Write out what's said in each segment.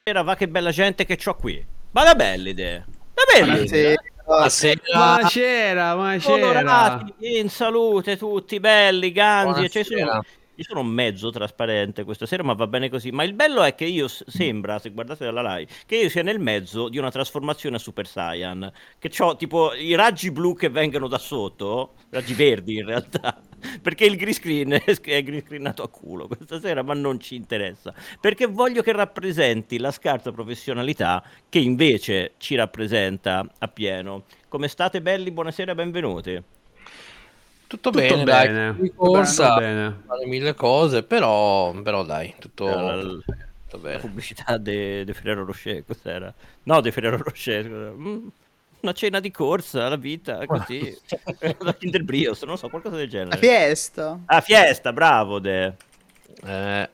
Va che bella gente che c'ho qui. Ma da belle idee. Da belle idee. Buonasera. Colorati, in salute, tutti belli, ganzi. Cioè, Buonasera. io sono mezzo trasparente questa sera, ma va bene così. Ma il bello è che io sembra, se guardate dalla live, che io sia nel mezzo di una trasformazione a Super Saiyan. Che ho tipo i raggi blu che vengono da sotto, raggi verdi in realtà. Perché il green screen è green screenato a culo questa sera, ma non ci interessa. Perché voglio che rappresenti la scarsa professionalità che invece ci rappresenta appieno. Come state belli? Buonasera, benvenuti. Tutto Tutto bene, bene. dai. Di corsa, Tutto bene. fare mille cose, però dai, La, tutto la bene. pubblicità de Ferrero Rocher, cos'era? No, De Ferrero Rocher, scusa. Una cena di corsa, la vita, così. La Kinder Brios, non so, qualcosa del La genere. fiesta. Ah, fiesta, bravo, De. Eh,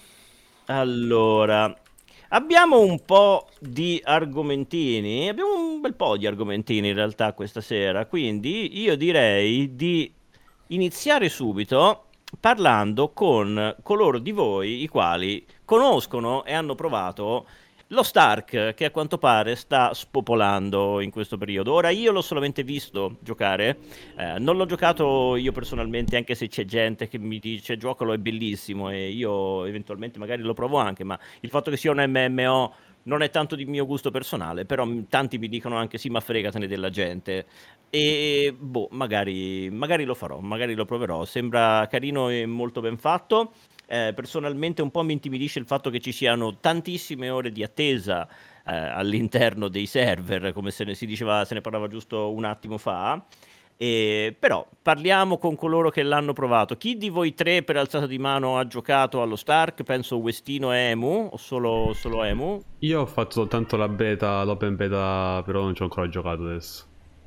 Allora, abbiamo un po' di argomentini, abbiamo un bel po' di argomentini in realtà questa sera, quindi io direi di iniziare subito parlando con coloro di voi i quali conoscono e hanno provato lo Stark, che a quanto pare sta spopolando in questo periodo. Ora io l'ho solamente visto giocare, non l'ho giocato io personalmente, anche se c'è gente che mi dice giocalo, è bellissimo e io eventualmente magari lo provo anche, ma il fatto che sia un MMO non è tanto di mio gusto personale, però tanti mi dicono anche sì, ma fregatene della gente. E boh, magari lo farò, magari lo proverò. Sembra carino e molto ben fatto. Personalmente un po' mi intimidisce il fatto che ci siano tantissime ore di attesa all'interno dei server, come se ne si diceva, se ne parlava giusto un attimo fa. Però parliamo con coloro che l'hanno provato. Chi di voi tre per alzata di mano ha giocato allo Stark? Penso Westino e Emu, o solo Emu? Io ho fatto soltanto la beta, l'open beta, però non ci ho ancora giocato adesso.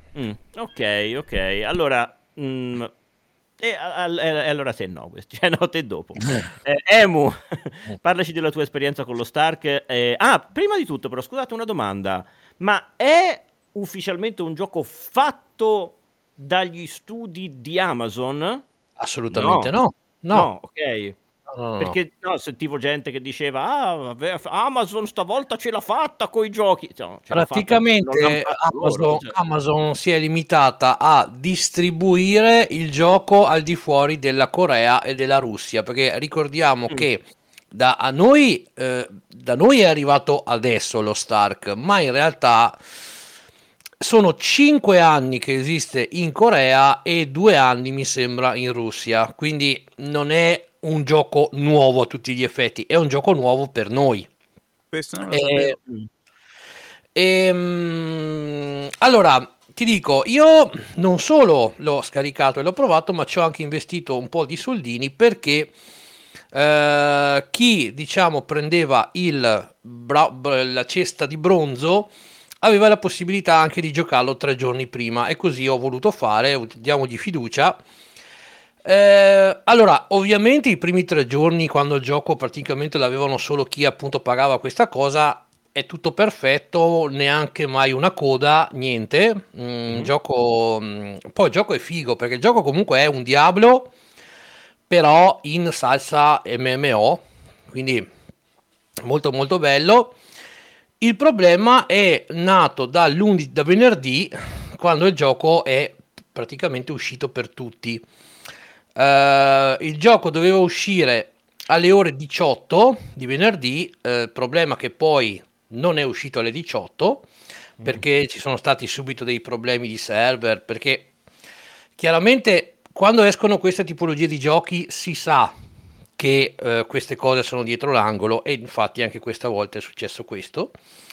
Ok. Allora, allora te no, cioè no, te dopo. Emu, parlaci della tua esperienza con lo Stark. Prima di tutto, però, scusate una domanda, ma è ufficialmente un gioco fatto dagli studi di Amazon? assolutamente No, no. ok. No. Perché no, sentivo gente che diceva Amazon stavolta ce l'ha fatta coi giochi. No, ce l'ha fatta, non l'hanno Praticamente fatto loro. Cioè. Amazon si è limitata a distribuire il gioco al di fuori della Corea e della Russia, perché ricordiamo che da noi è arrivato adesso lo Stark, ma in realtà sono 5 anni che esiste in Corea e 2 anni mi sembra in Russia, quindi non è un gioco nuovo a tutti gli effetti, è un gioco nuovo per noi. Questo non lo E, sapevo. allora, ti dico, io non solo l'ho scaricato e l'ho provato, ma ci ho anche investito un po' di soldini perché chi, diciamo, prendeva la cesta di bronzo aveva la possibilità anche di giocarlo 3 giorni prima e così ho voluto fare, diamogli fiducia. Allora, ovviamente i primi 3 giorni, quando il gioco praticamente l'avevano solo chi appunto pagava questa cosa, è tutto perfetto, neanche mai una coda, niente. Poi il gioco è figo perché il gioco comunque è un Diablo, però in salsa MMO, quindi molto molto bello. Il problema è nato da venerdì, quando il gioco è praticamente uscito per tutti. Il gioco doveva uscire alle ore 18 di venerdì, problema che poi non è uscito alle 18 perché ci sono stati subito dei problemi di server, perché chiaramente quando escono queste tipologie di giochi si sa che queste cose sono dietro l'angolo e infatti anche questa volta è successo questo.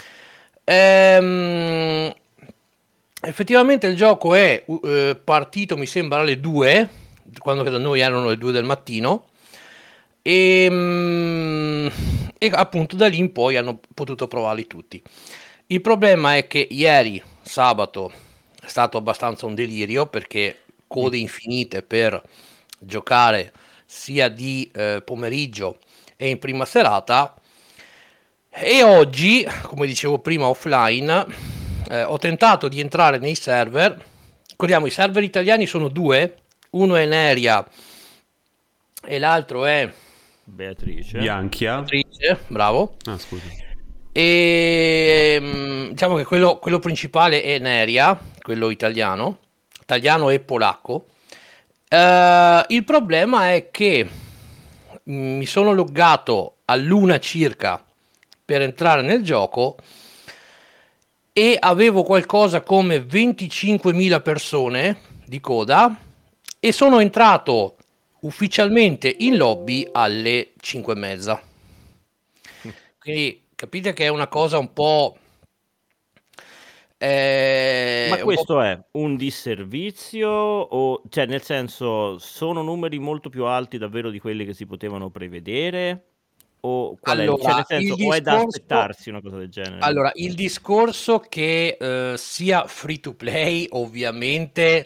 Effettivamente il gioco è partito mi sembra alle 2, quando da noi erano le 2 del mattino, e appunto da lì in poi hanno potuto provarli tutti. Il problema è che ieri sabato è stato abbastanza un delirio perché code infinite per giocare sia di pomeriggio e in prima serata, e oggi, come dicevo prima offline, ho tentato di entrare nei server. Ricordiamo, i server italiani sono 2, uno è Neria e l'altro è Beatrice, Bianchia. Beatrice, bravo. Ah, scusa. E diciamo che quello principale è Neria, quello italiano e polacco. Il problema è che mi sono loggato all'una circa per entrare nel gioco e avevo qualcosa come 25.000 persone di coda e sono entrato ufficialmente in lobby alle 5:30. Quindi capite che è una cosa un po'... Ma questo è un disservizio o, cioè, nel senso, sono numeri molto più alti davvero di quelli che si potevano prevedere? O qual è? Cioè, Allora, nel senso, il o è da discorso, aspettarsi una cosa del genere? allora, il discorso che sia free to play, ovviamente,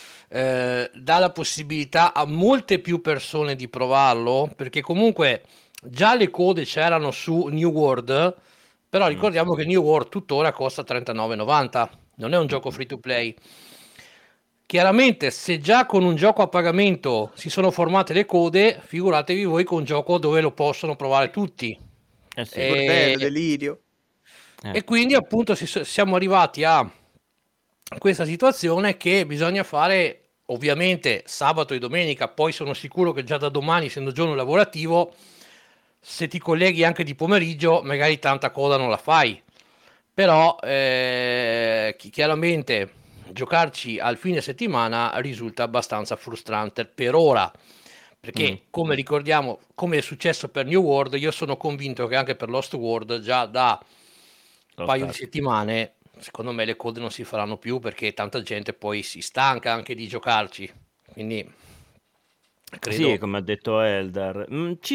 dà la possibilità a molte più persone di provarlo, perché comunque già le code c'erano su New World, però ricordiamo che New World tuttora costa 39,90, non è un gioco free to play. Chiaramente, se già con un gioco a pagamento si sono formate le code, figuratevi voi con un gioco dove lo possono provare tutti. Eh sì. Bordello, delirio. E quindi appunto siamo arrivati a questa situazione che bisogna fare ovviamente sabato e domenica, poi sono sicuro che già da domani, essendo giorno lavorativo, se ti colleghi anche di pomeriggio, magari tanta coda non la fai. Però chiaramente giocarci al fine settimana risulta abbastanza frustrante per ora, perché come ricordiamo, come è successo per New World, io sono convinto che anche per Lost World già da un paio di settimane secondo me le code non si faranno più, perché tanta gente poi si stanca anche di giocarci, quindi credo... Sì, come ha detto Eldar. Ci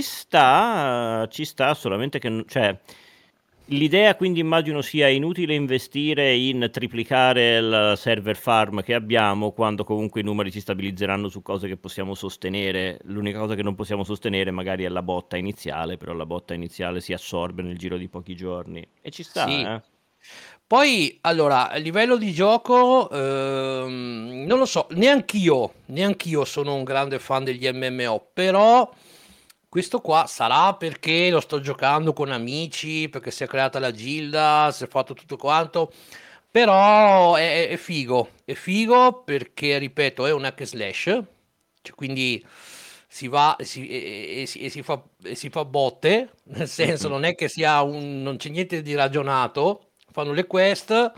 sta, solamente che, cioè, l'idea quindi immagino sia inutile investire in triplicare il server farm che abbiamo quando comunque i numeri si stabilizzeranno su cose che possiamo sostenere. L'unica cosa che non possiamo sostenere magari è la botta iniziale, però la botta iniziale si assorbe nel giro di pochi giorni. E ci sta, Sì. eh. Poi, allora, a livello di gioco, non lo so, neanch'io sono un grande fan degli MMO, però questo qua sarà perché lo sto giocando con amici, perché si è creata la gilda, si è fatto tutto quanto, però è figo perché, ripeto, è un hack and slash, cioè, quindi si va e si fa botte, nel senso non è che non c'è niente di ragionato, fanno le quest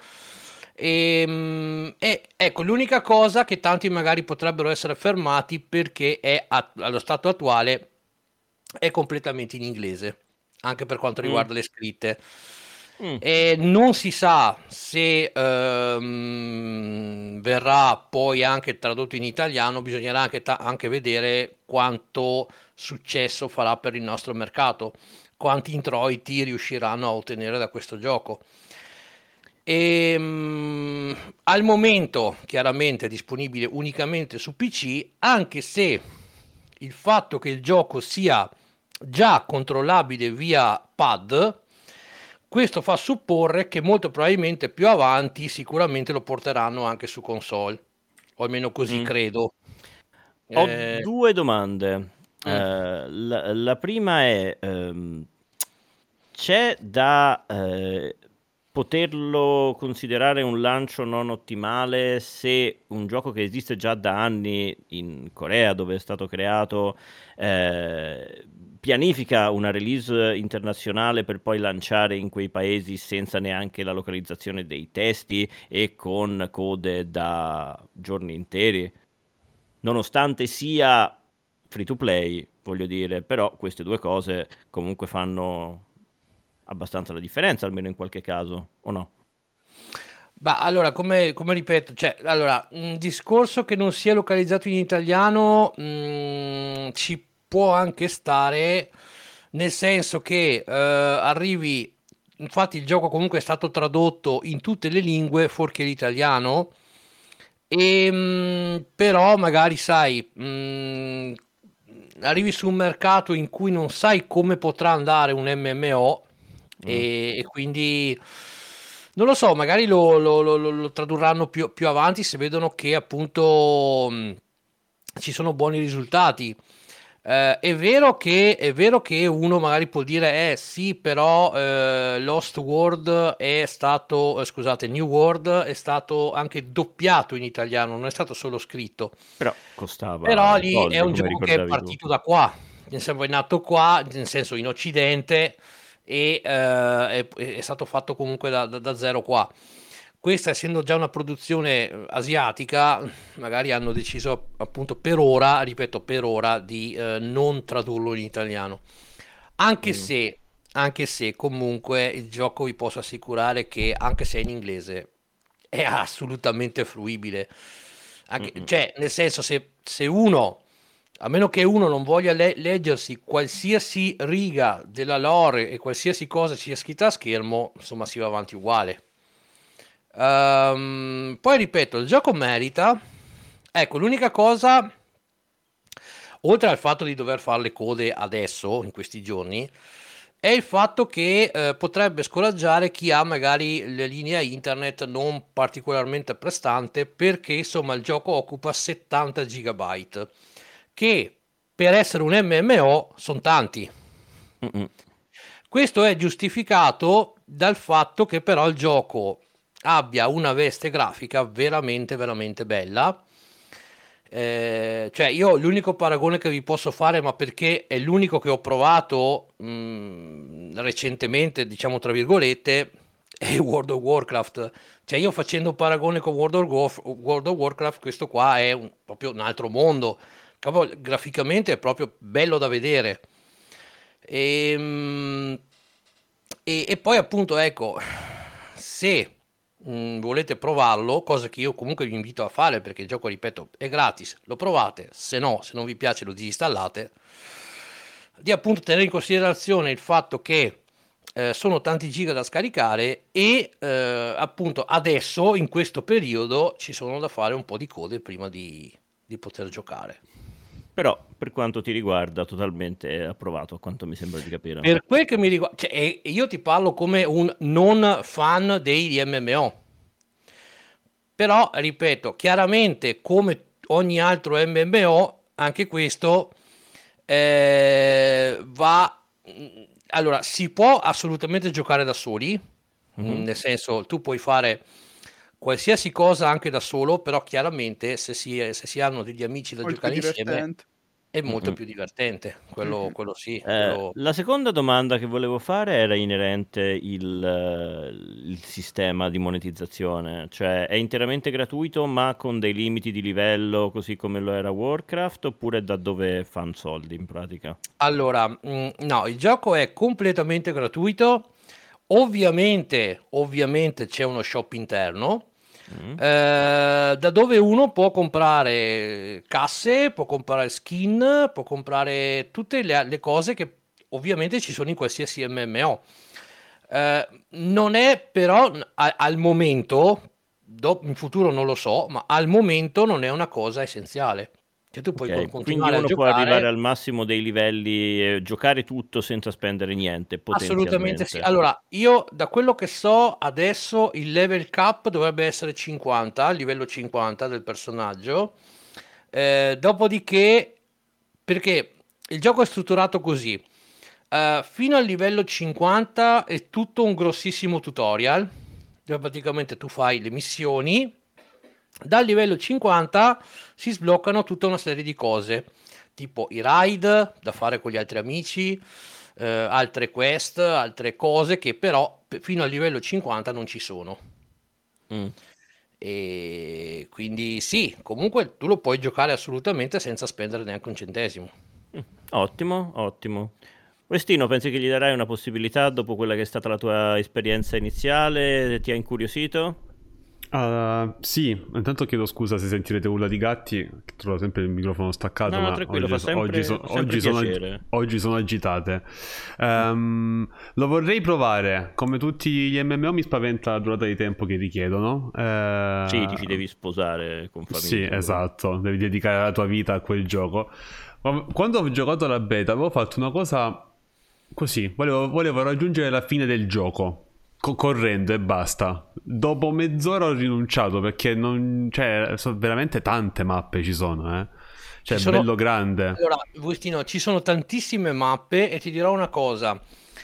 e ecco l'unica cosa che tanti magari potrebbero essere fermati perché allo stato attuale è completamente in inglese, anche per quanto riguarda le scritte. E non si sa se verrà poi anche tradotto in italiano, bisognerà anche vedere quanto successo farà per il nostro mercato, quanti introiti riusciranno a ottenere da questo gioco. Al momento chiaramente è disponibile unicamente su PC, anche se il fatto che il gioco sia già controllabile via pad, questo fa supporre che molto probabilmente più avanti sicuramente lo porteranno anche su console, o almeno così credo. Ho due domande. La prima è, c'è da poterlo considerare un lancio non ottimale se un gioco che esiste già da anni in Corea, dove è stato creato, pianifica una release internazionale per poi lanciare in quei paesi senza neanche la localizzazione dei testi e con code da giorni interi? Nonostante sia free to play, voglio dire, però queste due cose comunque fanno abbastanza la differenza, almeno in qualche caso, o no? Ma allora, come ripeto, cioè, allora, un discorso che non sia localizzato in italiano ci può anche stare, nel senso che arrivi, infatti il gioco comunque è stato tradotto in tutte le lingue, fuorché l'italiano, però magari sai, arrivi su un mercato in cui non sai come potrà andare un MMO e quindi non lo so, magari lo tradurranno più avanti se vedono che appunto ci sono buoni risultati. È vero che uno magari può dire, sì, però Lost World è stato, scusate, New World è stato anche doppiato in italiano, non è stato solo scritto. Però Però costava lì è soldi, un come gioco che è ricordavi tu. partito da qua, nel senso è nato qua, nel senso in Occidente, e è stato fatto comunque da zero qua. Questa, essendo già una produzione asiatica, magari hanno deciso appunto per ora, ripeto, per ora, di non tradurlo in italiano. Anche Mm, se, anche se comunque il gioco vi posso assicurare che, anche se è in inglese, è assolutamente fruibile. mm, mm. Cioè, nel senso, se uno, a meno che uno non voglia leggersi qualsiasi riga della lore e qualsiasi cosa sia scritta a schermo, insomma, si va avanti uguale. Poi ripeto, il gioco merita. Ecco, l'unica cosa, oltre al fatto di dover fare le code adesso, in questi giorni, è il fatto che potrebbe scoraggiare chi ha magari le linee internet non particolarmente prestante, perché insomma il gioco occupa 70 gigabyte, che per essere un MMO sono tanti. Mm, mm. Questo è giustificato dal fatto che però il gioco abbia una veste grafica veramente veramente bella. Cioè io l'unico paragone che vi posso fare, ma perché è l'unico che ho provato recentemente, diciamo tra virgolette, è World of Warcraft. Cioè io, facendo un paragone con World of Warcraft, questo qua è proprio un altro mondo. Proprio graficamente è proprio bello da vedere. E, e poi appunto, ecco, se volete provarlo, cosa che io comunque vi invito a fare, perché il gioco, ripeto, è gratis, lo provate, se no, se non vi piace lo disinstallate, di appunto tenere in considerazione il fatto che sono tanti giga da scaricare, e appunto adesso, in questo periodo, ci sono da fare un po' di code prima di poter giocare. Però per quanto ti riguarda, totalmente approvato, a quanto mi sembra di capire. Per quel che mi riguarda, cioè, e io ti parlo come un non fan degli MMO, però ripeto, chiaramente come ogni altro MMO, anche questo va... Allora, si può assolutamente giocare da soli, Mhm. nel senso, tu puoi fare qualsiasi cosa anche da solo, però chiaramente se si hanno degli amici da Molto giocare insieme divertente. è molto Mm-mm. più divertente, quello, Mhm. quello sì, quello... La seconda domanda che volevo fare era inerente il sistema di monetizzazione, cioè è interamente gratuito ma con dei limiti di livello così come lo era Warcraft, oppure da dove fanno soldi in pratica? Allora, no, il gioco è completamente gratuito. Ovviamente c'è uno shop interno, Mm. da dove uno può comprare casse, può comprare skin, può comprare tutte le cose che ovviamente ci sono in qualsiasi MMO. Non è però al momento, in futuro non lo so, ma al momento non è una cosa essenziale. Che tu puoi Ok, quindi continuare a uno può arrivare giocare. al massimo dei livelli e giocare tutto senza spendere niente, Assolutamente sì. potenzialmente. Allora, io da quello che so adesso il level cap dovrebbe essere 50, livello 50 del personaggio. Dopodiché, perché il gioco è strutturato così, fino al livello 50 è tutto un grossissimo tutorial, dove praticamente tu fai le missioni. Dal livello 50 si sbloccano tutta una serie di cose, tipo i raid da fare con gli altri amici, altre quest, altre cose che però fino al livello 50 non ci sono. Mm. E quindi sì, comunque tu lo puoi giocare assolutamente senza spendere neanche un centesimo. Mm. Ottimo, ottimo. Westino, pensi che gli darai una possibilità dopo quella che è stata la tua esperienza iniziale? Ti ha incuriosito? Sì, intanto chiedo scusa se sentirete urla di gatti, che trovo sempre il microfono staccato, No, no, ma tranquillo, fa sempre, fa sempre piacere. oggi sono agitate. Lo vorrei provare, come tutti gli MMO mi spaventa la durata di tempo che richiedono. Sì, ti ci devi sposare con Sì, famiglia. esatto, devi dedicare la tua vita a quel gioco. Ma quando ho giocato la beta avevo fatto una cosa così, volevo raggiungere la fine del gioco. Correndo e basta. Dopo mezz'ora ho rinunciato perché non. Cioè, sono veramente tante mappe ci sono, eh. Cioè, bello grande. Allora, Agostino, ci sono tantissime mappe e ti dirò una cosa.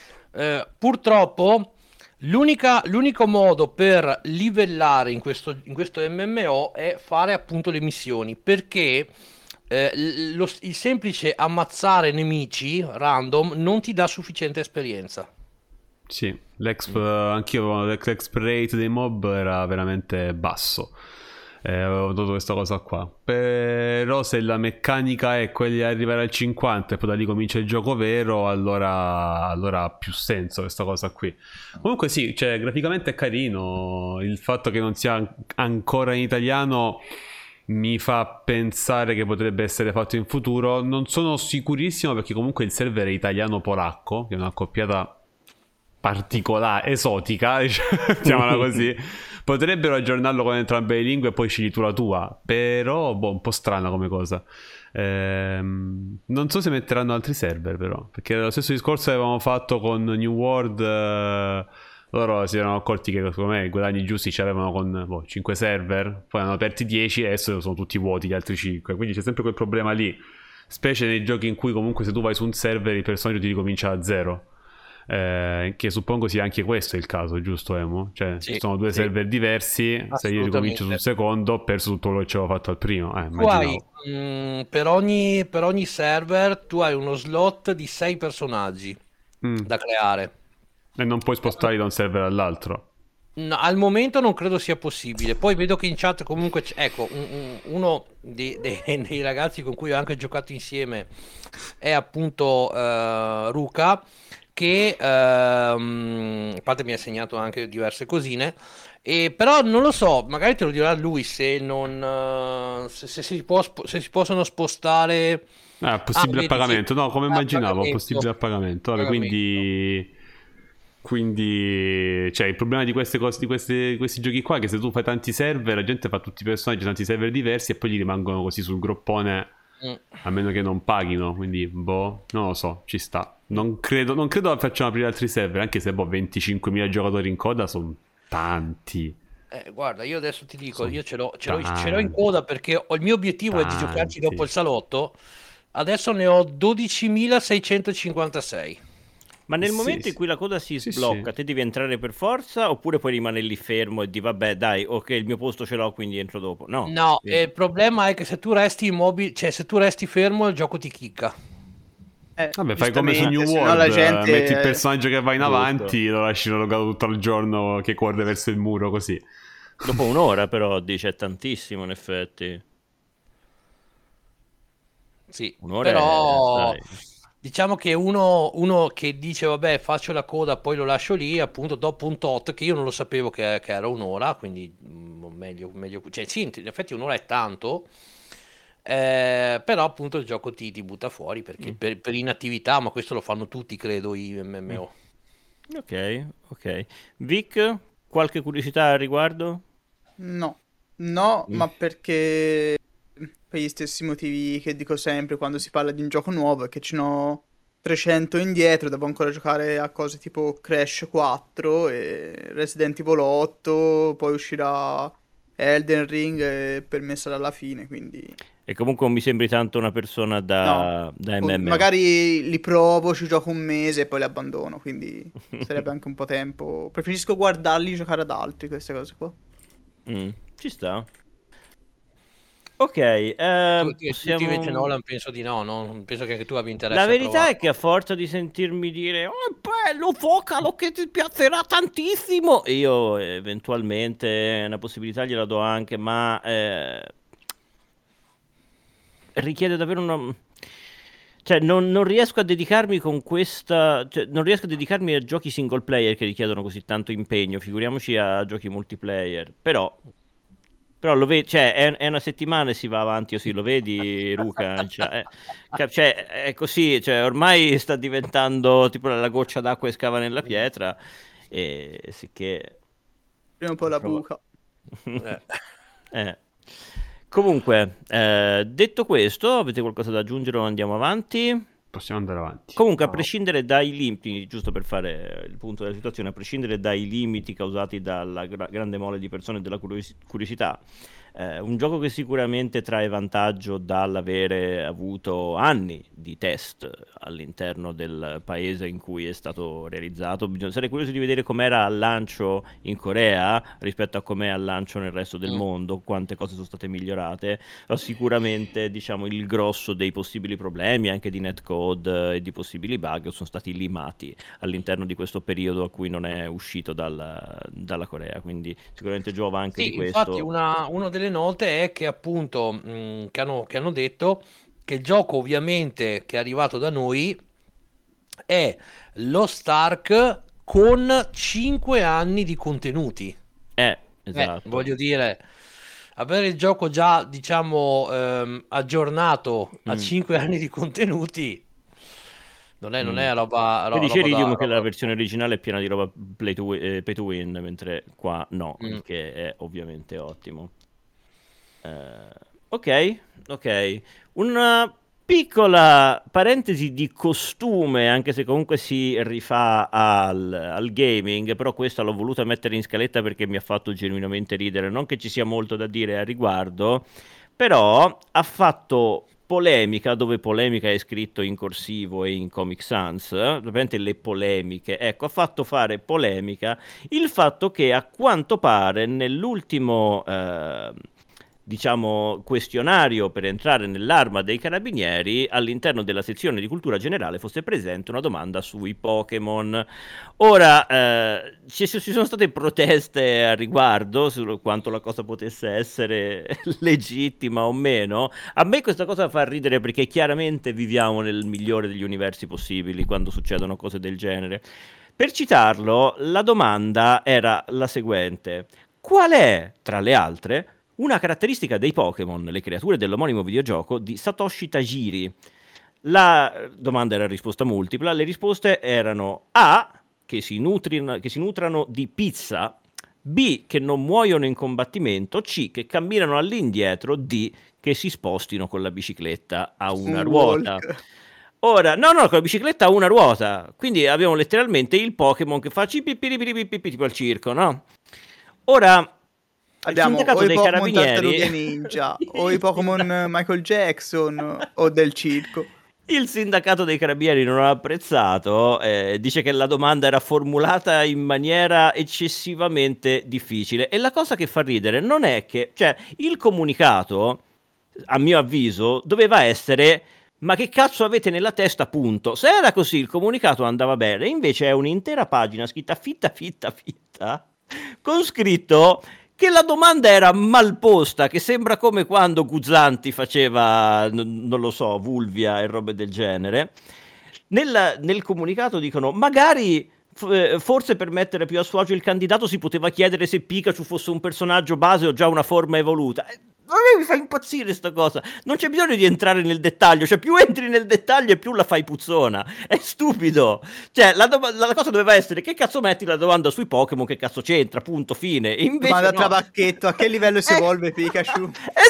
Purtroppo l'unico modo per livellare in questo MMO è fare appunto le missioni, perché il semplice ammazzare nemici random non ti dà sufficiente esperienza. Sì, anch'io l'exp rate dei mob era veramente basso. Avevo notato questa cosa qua. Però se la meccanica è quella di arrivare al 50 e poi da lì comincia il gioco vero, allora ha più senso questa cosa qui. Comunque sì, cioè, graficamente è carino. Il fatto che non sia ancora in italiano mi fa pensare che potrebbe essere fatto in futuro. Non sono sicurissimo perché comunque il server è italiano-polacco, che è una accoppiata particolare, esotica, diciamola così. Potrebbero aggiornarlo con entrambe le lingue e poi scegli tu la tua, però un po' strana come cosa. Non so se metteranno altri server però, perché lo stesso discorso avevamo fatto con New World. Loro si erano accorti che secondo me i guadagni giusti ci avevano con 5 server, poi hanno aperti 10 e adesso sono tutti vuoti gli altri 5, quindi c'è sempre quel problema lì, specie nei giochi in cui comunque se tu vai su un server il personaggio ti ricomincia da zero. Che suppongo sia anche questo il caso, giusto Emo? Cioè Sì, sono due sì. server diversi, se io ricomincio sul secondo ho perso tutto quello che ci avevo fatto al primo. Tu hai, Immaginavo. per ogni server tu hai uno slot di 6 personaggi da creare. E non puoi spostarli da un server all'altro. No, al momento non credo sia possibile. Poi vedo che in chat comunque ecco, uno dei ragazzi con cui ho anche giocato insieme è appunto Ruka, che a parte mi ha segnato anche diverse cosine. Però non lo so, magari te lo dirà lui se non se si possono spostare. Possibile a Vedi, sì. pagamento. No, come immaginavo, Pagamento. possibile a pagamento. Vabbè, Pagamento. quindi cioè, il problema di queste cose, di questi giochi qua è che se tu fai tanti server, la gente fa tutti i personaggi, tanti server diversi e poi gli rimangono così sul groppone, a meno che non paghino. Quindi, non lo so, ci sta. Non credo facciano aprire altri server, anche se 25.000 giocatori in coda sono tanti. Guarda, io adesso ti dico, Sono io ce l'ho in coda perché il mio obiettivo è di giocarci dopo il salotto. Adesso ne ho 12.656. Ma nel Sì, momento in sì. cui la coda si Sì, sblocca, sì. te devi entrare per forza oppure puoi rimanere lì fermo e di vabbè, dai, ok, il mio posto ce l'ho, quindi entro dopo. No. No, Sì. il problema è che se tu resti immobile, cioè se tu resti fermo, il gioco ti chicca. Vabbè, fai come su New giustamente, se no World, la gente metti il personaggio che va in Giusto. avanti, lo lasci logato tutto il giorno che corre verso il muro, così. Dopo un'ora però dice è tantissimo in effetti. Sì, Un'ora però dai. diciamo che uno che dice vabbè faccio la coda poi lo lascio lì, appunto dopo un tot, che io non lo sapevo che era un'ora, quindi meglio, cioè sì, in effetti un'ora è tanto, però appunto il gioco ti butta fuori perché per inattività, ma questo lo fanno tutti credo i MMO. Ok. Vic, qualche curiosità al riguardo? no, ma perché per gli stessi motivi che dico sempre quando si parla di un gioco nuovo, è che ce n'ho 300 indietro, devo ancora giocare a cose tipo Crash 4 e Resident Evil 8, poi uscirà Elden Ring e per me sarà la fine, quindi E comunque non mi sembri tanto una persona da MMO. magari li provo, ci gioco un mese e poi li abbandono, quindi sarebbe anche un po' tempo. Preferisco guardarli giocare ad altri, queste cose qua. Ci sta. Ok, Tu invece Nolan penso di no, penso che anche tu abbia interesse La a verità provare. è che a forza di sentirmi dire oh è bello, Vocalo che ti piacerà tantissimo, io eventualmente una possibilità gliela do anche, ma richiede davvero una... Cioè non riesco a dedicarmi con questa... Cioè, non riesco a dedicarmi a giochi single player che richiedono così tanto impegno, figuriamoci a giochi multiplayer. Però lo vedi, cioè è una settimana e si va avanti così, lo vedi Ruka? Cioè, è così, cioè ormai sta diventando tipo la goccia d'acqua che scava nella pietra, e sicché... Prima o poi la buca. Comunque, detto questo, avete qualcosa da aggiungere o andiamo avanti? Possiamo andare avanti. Comunque, a prescindere dai limiti, giusto per fare il punto della situazione, a prescindere dai limiti causati dalla grande mole di persone e della curiosità, Un gioco che sicuramente trae vantaggio dall'avere avuto anni di test all'interno del paese in cui è stato realizzato. Sarei curioso di vedere com'era al lancio in Corea rispetto a com'è al lancio nel resto del mondo, quante cose sono state migliorate. Però sicuramente, diciamo, il grosso dei possibili problemi, anche di netcode e di possibili bug, sono stati limati all'interno di questo periodo a cui non è uscito dalla Corea. Quindi sicuramente giova anche di Sì, questo. infatti una delle note è che appunto che hanno detto che il gioco ovviamente che è arrivato da noi è Lost Ark con 5 anni di contenuti. Esatto. Voglio dire, avere il gioco già, diciamo, aggiornato a 5 anni di contenuti non è roba, Poi dice roba Iridium che la roba- versione originale è piena di roba pay to win, mentre qua no, il che è ovviamente ottimo. Ok. Una piccola parentesi di costume, anche se comunque si rifà al gaming, però questa l'ho voluta mettere in scaletta perché mi ha fatto genuinamente ridere. Non che ci sia molto da dire a riguardo, però ha fatto polemica, dove polemica è scritto in corsivo e in Comic Sans, ovviamente le polemiche, ecco, ha fatto fare polemica il fatto che a quanto pare nell'ultimo diciamo questionario per entrare nell'Arma dei Carabinieri, all'interno della sezione di cultura generale fosse presente una domanda sui Pokémon. Ora ci sono state proteste a riguardo su quanto la cosa potesse essere legittima o meno. A me questa cosa fa ridere perché chiaramente viviamo nel migliore degli universi possibili quando succedono cose del genere. Per citarlo, la domanda era la seguente: qual è, tra le altre, una caratteristica dei Pokémon, le creature dell'omonimo videogioco di Satoshi Tajiri? La domanda era a risposta multipla, le risposte erano A, che si nutrano di pizza, B, che non muoiono in combattimento, C, che camminano all'indietro, D, che si spostino con la bicicletta a una Un ruota. walk. Ora, no, con la bicicletta a una ruota, quindi abbiamo letteralmente il Pokémon che fa cipipiripiripipi tipo al circo, no? Ora, il Abbiamo sindacato o i dei Pokémon carabinieri Tartarughe Ninja o i Pokémon Michael Jackson o del circo. il sindacato dei carabinieri non ha apprezzato, dice che la domanda era formulata in maniera eccessivamente difficile. E la cosa che fa ridere non è che, cioè, il comunicato, a mio avviso, doveva essere: ma che cazzo avete nella testa, punto. Se era così, il comunicato andava bene. Invece è un'intera pagina scritta fitta, con scritto che la domanda era mal posta, che sembra come quando Guzzanti faceva, non lo so, Vulvia e robe del genere. Nel comunicato dicono: magari forse per mettere più a suo agio il candidato si poteva chiedere se Pikachu fosse un personaggio base o già una forma evoluta. A me mi fa impazzire sta cosa. Non c'è bisogno di entrare nel dettaglio, cioè più entri nel dettaglio e più la fai puzzona. È stupido. Cioè la cosa doveva essere: che cazzo metti la domanda sui Pokémon, che cazzo c'entra, punto, fine. E invece Domanda no. trabacchetto, a che livello si evolve Pikachu?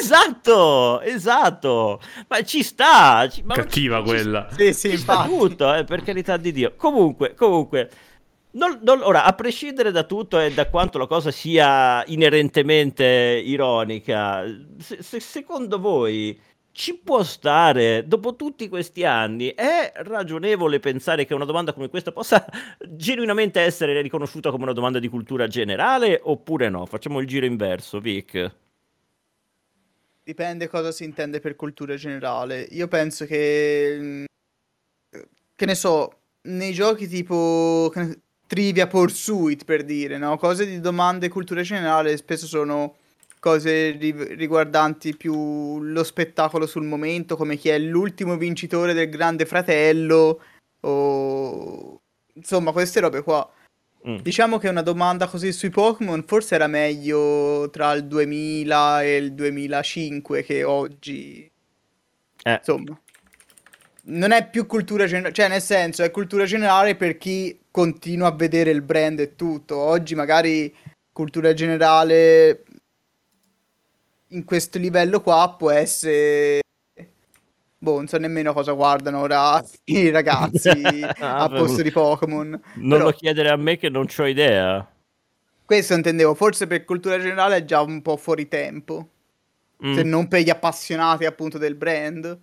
Esatto. Ma ci sta. Ma Cattiva quella. Sì, ci sta infatti. tutto, per carità di Dio. Comunque, ora, a prescindere da tutto e da quanto la cosa sia inerentemente ironica, secondo voi ci può stare, dopo tutti questi anni, è ragionevole pensare che una domanda come questa possa genuinamente essere riconosciuta come una domanda di cultura generale oppure no? Facciamo il giro inverso, Vic. Dipende cosa si intende per cultura generale. Io penso che ne so, nei giochi tipo Trivia Pursuit, per dire, no? Cose di domande cultura generale spesso sono cose riguardanti più lo spettacolo sul momento, come chi è l'ultimo vincitore del Grande Fratello o insomma queste robe qua. Diciamo che una domanda così sui Pokémon forse era meglio tra il 2000 e il 2005 che oggi. Insomma, non è più cultura generale, cioè nel senso è cultura generale per chi continua a vedere il brand e tutto. Oggi magari cultura generale in questo livello qua può essere... Boh, non so nemmeno cosa guardano ora i ragazzi a posto di Pokémon. Non Però lo chiedere a me che non c'ho idea. questo intendevo, forse per cultura generale è già un po' fuori tempo. se non per gli appassionati appunto del brand.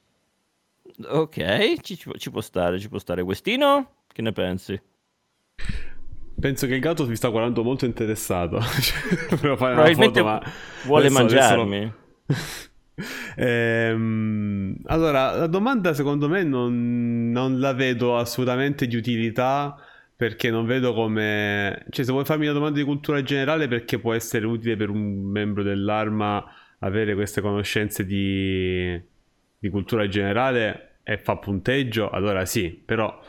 Ok, ci può stare, ci può stare. Questino, che ne pensi? Penso che il gatto mi sta guardando molto interessato. Volevo fare una Probabilmente foto, ma vuole adesso mangiarmi. Allora, la domanda secondo me non la vedo assolutamente di utilità, perché non vedo come... Cioè, se vuoi farmi una domanda di cultura generale, perché può essere utile per un membro dell'Arma avere queste conoscenze di cultura generale e fa punteggio, allora sì, però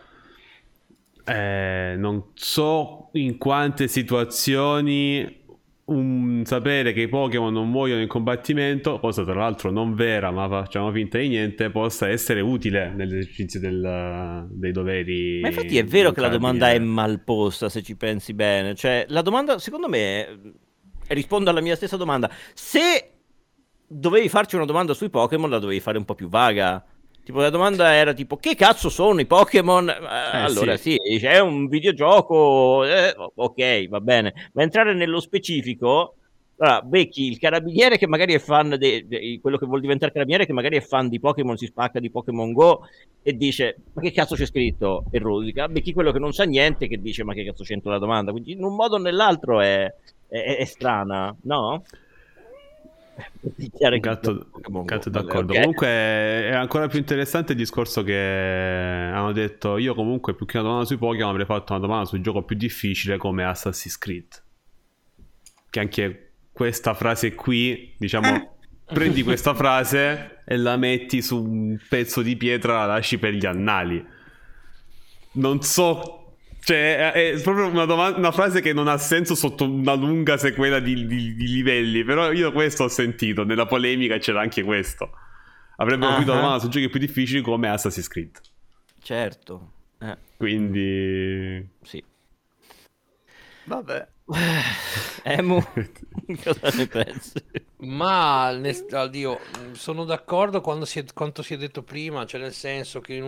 non so in quante situazioni un sapere che i Pokémon non muoiono in combattimento, cosa tra l'altro non vera, ma facciamo finta di niente, possa essere utile nell'esercizio dei doveri. Ma infatti è vero del che la domanda è carabiniere. mal posta, se ci pensi bene. Cioè, la domanda, secondo me, rispondo alla mia stessa domanda. Se dovevi farci una domanda sui Pokémon, la dovevi fare un po' più vaga. Tipo, la domanda era tipo, che cazzo sono i Pokémon? Allora, Sì. sì, c'è un videogioco, ok, va bene. Ma entrare nello specifico, allora, becchi il carabiniere che magari è fan quello che vuol diventare carabiniere, che magari è fan di Pokémon, si spacca di Pokémon Go e dice, ma che cazzo c'è scritto? E rosica. Becchi quello che non sa niente che dice, ma che cazzo c'entra la domanda? Quindi in un modo o nell'altro è strana, no? Dichiare che Gatto, Pokémon Go, gatto vabbè, d'accordo. ok. Comunque è ancora più interessante il discorso che hanno detto: io comunque più che una domanda sui Pokémon avrei fatto una domanda sul gioco più difficile come Assassin's Creed. Che anche questa frase qui, diciamo, prendi questa frase e la metti su un pezzo di pietra, la lasci per gli annali. Non so. Cioè, è proprio una frase che non ha senso sotto una lunga sequela di livelli. Però io questo ho sentito. Nella polemica c'era anche questo. Avrebbero capito la domanda su giochi più difficili come Assassin's Creed. Certo. Quindi... Sì. Vabbè. Emu, cosa ne pensi? Ma oddio, sono d'accordo quanto si è detto prima, cioè nel senso che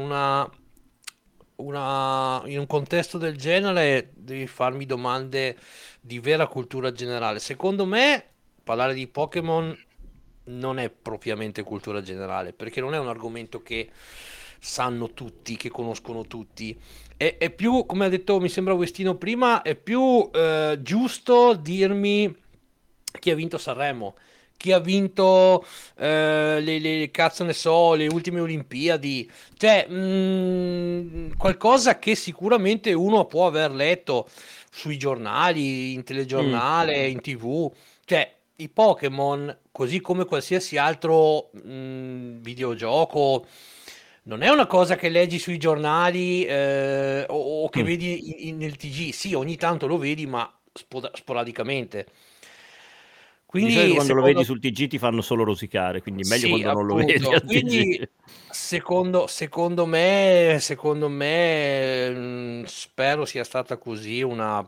in un contesto del genere devi farmi domande di vera cultura generale. Secondo me, parlare di Pokémon non è propriamente cultura generale, perché non è un argomento che sanno tutti, che conoscono tutti. È più, come ha detto, mi sembra Westino prima, è più giusto dirmi chi ha vinto Sanremo, chi ha vinto cazzo ne so, le ultime Olimpiadi, cioè qualcosa che sicuramente uno può aver letto sui giornali, in telegiornale, in TV, cioè i Pokémon, così come qualsiasi altro videogioco, non è una cosa che leggi sui giornali o che vedi nel TG. Sì, ogni tanto lo vedi, ma sporadicamente. Di solito Quindi, quando lo vedi sul TG ti fanno solo rosicare, quindi meglio sì, quando non lo vedi appunto. al Quindi, TG. secondo me, spero sia stata così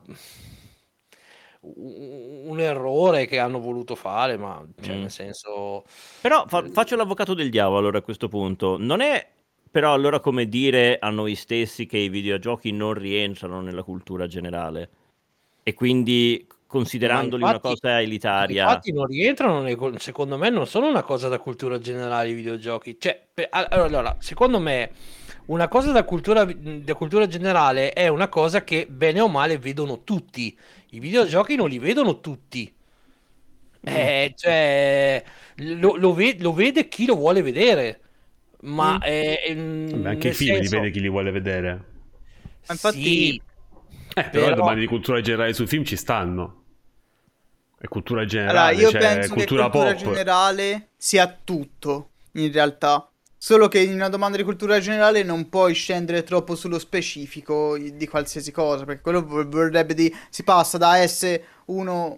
un errore che hanno voluto fare, ma cioè, nel senso, Però faccio l'avvocato del diavolo allora a questo punto. Non è però allora come dire a noi stessi che i videogiochi non rientrano nella cultura generale e quindi ma considerandoli una infatti, cosa ma elitaria. infatti non rientrano, secondo me, non sono una cosa da cultura generale i videogiochi. Cioè, allora, secondo me, una cosa da cultura generale è una cosa che bene o male vedono tutti. I videogiochi non li vedono tutti. Cioè, lo vede chi lo vuole vedere. Ma Vabbè, anche i nel film li vede senso, chi li vuole vedere. Ma infatti, sì, Però le però domande di cultura generale sui film ci stanno. È cultura allora, generale, io cioè penso che cultura cultura pop. generale sia tutto, in realtà. Solo che in una domanda di cultura generale non puoi scendere troppo sullo specifico di qualsiasi cosa, perché quello vorrebbe dire si passa da essere uno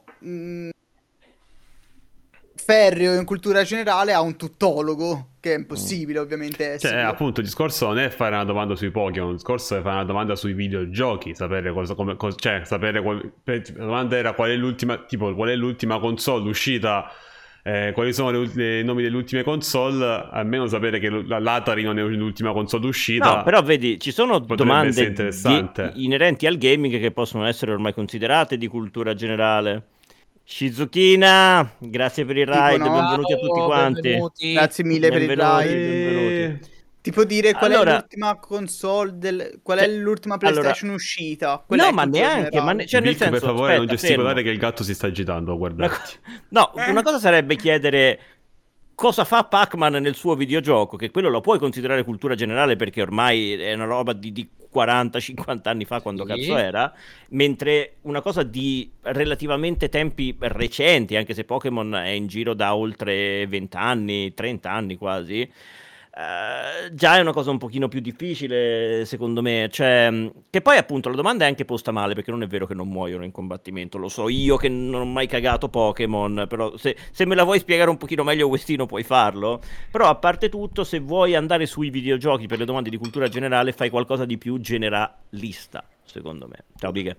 ferreo in cultura generale a un tuttologo, che è impossibile ovviamente Cioè, esserlo. appunto, il discorso non è fare una domanda sui Pokémon, il discorso è fare una domanda sui videogiochi, sapere cosa, cioè, sapere la domanda era qual è l'ultima console uscita, quali sono i nomi delle ultime console, almeno sapere che l'Atari non è l'ultima console uscita, No, però vedi, ci sono potrebbe essere domande interessante. inerenti al gaming che possono essere ormai considerate di cultura generale. Shizukina, grazie per il raid, no? benvenuti a tutti quanti. Benvenuti. Grazie mille per il Benvenuti, raid. benvenuti. Tipo dire qual è Allora- l'ultima console qual è Cioè, l'ultima PlayStation uscita? Quella No, è ma cultura neanche, generale. cioè nel Vic, senso, per favore, aspetta, non gesticolare fermo. che il gatto si sta agitando, guardate. No, una cosa sarebbe chiedere cosa fa Pac-Man nel suo videogioco, che quello lo puoi considerare cultura generale perché ormai è una roba di 40-50 anni fa, quando Sì. cazzo era, mentre una cosa di relativamente tempi recenti, anche se Pokémon è in giro da oltre 20 anni, 30 anni quasi, già è una cosa un pochino più difficile, secondo me. Cioè, che poi appunto la domanda è anche posta male, perché non è vero che non muoiono in combattimento, lo so io che non ho mai cagato Pokémon, però se me la vuoi spiegare un pochino meglio Westino puoi farlo. Però a parte tutto, se vuoi andare sui videogiochi per le domande di cultura generale, fai qualcosa di più generalista, secondo me. Ciao Bighe.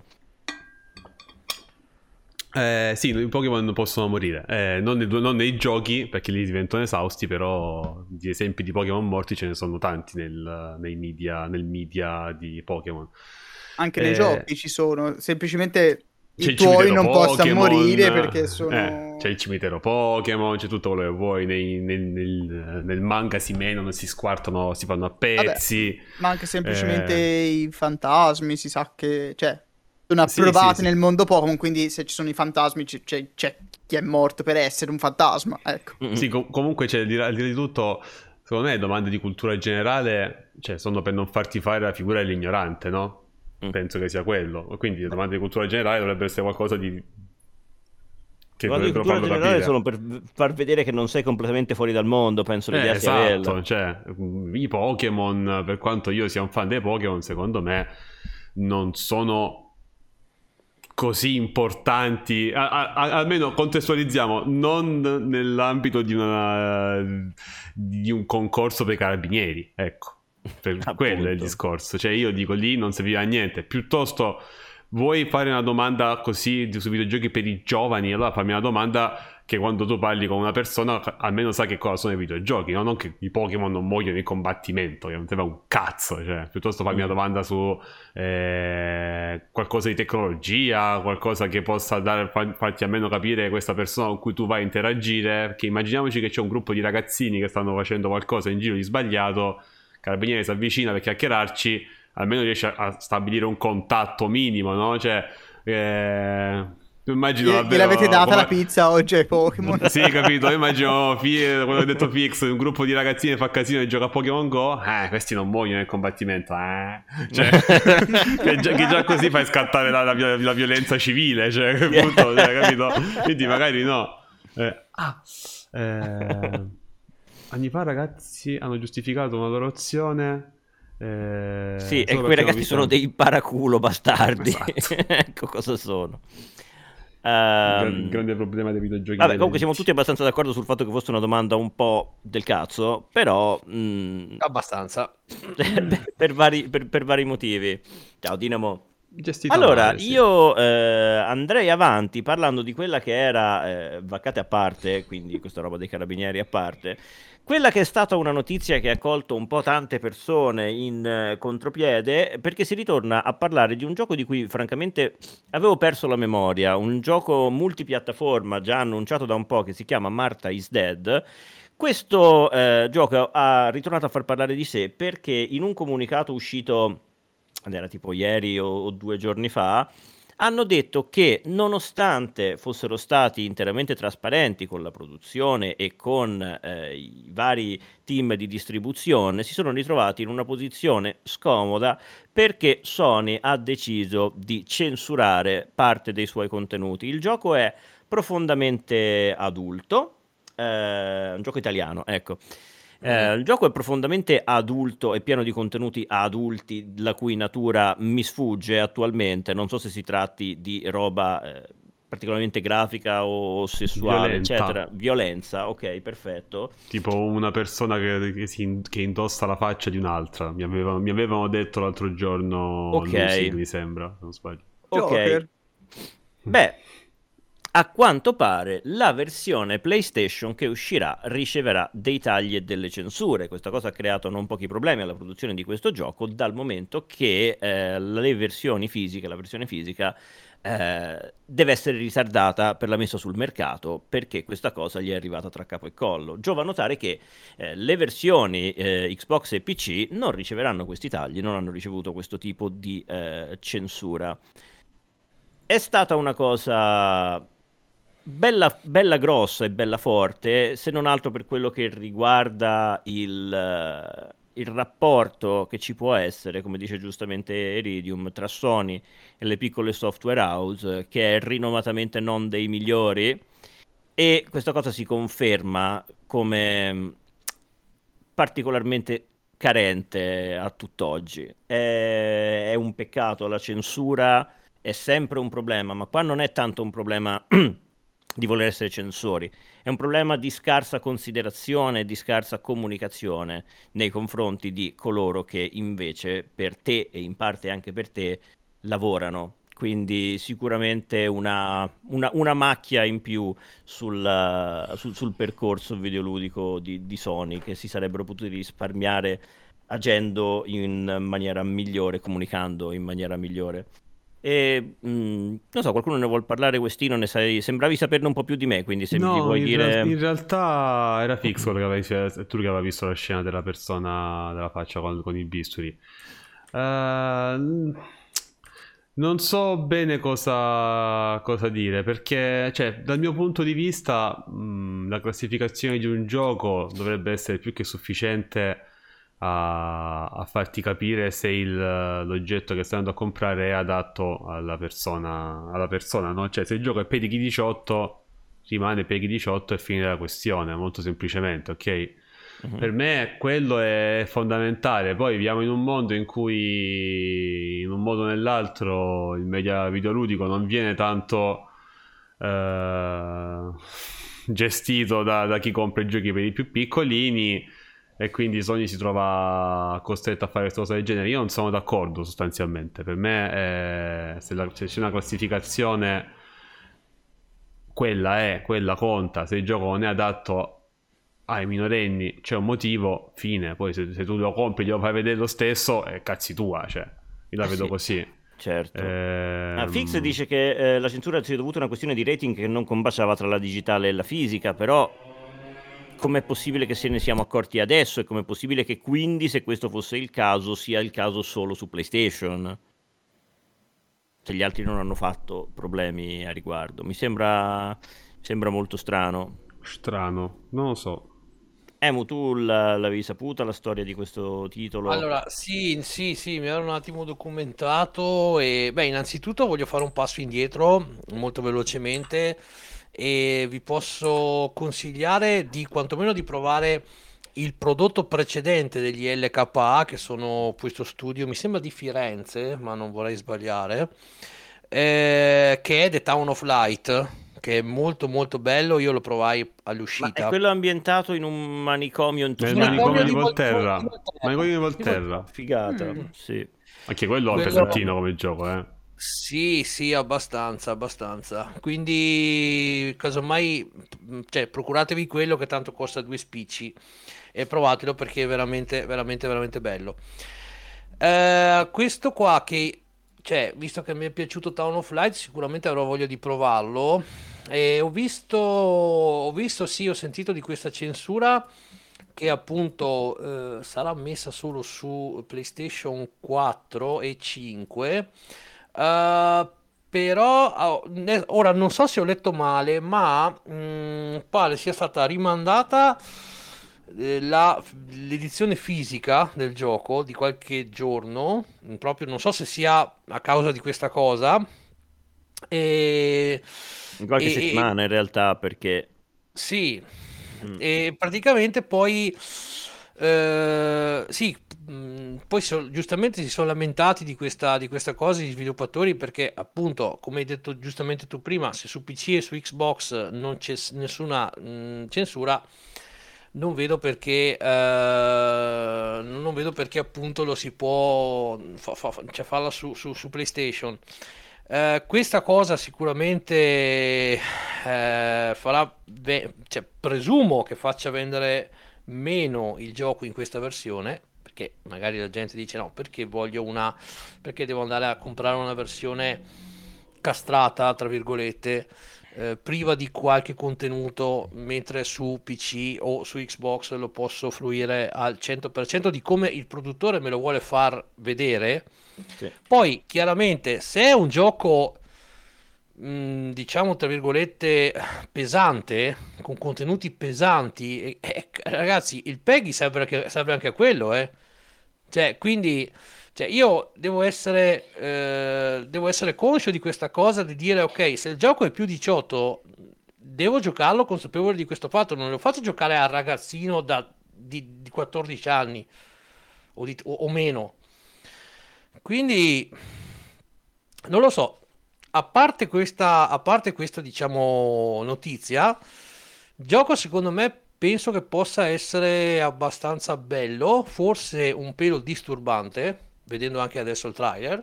Sì, i Pokémon possono morire. Non nei giochi, perché lì diventano esausti, però di esempi di Pokémon morti ce ne sono tanti nel media di Pokémon. Anche nei giochi ci sono, semplicemente C'è i il tuoi cimitero non possano Pokémon, morire perché sono... c'è il cimitero Pokémon, c'è tutto quello che vuoi. Nel manga si menano, si squartano, si fanno a pezzi. Ma anche semplicemente i fantasmi, si sa che... Cioè, sono Sì, approvati sì. nel mondo Pokémon, quindi se ci sono i fantasmi c'è chi è morto per essere un fantasma, ecco. Sì, comunque c'è, al di là di tutto, secondo me domande di cultura generale, cioè, sono per non farti fare la figura dell'ignorante, no? Penso che sia quello. Quindi le domande di cultura generale dovrebbero essere qualcosa di... che Domande di dovrebbero cultura farlo generale capire. sono per far vedere che non sei completamente fuori dal mondo, penso l'idea sia Esatto, bella. cioè, i Pokémon, per quanto io sia un fan dei Pokémon, secondo me non sono così importanti, almeno contestualizziamo, non nell'ambito di un concorso per i carabinieri, ecco, per quello è il discorso. Cioè io dico, lì non serviva a niente, piuttosto vuoi fare una domanda così sui videogiochi per i giovani, allora fammi una domanda che quando tu parli con una persona almeno sa che cosa sono i videogiochi, no? Non che i Pokémon non muoiono in combattimento, che non ti fa un cazzo, cioè, piuttosto fammi una domanda su qualcosa di tecnologia, qualcosa che possa farti almeno capire questa persona con cui tu vai a interagire, perché immaginiamoci che c'è un gruppo di ragazzini che stanno facendo qualcosa in giro di sbagliato, Carabinieri si avvicina per chiacchierarci, almeno riesce a stabilire un contatto minimo, no? Cioè, immagino davvero... Gliel'avete data la pizza oggi ai Pokémon? Sì, capito, io immagino quello che ha detto Fix, un gruppo di ragazzini fa casino e gioca a Pokémon Go, questi non muoiono nel combattimento, cioè, che già così fai scattare la violenza civile, cioè, appunto, cioè, capito? Quindi magari no. Anni fa ragazzi hanno giustificato una loro azione... sì, e quei ragazzi sono dei paraculo bastardi. Esatto. Ecco cosa sono. Il grande problema dei videogiochi. Vabbè, comunque siamo tutti abbastanza d'accordo sul fatto che fosse una domanda un po' del cazzo, però... abbastanza. per vari motivi. Ciao Dinamo. Gestito Allora, male, sì. io andrei avanti parlando di quella che era, vaccate a parte, quindi questa roba dei carabinieri a parte, quella che è stata una notizia che ha colto un po' tante persone in contropiede, perché si ritorna a parlare di un gioco di cui francamente avevo perso la memoria, un gioco multipiattaforma già annunciato da un po' che si chiama Martha is Dead. Questo gioco ha ritornato a far parlare di sé perché in un comunicato uscito, era tipo ieri o 2 giorni fa, hanno detto che nonostante fossero stati interamente trasparenti con la produzione e con i vari team di distribuzione, si sono ritrovati in una posizione scomoda perché Sony ha deciso di censurare parte dei suoi contenuti. Il gioco è profondamente adulto, un gioco italiano, ecco. Il gioco è profondamente adulto e pieno di contenuti adulti, la cui natura mi sfugge attualmente. Non so se si tratti di roba particolarmente grafica o sessuale, Violenta. eccetera. Violenza, ok, perfetto. Tipo una persona che indossa la faccia di un'altra. Mi avevano detto l'altro giorno, Ok. Lucid, mi sembra, se non sbaglio. Ok. Joker. Beh, a quanto pare la versione PlayStation che uscirà riceverà dei tagli e delle censure. Questa cosa ha creato non pochi problemi alla produzione di questo gioco, dal momento che la versione fisica deve essere ritardata per la messa sul mercato, perché questa cosa gli è arrivata tra capo e collo. Giova notare che le versioni Xbox e PC non riceveranno questi tagli, non hanno ricevuto questo tipo di censura. È stata una cosa bella, bella grossa e bella forte, se non altro per quello che riguarda il rapporto che ci può essere, come dice giustamente Iridium, tra Sony e le piccole software house, che è rinomatamente non dei migliori, e questa cosa si conferma come particolarmente carente a tutt'oggi. È un peccato, la censura è sempre un problema, ma qua non è tanto un problema di voler essere censori, è un problema di scarsa considerazione, di scarsa comunicazione nei confronti di coloro che invece per te e in parte anche per te lavorano. Quindi sicuramente una macchia in più sul percorso videoludico di Sony, che si sarebbero potuti risparmiare agendo in maniera migliore, comunicando in maniera migliore. E non so, qualcuno ne vuol parlare, Questino? Sembravi saperne un po' più di me, quindi se mi No, vuoi dire... in realtà era Fix quello che avevi, tu che avevi visto la scena della persona della faccia con i bisturi. Non so bene cosa dire, perché, cioè, dal mio punto di vista, la classificazione di un gioco dovrebbe essere più che sufficiente a farti capire se l'oggetto che stai andando a comprare è adatto alla persona, no? Cioè, se il gioco è PEGI 18, rimane PEGI 18 e fine la questione, molto semplicemente, ok? Per me quello è fondamentale. Poi viviamo in un mondo in cui in un modo o nell'altro il media videoludico non viene tanto gestito da chi compra i giochi per i più piccolini, e quindi Sony si trova costretto a fare questa cosa del genere. Io non sono d'accordo sostanzialmente. Per me se c'è una classificazione, quella conta. Se il gioco non è adatto ai minorenni c'è un motivo, fine. Poi se tu lo compri e glielo fai vedere lo stesso, è cazzi tua, cioè io la vedo sì, così. certo. Fix dice che la censura sia dovuta a una questione di rating che non combaciava tra la digitale e la fisica, però com'è possibile che se ne siamo accorti adesso, e com'è possibile che quindi, se questo fosse il caso, sia il caso solo su PlayStation, se gli altri non hanno fatto problemi a riguardo? Mi sembra molto strano. Strano, non lo so. Emu, tu l'avevi saputa la storia di questo titolo? Allora, sì, sì, sì, mi ero un attimo documentato e, beh, innanzitutto voglio fare un passo indietro molto velocemente e vi posso consigliare di quantomeno di provare il prodotto precedente degli LKA, che sono questo studio, mi sembra di Firenze, ma non vorrei sbagliare, che è The Town of Light, che è molto molto bello. Io lo provai Ma è all'uscita. quello ambientato in un manicomio in Nel Il Toscana? manicomio manicomio di di Volterra. Manicomio di Di Volterra. Volterra. Figata, Mm. sì. Anche quello è un Quello... pesantino come gioco, eh. Sì, sì, abbastanza, abbastanza. Quindi, casomai, cioè, procuratevi quello che tanto costa due spicci e provatelo perché è veramente, veramente, veramente bello. Questo qua che, cioè, visto che mi è piaciuto Town of Light, sicuramente avrò voglia di provarlo. E ho visto, sì, ho sentito di questa censura che appunto sarà messa solo su PlayStation 4 e 5. Eh, Però ora non so se ho letto male, ma pare sia stata rimandata l'edizione fisica del gioco di qualche giorno, proprio non so se sia a causa di questa cosa. E, In qualche e- settimana in realtà, perché... sì, mm, e praticamente poi sì, poi giustamente si sono lamentati di questa cosa gli sviluppatori perché appunto, come hai detto giustamente tu prima, se su PC e su Xbox non c'è nessuna censura, non vedo perché appunto lo si può cioè farla su PlayStation. Questa cosa sicuramente cioè, presumo che faccia vendere meno il gioco in questa versione, perché magari la gente dice no, perché devo andare a comprare una versione castrata, tra virgolette, priva di qualche contenuto, mentre su PC o su Xbox lo posso fruire al 100% di come il produttore me lo vuole far vedere. Sì. Poi chiaramente se è un gioco diciamo tra virgolette pesante, con contenuti pesanti, ragazzi, il PEGI serve anche a quello, cioè quindi cioè, io devo essere conscio di questa cosa, di dire ok, se il gioco è più 18 devo giocarlo consapevole di questo fatto, non lo faccio giocare al ragazzino di 14 anni o meno. Quindi non lo so, a parte questa diciamo notizia, il gioco secondo me penso che possa essere abbastanza bello, forse un pelo disturbante, vedendo anche adesso il trailer.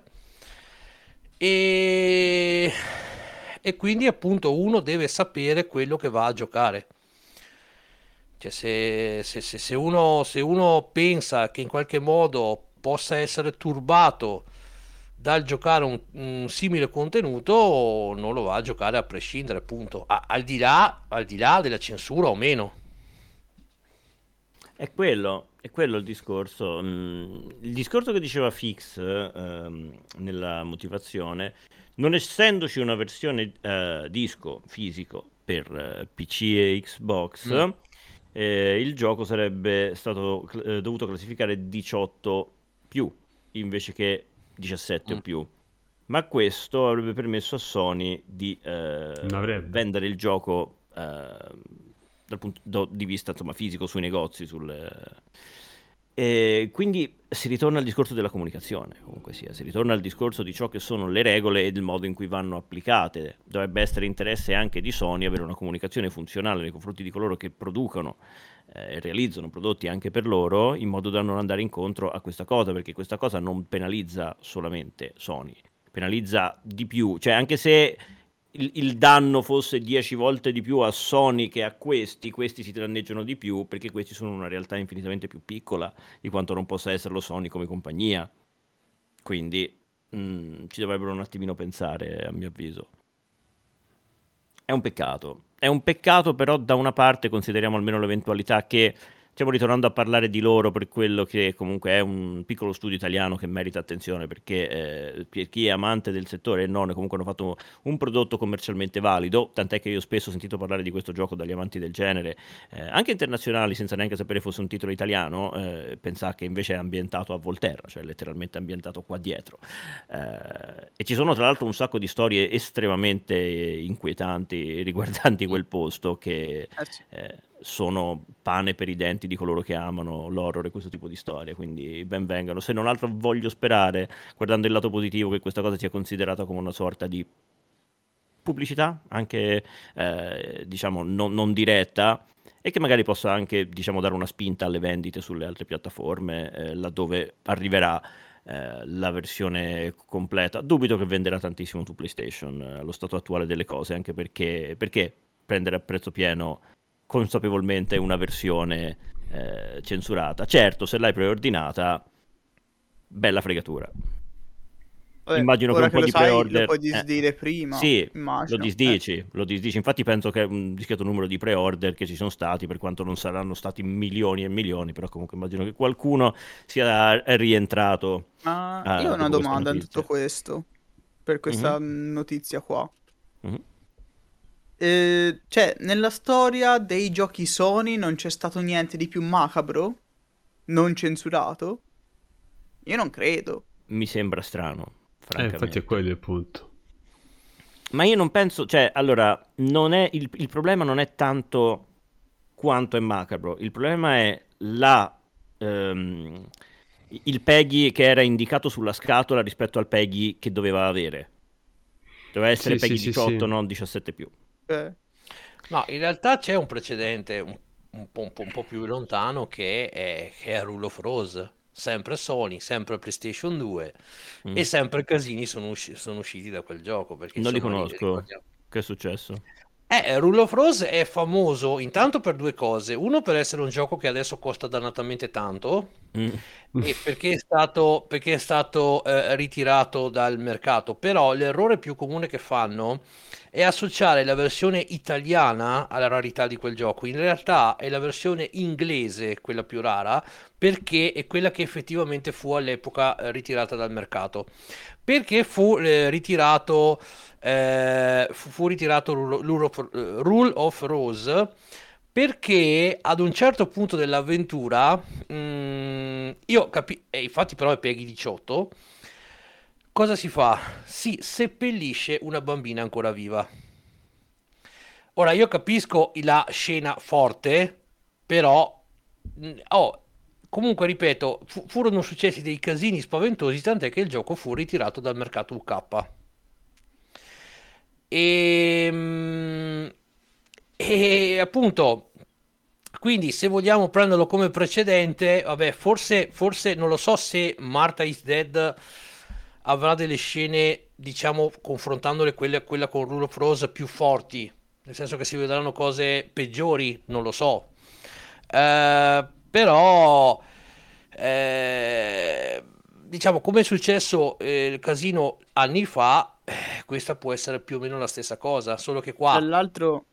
E, e quindi appunto uno deve sapere quello che va a giocare. Cioè, se uno pensa che in qualche modo possa essere turbato dal giocare un simile contenuto, non lo va a giocare a prescindere, appunto, al di là della censura o meno. È quello il discorso. Il discorso che diceva Fix nella motivazione, non essendoci una versione disco fisico per PC e Xbox, il gioco sarebbe stato dovuto classificare 18 più invece che 17 o più. Ma questo avrebbe permesso a Sony di Non avrebbe. vendere il gioco dal punto di vista insomma, fisico sui negozi. E quindi si ritorna al discorso della comunicazione, comunque sia, si ritorna al discorso di ciò che sono le regole e del modo in cui vanno applicate. Dovrebbe essere interesse anche di Sony avere una comunicazione funzionale nei confronti di coloro che producono e realizzano prodotti anche per loro, in modo da non andare incontro a questa cosa, perché questa cosa non penalizza solamente Sony, penalizza di più, cioè anche se il danno fosse 10 volte di più a Sony che a questi si danneggiano di più perché questi sono una realtà infinitamente più piccola di quanto non possa esserlo Sony come compagnia. Quindi ci dovrebbero un attimino pensare, a mio avviso. È un peccato, però da una parte consideriamo almeno l'eventualità che stiamo ritornando a parlare di loro per quello che comunque è un piccolo studio italiano che merita attenzione, perché per chi è amante del settore e non, comunque hanno fatto un prodotto commercialmente valido, tant'è che io spesso ho sentito parlare di questo gioco dagli amanti del genere, anche internazionali, senza neanche sapere fosse un titolo italiano, pensare che invece è ambientato a Volterra, cioè letteralmente ambientato qua dietro. E ci sono tra l'altro un sacco di storie estremamente inquietanti riguardanti quel posto che Sì. sono pane per i denti di coloro che amano l'horror e questo tipo di storie, quindi ben vengano. Se non altro voglio sperare, guardando il lato positivo, che questa cosa sia considerata come una sorta di pubblicità, anche diciamo non diretta, e che magari possa anche diciamo dare una spinta alle vendite sulle altre piattaforme, laddove arriverà la versione completa. Dubito che venderà tantissimo su PlayStation allo stato attuale delle cose, anche perché prendere a prezzo pieno consapevolmente una versione censurata. Certo, se l'hai preordinata, bella fregatura. Vabbè, Immagino che ora un che po' lo di sai, lo pre-order puoi disdire prima, sì, immagino. lo disdici. Infatti penso che un discreto numero di pre-order che ci sono stati, per quanto non saranno stati milioni e milioni, però comunque immagino che qualcuno sia rientrato Ma io ho una dopo questa domanda in tutto notizia. questo, per questa Mhm, notizia qua. mhm. Cioè, nella storia dei giochi Sony non c'è stato niente di più macabro? Non censurato? Io non credo. Mi sembra strano, Infatti è francamente. quello il punto. Ma io non penso, cioè, allora, non è, il problema non è tanto quanto è macabro, il problema è ehm, il PEGI che era indicato sulla scatola rispetto al PEGI che doveva avere. Doveva essere Sì, sì, PEGI sì, 18, sì. non 17 più. Eh, No, in realtà c'è un precedente un po' più lontano che è Rule of Rose. sempre Sony, sempre PlayStation 2 Mm. e sempre casini sono usciti da quel gioco, perché Non li insomma, conosco. ricordiamo. Che è successo? Rule of Rose è famoso intanto per due cose. Uno, per essere un gioco che adesso costa dannatamente tanto, Mm. e perché è stato ritirato dal mercato. Però l'errore più comune che fanno è associare la versione italiana alla rarità di quel gioco. In realtà è la versione inglese quella più rara, perché è quella che effettivamente fu all'epoca ritirata dal mercato. Perché fu ritirato Rule of Rose, perché ad un certo punto dell'avventura, infatti però è PEGI 18, cosa si fa? Si seppellisce una bambina ancora viva. Ora io capisco la scena forte, però comunque ripeto, furono successi dei casini spaventosi, tant'è che il gioco fu ritirato dal mercato UK. E appunto, quindi se vogliamo prenderlo come precedente, vabbè, forse non lo so se Martha is Dead avrà delle scene, diciamo, confrontandole quella con Rule of Rose più forti, nel senso che si vedranno cose peggiori, non lo so. Però diciamo, come è successo il casino anni fa, questa può essere più o meno la stessa cosa, solo che qua Tra l'altro,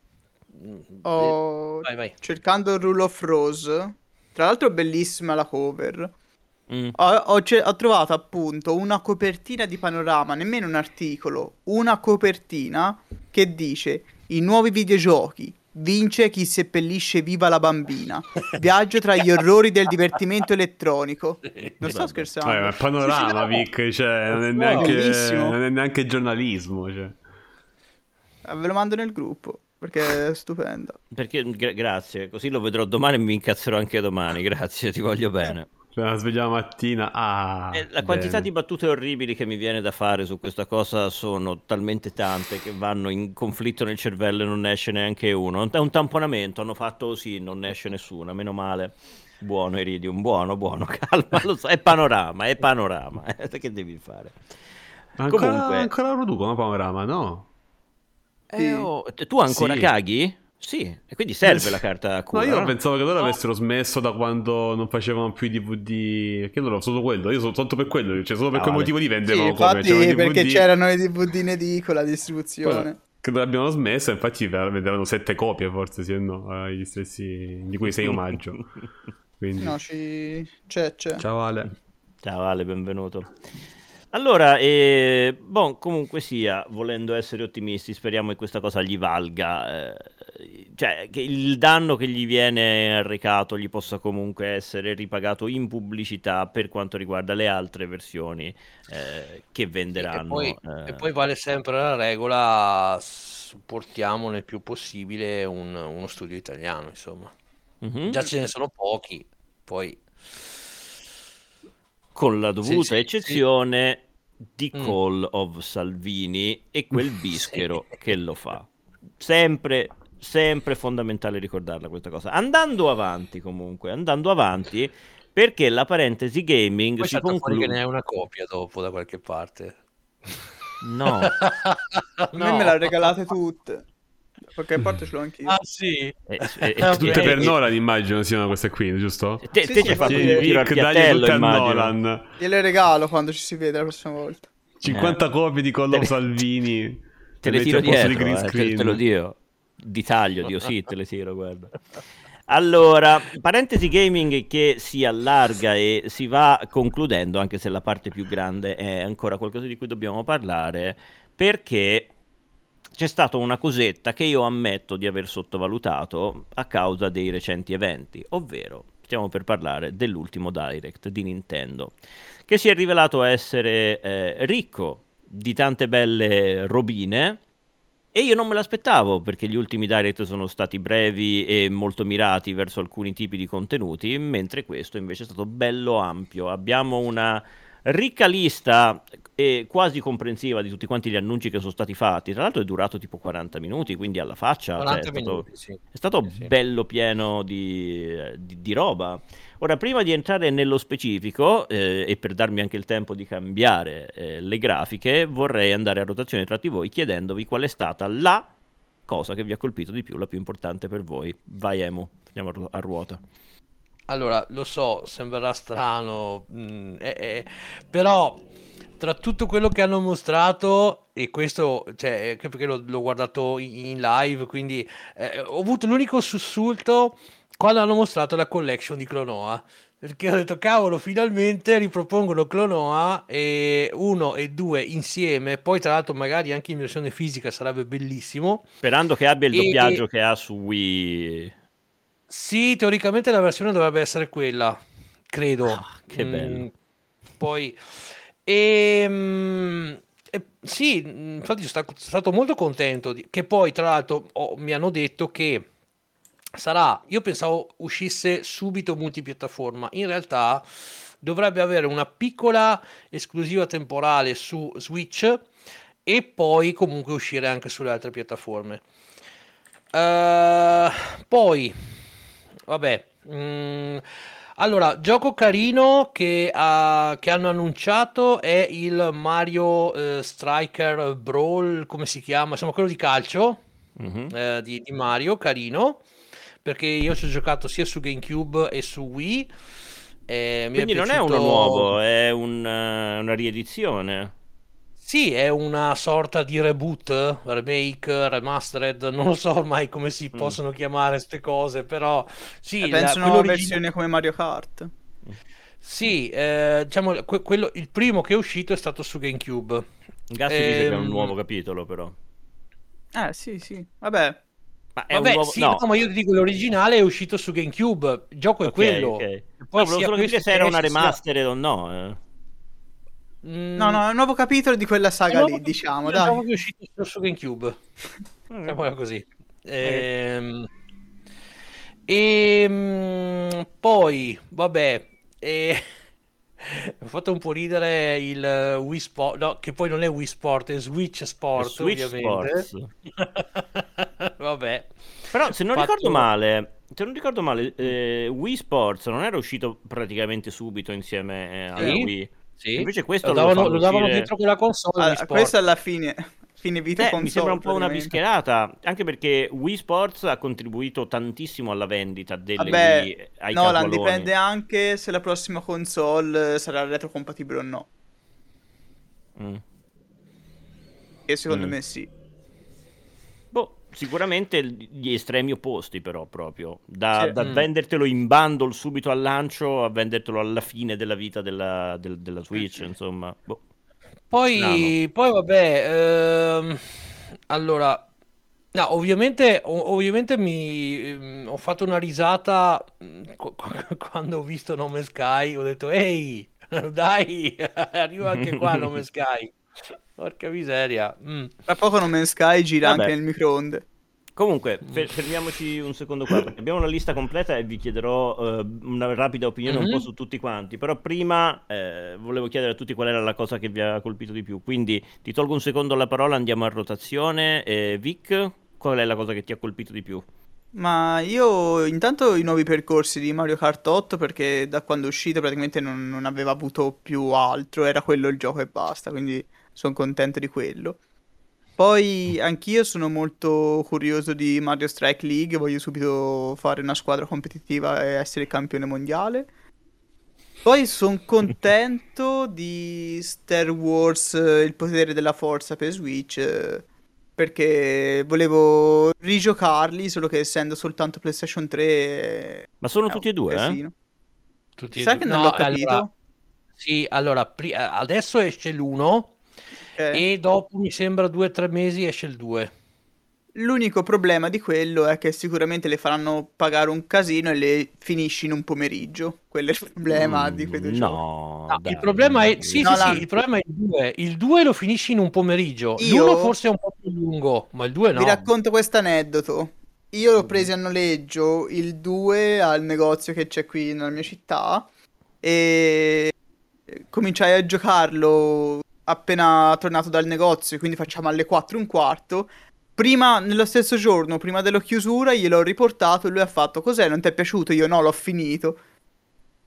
vai. cercando Rule of Rose, tra l'altro bellissima la cover, Mm. ho trovato appunto una copertina di panorama, nemmeno un articolo, una copertina che dice: i nuovi videogiochi, vince chi seppellisce viva la bambina, viaggio tra gli orrori del divertimento elettronico. Non sto Vabbè. scherzando. Ma è panorama, Sì, sì, Vic, cioè, non è bellissimo. neanche giornalismo, cioè. Ve lo mando nel gruppo perché è stupenda. Perché, grazie, così lo vedrò domani e mi incazzerò anche domani. Grazie, ti voglio bene. Cioè, la svegliamo la mattina, La quantità bene. di battute orribili che mi viene da fare su questa cosa sono talmente tante che vanno in conflitto nel cervello e non ne esce neanche uno. È un tamponamento, hanno fatto così, non ne esce nessuna, meno male. Buono Iridium, buono, calma, lo so, è panorama, che devi fare? Comunque, Ancora lo producono panorama, no? Sì. tu ancora Sì. caghi? Sì, e quindi serve la carta a No, cura. io pensavo che loro No. avessero smesso da quando non facevano più i DVD. Che loro solo quello, io sono soltanto per quello, cioè solo per quel motivo li Sì, vendevano come infatti c'erano i perché DVD. c'erano i DVD in edicola, distribuzione. Che l'abbiano smesso, infatti vendevano 7 copie forse, sì o no, agli stessi di cui sei omaggio. Quindi No, c'è. ciao Ale. Ciao Ale, benvenuto. Allora, comunque sia, volendo essere ottimisti, speriamo che questa cosa gli valga, cioè che il danno che gli viene arrecato gli possa comunque essere ripagato in pubblicità per quanto riguarda le altre versioni che venderanno. E poi vale sempre la regola, supportiamo nel più possibile uno studio italiano, insomma. Mhm. Già ce ne sono pochi, poi Con la dovuta sì. eccezione di Mm. Call of Salvini e quel Sì. bischero che lo fa. Sempre fondamentale ricordarla questa cosa. Andando avanti, perché la parentesi gaming Poi si salta fuori che conclude. ne hai una copia dopo da qualche parte. No, A me me le ha regalate tutte. Qualche parte ce l'ho anch'io. Ah sì? Tutte per Ok. Nolan immagino siano queste qui, giusto? Te Sì, ci sì, hai fatto sì, un tiro al Vic, dagli piattello, tutte a immagino. Nolan. Gliele regalo quando ci si vede la prossima volta. 50 copie di Call Te of le- Salvini. Te le metti tiro al posto di dietro, green te screen. lo dico. Di taglio, Dio sì, te le tiro, guarda. Allora, parentesi gaming che si allarga e si va concludendo, anche se la parte più grande è ancora qualcosa di cui dobbiamo parlare, perché c'è stata una cosetta che io ammetto di aver sottovalutato a causa dei recenti eventi, ovvero stiamo per parlare dell'ultimo Direct di Nintendo, che si è rivelato essere ricco di tante belle robine. E io non me l'aspettavo perché gli ultimi direct sono stati brevi e molto mirati verso alcuni tipi di contenuti, mentre questo invece è stato bello ampio. Abbiamo una ricca lista e quasi comprensiva di tutti quanti gli annunci che sono stati fatti. Tra l'altro è durato tipo 40 minuti, quindi alla faccia, cioè, 40 minuti, sì. è stato Sì. bello pieno di roba. Ora, prima di entrare nello specifico, e per darmi anche il tempo di cambiare le grafiche, vorrei andare a rotazione tra di voi chiedendovi qual è stata la cosa che vi ha colpito di più, la più importante per voi. Vai, Emu, andiamo a ruota. Allora, lo so, sembrerà strano, però tra tutto quello che hanno mostrato, e questo, cioè, anche perché l'ho guardato in live, quindi ho avuto l'unico sussulto quando hanno mostrato la collection di Klonoa. Perché ho detto, cavolo, finalmente ripropongono Klonoa e 1 e 2 insieme. Poi, tra l'altro, magari anche in versione fisica sarebbe bellissimo. Sperando che abbia il E doppiaggio che ha su Wii. sì, teoricamente la versione dovrebbe essere quella, credo. Che bello. Poi, sì, infatti sono stato molto contento che poi, tra l'altro, mi hanno detto che sarà, io pensavo uscisse subito multipiattaforma, in realtà dovrebbe avere una piccola esclusiva temporale su Switch e poi comunque uscire anche sulle altre piattaforme. Poi, vabbè, allora, gioco carino che hanno annunciato è il Mario Striker Brawl, come si chiama? Insomma, quello di calcio Mhm. di Mario, carino, perché io ci ho giocato sia su GameCube e su Wii. Mi è Quindi non è uno piaciuto. nuovo, è una riedizione. Sì, è una sorta di reboot, remake, remastered, non lo so ormai come si Mm. possono chiamare queste cose, però sì, Penso quello una originale. versione come Mario Kart. Sì, diciamo, il primo che è uscito è stato su GameCube. Gassi dice che è un nuovo capitolo, però. Sì, sì. Vabbè, Ma è un Vabbè, nuovo... sì, No, no, ma io ti dico l'originale è uscito su GameCube, il gioco è ok, quello. ok. Che No, poi volevo sia solo capire questo se che era una esce sia. remastered o no. no, Mm, no, è un nuovo capitolo di quella è un saga lì, diciamo, dai. gioco che è uscito solo su GameCube. Ok. Diciamola così. Ok. Poi, vabbè, mi ha fatto un po' ridere il Wii Sport, no, che poi non è Wii Sport, è Switch È Sport, Switch ovviamente. Sports. Vabbè, Però se non ricordo fatto. male, Wii Sports non era uscito praticamente subito insieme alla Sì, Wii. sì, Invece questo lo lo fanno davano uscire... dentro quella console Wii Questo Sport. alla fine, fine vita Mi sembra console un po' una praticamente. bischerata, anche perché Wii Sports ha contribuito tantissimo alla vendita delle Vabbè, Wii ai Nolan, casualoni. dipende anche se la prossima console sarà retrocompatibile o no. Mm. E secondo Mm. me sì. Boh, sicuramente gli estremi opposti, però, proprio. Da, Sì. da vendertelo in bundle subito al lancio a vendertelo alla fine della vita della Switch, Mm. insomma. Boh, strano. Poi vabbè, allora, no, ovviamente ho fatto una risata quando ho visto Nome Sky, ho detto, ehi, dai, arriva anche qua Nome Sky. Porca miseria. Tra poco No Man's Sky gira anche Vabbè. nel microonde. Comunque, fermiamoci un secondo qua, perché abbiamo la lista completa e vi chiederò una rapida opinione un po' Mhm. su tutti quanti. Però prima volevo chiedere a tutti qual era la cosa che vi ha colpito di più. Quindi ti tolgo un secondo la parola, andiamo a rotazione. Vic, qual è la cosa che ti ha colpito di più? Ma io intanto i nuovi percorsi di Mario Kart 8 perché da quando è uscito praticamente non aveva avuto più altro, era quello il gioco e basta, quindi sono contento di quello. Poi anch'io sono molto curioso di Mario Strike League, voglio subito fare una squadra competitiva e essere campione mondiale. Poi sono contento di Star Wars, il potere della forza per Switch, perché volevo rigiocarli, solo che essendo soltanto PlayStation 3 Ma sono è un tutti e due, eh? casino. Tutti e Sai due. che non l'ho No, allora, capito? sì, allora, adesso esce l'1 Ok. e dopo mi sembra 2 o 3 mesi esce il 2. L'unico problema di quello è che sicuramente le faranno pagare un casino e le finisci in un pomeriggio. Quello è il problema di quei due giochi. No, No, il problema è, dai. sì, sì, sì, Nolan, il problema è il 2. Il 2 lo finisci in un pomeriggio. io L'1 forse è un po' più lungo, ma il 2 vi no. racconto questo aneddoto. Io l'ho Mhm. preso a noleggio il 2 al negozio che c'è qui nella mia città e cominciai a giocarlo appena tornato dal negozio, quindi facciamo alle 4 e un quarto. Prima, nello stesso giorno, prima della chiusura, gliel'ho riportato e lui ha fatto: Cos'è? Non ti è piaciuto? Io no, l'ho finito.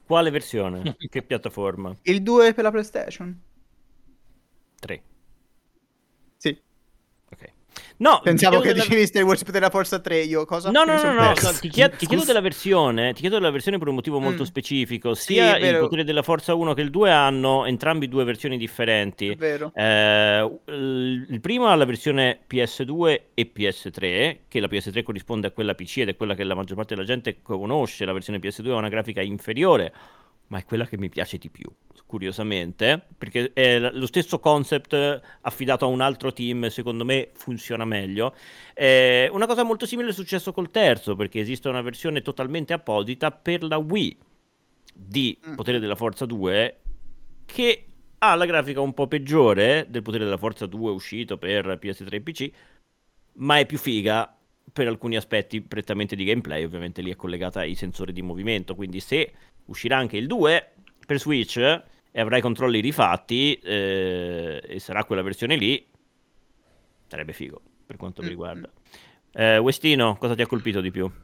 Quale versione? Che piattaforma? Il 2 per la PlayStation? 3. Sì. Ok. No, Pensavo che della... dicevi Star Wars per la Forza 3, io cosa? No, Mi no, son no, no, perso. ti chiedo della versione, per un motivo molto specifico. Sì, Sia è il vero. potere della forza 1 che il 2 hanno entrambi due versioni differenti. È vero. Il primo ha la versione PS2 e PS3, che la PS3 corrisponde a quella PC ed è quella che la maggior parte della gente conosce. La versione PS2 ha una grafica inferiore, ma è quella che mi piace di più, curiosamente, perché è lo stesso concept affidato a un altro team, secondo me funziona meglio. Una cosa molto simile è successo col terzo, perché esiste una versione totalmente apposita per la Wii di Potere della Forza 2 che ha la grafica un po' peggiore del Potere della Forza 2 uscito per PS3 e PC, ma è più figa per alcuni aspetti prettamente di gameplay. Ovviamente lì è collegata ai sensori di movimento, quindi se uscirà anche il 2 per Switch e avrai i controlli rifatti e sarà quella versione lì, sarebbe figo per quanto mi riguarda. Westino, cosa ti ha colpito di più?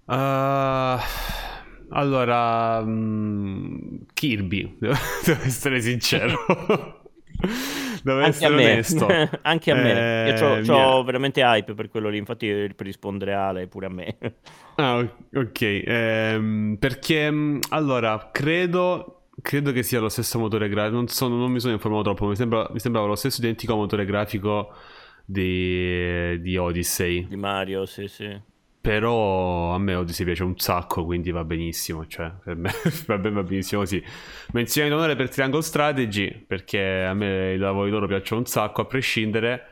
Allora, Kirby, devo essere sincero. Devo Anche essere a me. onesto. Anche a me. Io mi c'ho ha- veramente hype per quello lì, infatti per rispondere Ale pure a me. Ok. Perché allora credo che sia lo stesso motore grafico. Non mi sono informato troppo. Mi sembrava lo stesso identico motore grafico di Odyssey. Di Mario, sì. Però a me Odyssey piace un sacco, quindi va benissimo. Cioè, per me va benissimo così. Menzione d'onore per Triangle Strategy, perché a me i lavori loro piacciono un sacco, a prescindere.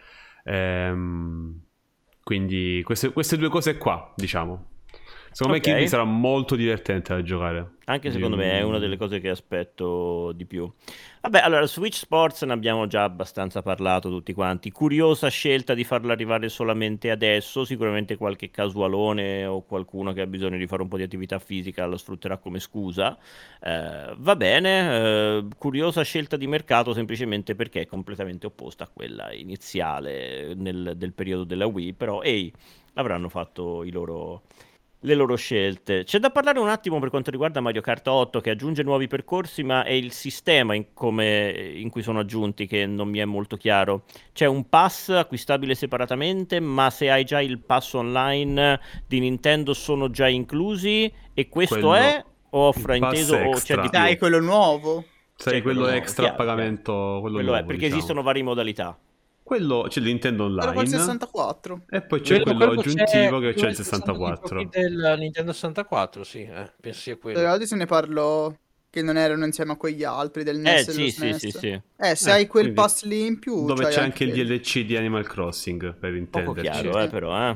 Quindi queste due cose qua, diciamo. Secondo me Ok. Kirby sarà molto divertente da giocare. Anche secondo me è una delle cose che aspetto di più. Vabbè, allora, Switch Sports ne abbiamo già abbastanza parlato tutti quanti. Curiosa scelta di farla arrivare solamente adesso. Sicuramente qualche casualone o qualcuno che ha bisogno di fare un po' di attività fisica la sfrutterà come scusa. Va bene, curiosa scelta di mercato semplicemente perché è completamente opposta a quella iniziale del periodo della Wii. Però, ehi, avranno fatto le loro scelte. C'è da parlare un attimo per quanto riguarda Mario Kart 8 che aggiunge nuovi percorsi, ma è il sistema in cui sono aggiunti che non mi è molto chiaro. C'è un pass acquistabile separatamente, ma se hai già il pass online di Nintendo sono già inclusi e questo Quello, è o ho il pass frainteso o c'è di extra. Dai, più? quello nuovo. Sai, C'è quello nuovo, extra a chiaro. pagamento, quello Quello è nuovo, perché diciamo. esistono varie modalità. Quello c'è il Nintendo Era col Online 64. e poi c'è quello aggiuntivo che c'è il ci sono dei giochi 64. del Nintendo 64, sì, penso sia quello. Oggi se ne parlò che non erano insieme a quegli altri del NES e dello Sì, SNES. sì. Se hai quel Quindi, pass lì in più, dove c'hai c'è anche il quelli. DLC di Animal Crossing, per Poco intenderci. chiaro, però,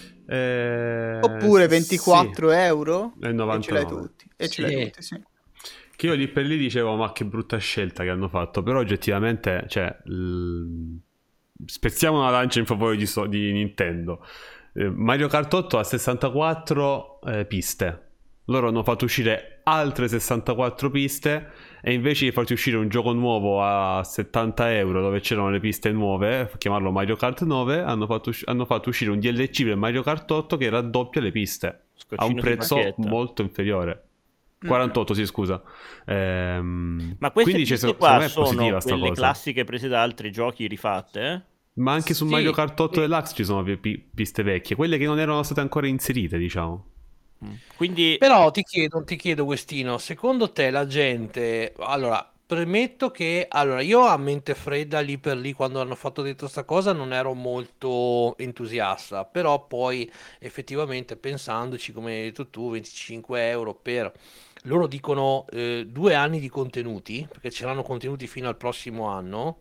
Oppure Sì, 24 euro è e ce l'hai 99. tutti. E ce l'hai tutti, sì. Che io lì per lì dicevo, ma che brutta scelta che hanno fatto. Però oggettivamente, cioè, spezziamo una lancia in favore di Nintendo. Mario Kart 8 ha 64 piste. Loro hanno fatto uscire altre 64 piste e invece di farti uscire un gioco nuovo a 70 euro dove c'erano le piste nuove, chiamarlo Mario Kart 9, hanno fatto uscire un DLC per Mario Kart 8 che raddoppia le piste a Scoccino un di prezzo bacchetta. molto inferiore. 48, sì, scusa. Ma queste quindi piste secondo qua me è sono positiva sta quelle cosa. classiche prese da altri giochi rifatte, eh? Ma anche su Sì, Mario Kart 8 sì. Deluxe ci sono piste vecchie, quelle che non erano state ancora inserite, diciamo. Quindi Però ti chiedo, Westino, secondo te la gente... Allora, premetto che... Allora, io a mente fredda lì per lì, quando hanno fatto detto sta cosa, non ero molto entusiasta. Però poi, effettivamente, pensandoci, come hai detto tu, 25 euro per... Loro dicono 2 anni di contenuti, perché ce l'hanno contenuti fino al prossimo anno.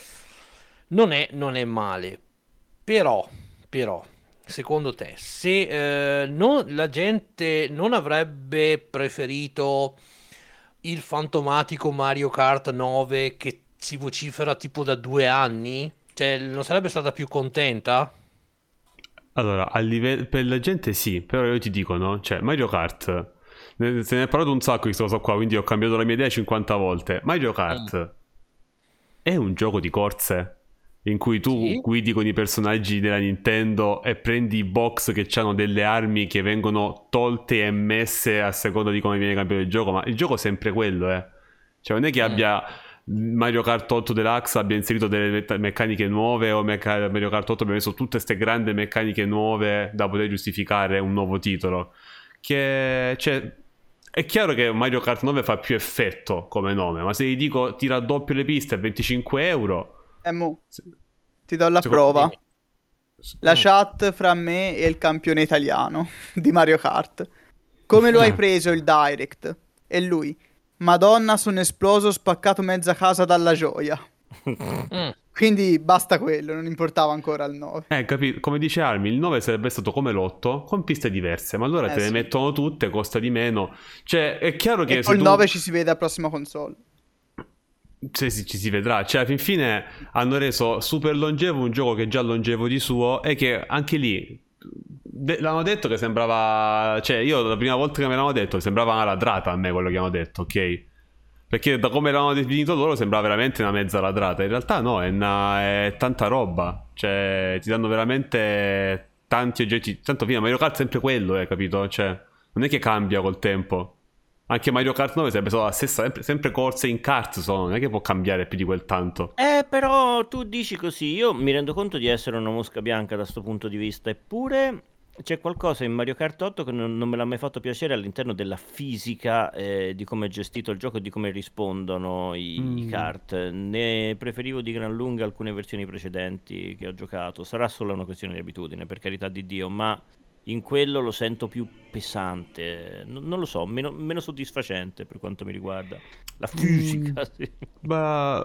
Non è male. Però, secondo te, se la gente non avrebbe preferito il fantomatico Mario Kart 9 che si vocifera tipo da 2 anni? Cioè, non sarebbe stata più contenta? Allora, per la gente sì, però io ti dico, no? Cioè, Mario Kart, se ne è parlato un sacco di questa cosa qua, quindi ho cambiato la mia idea 50 volte. Mario Kart è un gioco di corse. in cui tu guidi con i personaggi della Nintendo e prendi i box che hanno delle armi che vengono tolte e messe a seconda di come viene cambiato il gioco, ma il gioco è sempre quello, cioè non è che abbia Mario Kart 8 Deluxe abbia inserito delle meccaniche nuove, o Mario Kart 8 abbia messo tutte queste grandi meccaniche nuove da poter giustificare un nuovo titolo, che cioè è chiaro che Mario Kart 9 fa più effetto come nome, ma se gli dico ti raddoppio le piste a 25 euro... ti do la prova. La chat fra me e il campione italiano di Mario Kart. Come lo hai preso il Direct? E lui: Madonna, sono esploso, ho spaccato mezza casa dalla gioia. Quindi basta quello, non importava ancora il 9. Capito? Come dice Armi, il 9 sarebbe stato come l'8 con piste diverse, ma allora te le mettono tutte, costa di meno. Cioè, è chiaro che e col 9 ci si vede alla prossima console. Ci si vedrà, cioè alla fine hanno reso super longevo un gioco che è già longevo di suo, e che anche lì l'hanno detto che sembrava, cioè io la prima volta che me l'hanno detto sembrava una ladrata a me quello che hanno detto, ok? Perché da come l'hanno definito loro sembrava veramente una mezza ladrata, in realtà no, è tanta roba, cioè ti danno veramente tanti oggetti, tanto fine Mario Kart è sempre quello, capito? Cioè non è che cambia col tempo. Anche Mario Kart 9 sarebbe stata la stessa, sempre corse in kart sono, non è che può cambiare più di quel tanto. Però tu dici così, io mi rendo conto di essere una mosca bianca da sto punto di vista, eppure c'è qualcosa in Mario Kart 8 che non me l'ha mai fatto piacere all'interno della fisica, di come è gestito il gioco e di come rispondono i kart. Ne preferivo di gran lunga alcune versioni precedenti che ho giocato, sarà solo una questione di abitudine, per carità di Dio, ma... in quello lo sento più pesante, non lo so, meno soddisfacente per quanto mi riguarda la fisica. Sì. Ma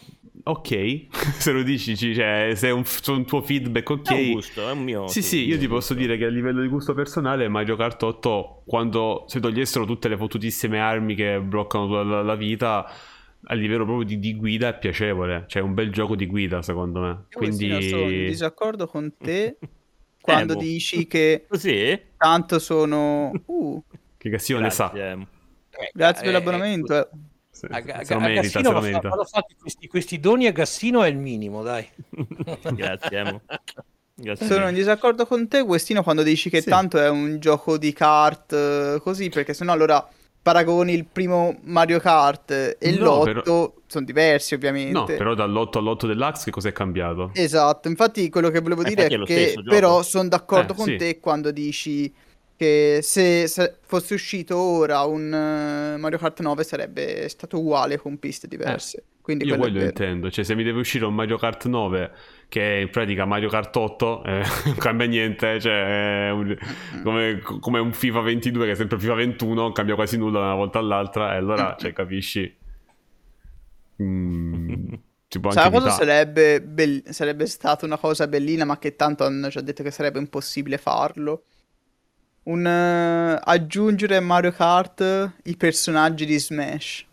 ok, se lo dici, cioè, se è un tuo feedback, ok. È un gusto, è un mio. Sì, io ti posso dire che a livello di gusto personale Mario Kart 8, quando se togliessero tutte le fottutissime armi che bloccano la vita, a livello proprio di guida è piacevole, cioè è un bel gioco di guida secondo me. Quindi sono in disaccordo con te quando dici che tanto sono che Gassino ne sa. Grazie per l'abbonamento. Se lo merita, se lo merita. Quando fate questi doni a Gassino è il minimo, dai. Grazie. Sono in disaccordo con te, Questino, quando dici che tanto è un gioco di kart così, perché sennò allora paragoni il primo Mario Kart e l'8 sono diversi ovviamente. No, però dall'8 all'8 Deluxe che cosa è cambiato? Esatto, infatti quello che volevo dire è che però sono d'accordo con te quando dici che se fosse uscito ora un Mario Kart 9 sarebbe stato uguale con piste diverse. Quindi io quello intendo, cioè se mi deve uscire un Mario Kart 9 che è in pratica Mario Kart 8 non cambia niente, cioè come un FIFA 22 che è sempre FIFA 21, non cambia quasi nulla da una volta all'altra, e allora cioè, capisci? Sai cosa sarebbe stata una cosa bellina, ma che tanto hanno già detto che sarebbe impossibile farlo? Aggiungere a Mario Kart i personaggi di Smash.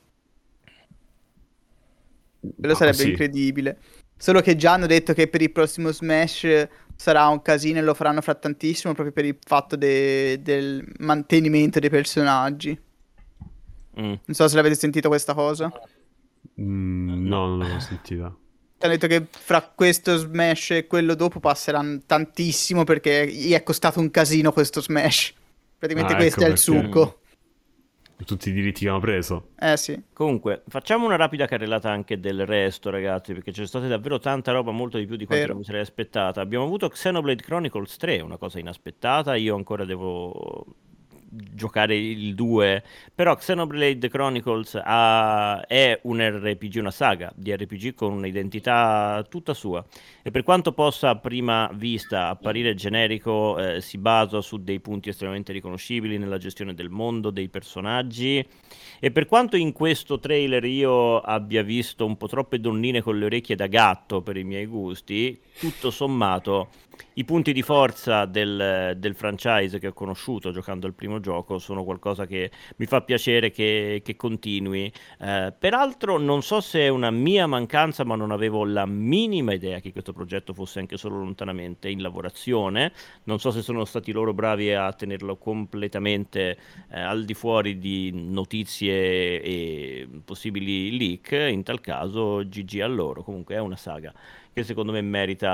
Quello sarebbe incredibile. Solo che già hanno detto che per il prossimo Smash sarà un casino e lo faranno fra tantissimo, proprio per il fatto del mantenimento dei personaggi. Non so se l'avete sentito questa cosa. No, non l'avevo sentita. Hanno detto che fra questo Smash e quello dopo passeranno tantissimo, perché gli è costato un casino questo Smash. Praticamente questo è il succo. Tutti i diritti che hanno preso. Sì. Comunque, facciamo una rapida carrellata anche del resto, ragazzi, perché c'è stata davvero tanta roba, molto di più di quanto mi sarei aspettata. Abbiamo avuto Xenoblade Chronicles 3, una cosa inaspettata. Io ancora devo giocare il 2, però Xenoblade Chronicles è un RPG, una saga di RPG con un'identità tutta sua, e per quanto possa a prima vista apparire generico, si basa su dei punti estremamente riconoscibili nella gestione del mondo, dei personaggi, e per quanto in questo trailer io abbia visto un po' troppe donnine con le orecchie da gatto per i miei gusti, tutto sommato i punti di forza del franchise che ho conosciuto giocando al primo gioco sono qualcosa che mi fa piacere che continui. Peraltro non so se è una mia mancanza, ma non avevo la minima idea che questo progetto fosse anche solo lontanamente in lavorazione. Non so se sono stati loro bravi a tenerlo completamente al di fuori di notizie e possibili leak. In tal caso GG a loro. Comunque è una saga che secondo me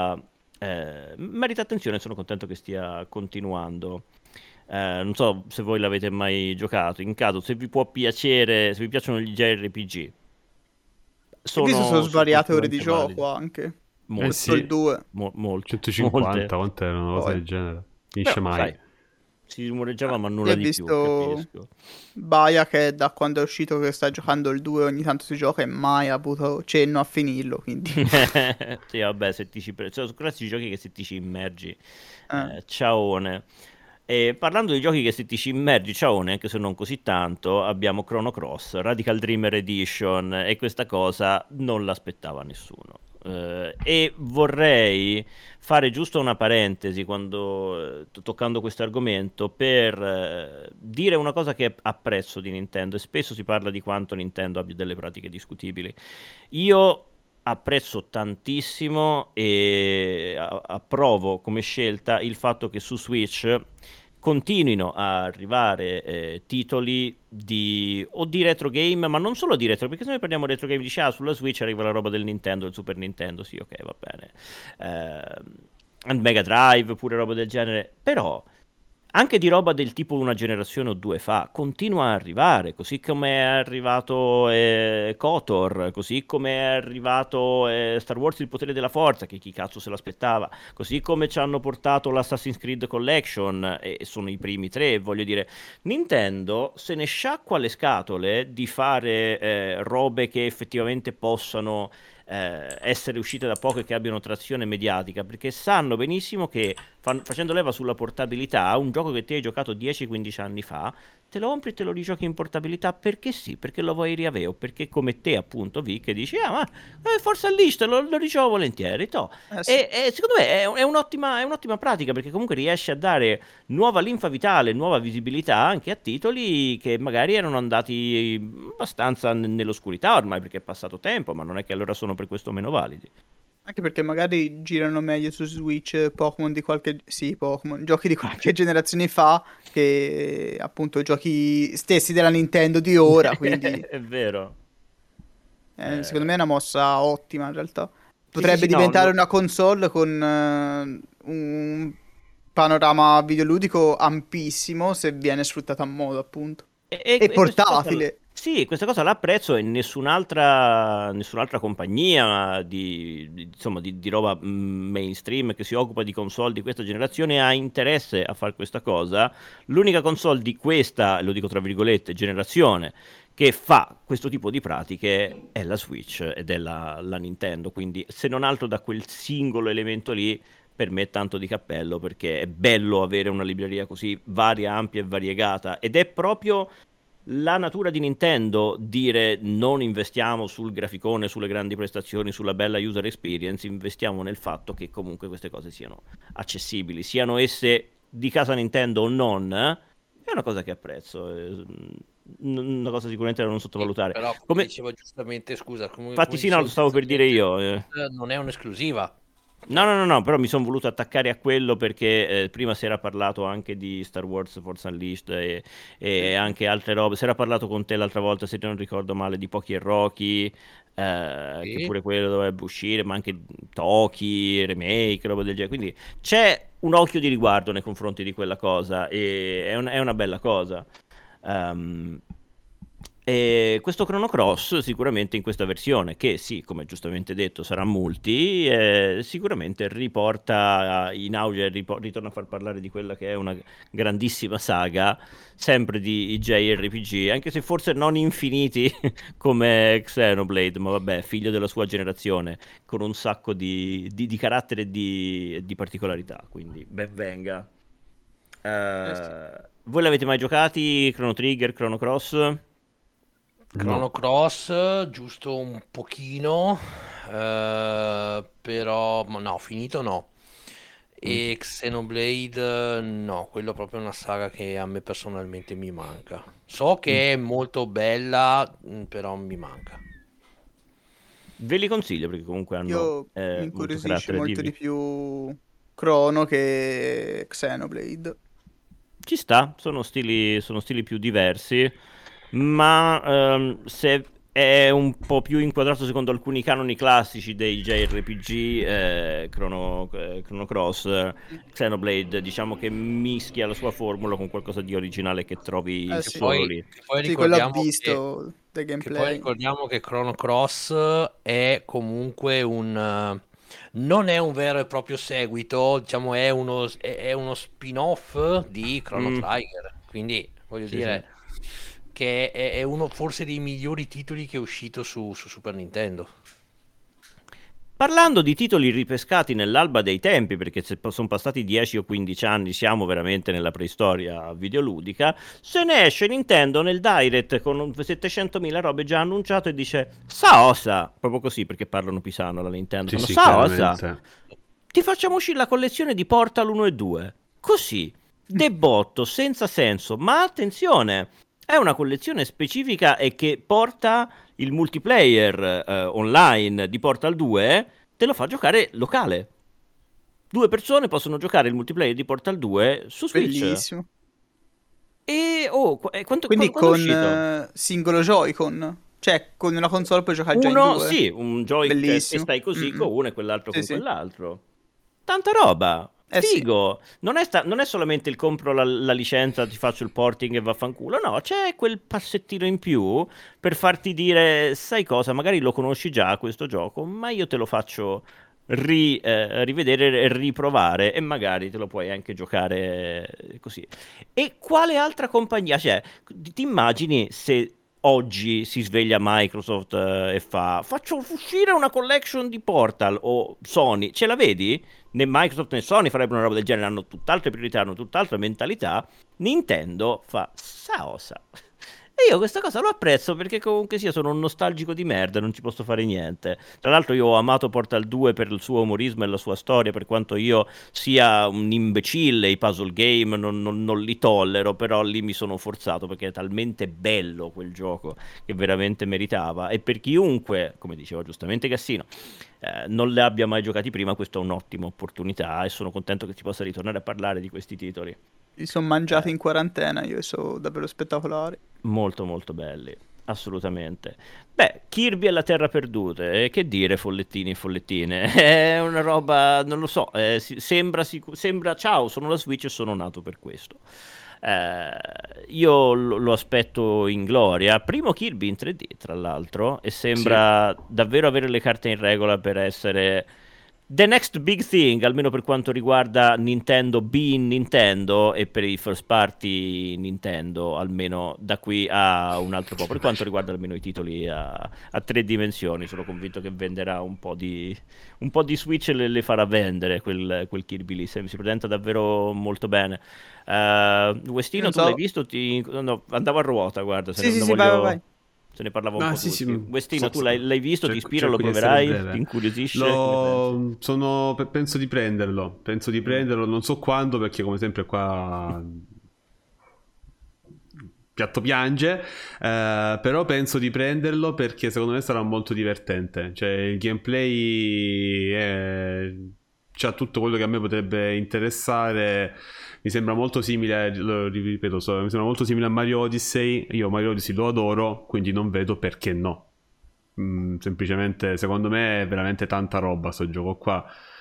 merita attenzione. Sono contento che stia continuando. Non so se voi l'avete mai giocato. In caso, se vi può piacere, se vi piacciono gli JRPG, Ho visto sono sono svariate ore di assolutamente validi. gioco anche. Molte, sì. Il 2. molte, 150, quant'era, una cosa Poi. del genere. Finisce Però, mai. sai, si rumoreggiava, ma Io nulla ho di più, visto capisco. Baia che da quando è uscito che sta giocando il 2 ogni tanto si gioca e mai ha avuto cenno a finirlo, quindi... Sì, vabbè, se ti ci... sono classici giochi che se ti ci immergi, Eh. ciaone. E parlando di giochi che se ti ci immergi, ciaone, anche se non così tanto, abbiamo Chrono Cross, Radical Dreamer Edition, e questa cosa non l'aspettava nessuno. E vorrei fare giusto una parentesi toccando questo argomento per dire una cosa che apprezzo di Nintendo, e spesso si parla di quanto Nintendo abbia delle pratiche discutibili. Io apprezzo tantissimo e approvo come scelta il fatto che su Switch continuino a arrivare titoli o di retro game, ma non solo di retro, perché se noi parliamo di retro game, dice, sulla Switch arriva la roba del Nintendo, del Super Nintendo, sì, ok, va bene. And Mega Drive, pure roba del genere, però anche di roba del tipo una generazione o due fa, continua a arrivare, così come è arrivato KOTOR, così come è arrivato Star Wars Il potere della forza, che chi cazzo se l'aspettava, così come ci hanno portato l'Assassin's Creed Collection, e sono i primi tre, voglio dire, Nintendo se ne sciacqua le scatole di fare robe che effettivamente possano essere uscite da poco e che abbiano trazione mediatica, perché sanno benissimo che facendo leva sulla portabilità, un gioco che ti hai giocato 10-15 anni fa, te lo compri e te lo rigiochi in portabilità perché sì, perché lo vuoi riavere, o perché come te appunto vi che dici, ma Forza Unleashed lo rigioco volentieri, toh. Sì. E secondo me è un'ottima pratica, perché comunque riesce a dare nuova linfa vitale, nuova visibilità anche a titoli che magari erano andati abbastanza nell'oscurità ormai, perché è passato tempo, ma non è che allora sono per questo meno validi. Anche perché magari girano meglio su Switch Pokémon di qualche... Sì, Pokémon, giochi di qualche generazione fa che appunto giochi stessi della Nintendo di ora, quindi È vero. secondo me è una mossa ottima in realtà. Sì, Potrebbe sì, no, diventare una console con un panorama videoludico ampissimo se viene sfruttata a modo, appunto. E questa cosa, portatile. sì, questa cosa l'apprezzo, e nessun'altra compagnia insomma, di roba mainstream che si occupa di console di questa generazione ha interesse a fare questa cosa. L'unica console di questa, lo dico tra virgolette, generazione che fa questo tipo di pratiche è la Switch ed è la Nintendo, quindi se non altro da quel singolo elemento lì per me è tanto di cappello, perché è bello avere una libreria così varia, ampia e variegata, ed è proprio la natura di Nintendo dire non investiamo sul graficone, sulle grandi prestazioni, sulla bella user experience, investiamo nel fatto che comunque queste cose siano accessibili, siano esse di casa Nintendo o non, è una cosa che apprezzo, una cosa sicuramente da non sottovalutare. Però, come Come... dicevo giustamente, scusa, Infatti sì, no, lo stavo per dire io. non è un'esclusiva. No, però mi sono voluto attaccare a quello perché prima si era parlato anche di Star Wars Force Unleashed e anche altre robe. Si era parlato con te l'altra volta, se non ricordo male, di Poki e Rocky, che pure quello dovrebbe uscire, ma anche Toki, remake, roba del genere. Quindi c'è un occhio di riguardo nei confronti di quella cosa, e è una bella cosa. E questo Chrono Cross sicuramente in questa versione, che sì, come giustamente detto, sarà multi, sicuramente riporta in auge, ritorna a far parlare di quella che è una grandissima saga, sempre di JRPG, anche se forse non infiniti come Xenoblade, ma vabbè, figlio della sua generazione, con un sacco di carattere e di particolarità, quindi ben venga. Sì. Voi l'avete mai giocati, Chrono Trigger, Chrono Cross? Chrono Cross, giusto un pochino, però no, finito no. E Xenoblade, no, quello è proprio una saga che a me personalmente mi manca. So che è molto bella, però mi manca. Ve li consiglio perché comunque hanno Io mi molto incuriosisce carattere. molto Dimmi. di più Chrono che Xenoblade. Ci sta, sono stili più diversi, ma se è un po' più inquadrato secondo alcuni canoni classici dei JRPG, Chrono Cross. Xenoblade, diciamo che mischia la sua formula con qualcosa di originale che trovi Sì. solo lì. Poi Sì, quello ho ricordiamo visto dai poi gameplay. ricordiamo che Chrono Cross è comunque non è un vero e proprio seguito, diciamo è uno spin-off di Chrono Mm. Trigger, quindi voglio Sì, dire che è uno forse dei migliori titoli che è uscito su Super Nintendo. Parlando di titoli ripescati nell'alba dei tempi, perché se sono passati 10 o 15 anni, siamo veramente nella preistoria videoludica, se ne esce Nintendo nel Direct con 700.000 robe già annunciate e dice Saosa, proprio così perché parlano pisano la Nintendo, Sì, fanno sì, Saosa, chiaramente. ti facciamo uscire la collezione di Portal 1 e 2, così, debotto, senza senso, ma attenzione, è una collezione specifica e che porta il multiplayer online di Portal 2, te lo fa giocare locale. 2 persone possono giocare il multiplayer di Portal 2 su Switch. Bellissimo. E quando Quindi è uscito? con singolo Joy-Con. Cioè, con una console puoi giocare già in Uno, due. sì, un joystick e Bellissimo. stai così Mm-mm. con uno e quell'altro Sì, con sì. quell'altro. Tanta roba. Sì. Figo. Non è solamente il compro la licenza, ti faccio il porting e vaffanculo. No, c'è quel passettino in più per farti dire, sai cosa, magari lo conosci già questo gioco, ma io te lo faccio rivedere e riprovare e magari te lo puoi anche giocare così. E quale altra compagnia c'è? Ti immagini se oggi si sveglia Microsoft e faccio uscire una collection di Portal o Sony, ce la vedi? Né Microsoft né Sony farebbero una roba del genere, hanno tutt'altre priorità, hanno tutt'altra mentalità. Nintendo fa saosa. E io questa cosa lo apprezzo perché comunque sia sono un nostalgico di merda, non ci posso fare niente. Tra l'altro io ho amato Portal 2 per il suo umorismo e la sua storia, per quanto io sia un imbecille, i puzzle game non li tollero, però lì mi sono forzato perché è talmente bello quel gioco che veramente meritava. E per chiunque, come diceva giustamente Cassino, non le abbia mai giocati prima, questa è un'ottima opportunità e sono contento che si possa ritornare a parlare di questi titoli. Li sono mangiati in quarantena, io sono davvero spettacolari. Molto molto belli, assolutamente. Beh, Kirby e la Terra Perdute, che dire follettini e follettine? È una roba, non lo so, sembra ciao, sono la Switch e sono nato per questo. Io lo aspetto in gloria. Primo Kirby in 3D, tra l'altro, e sembra davvero avere le carte in regola per essere the next big thing, almeno per quanto riguarda Nintendo being Nintendo e per i first party Nintendo, almeno da qui a un altro po'. Per quanto riguarda almeno i titoli a 3 dimensioni, sono convinto che venderà un po' di Switch e le farà vendere quel Kirby lì. Si presenta davvero molto bene. Westino, Non tu so. l'hai visto? No, andavo a ruota, guarda, se Sì, ne sì, vai. Se ne parlava un po' Sì, tutti. sì, Westino, tu l'hai visto? Ti ispira? Lo cerco di essere proverai? breve. Ti incuriosisce? Che ne pensi? Penso di prenderlo. Penso di prenderlo, non so quando, perché come sempre qua piatto piange, però penso di prenderlo perché secondo me sarà molto divertente. Cioè il gameplay c'ha tutto quello che a me potrebbe interessare. Mi sembra molto simile, lo ripeto, mi sembra molto simile a Mario Odyssey. Io Mario Odyssey lo adoro, quindi non vedo perché no. Semplicemente secondo me è veramente tanta roba sto gioco qua.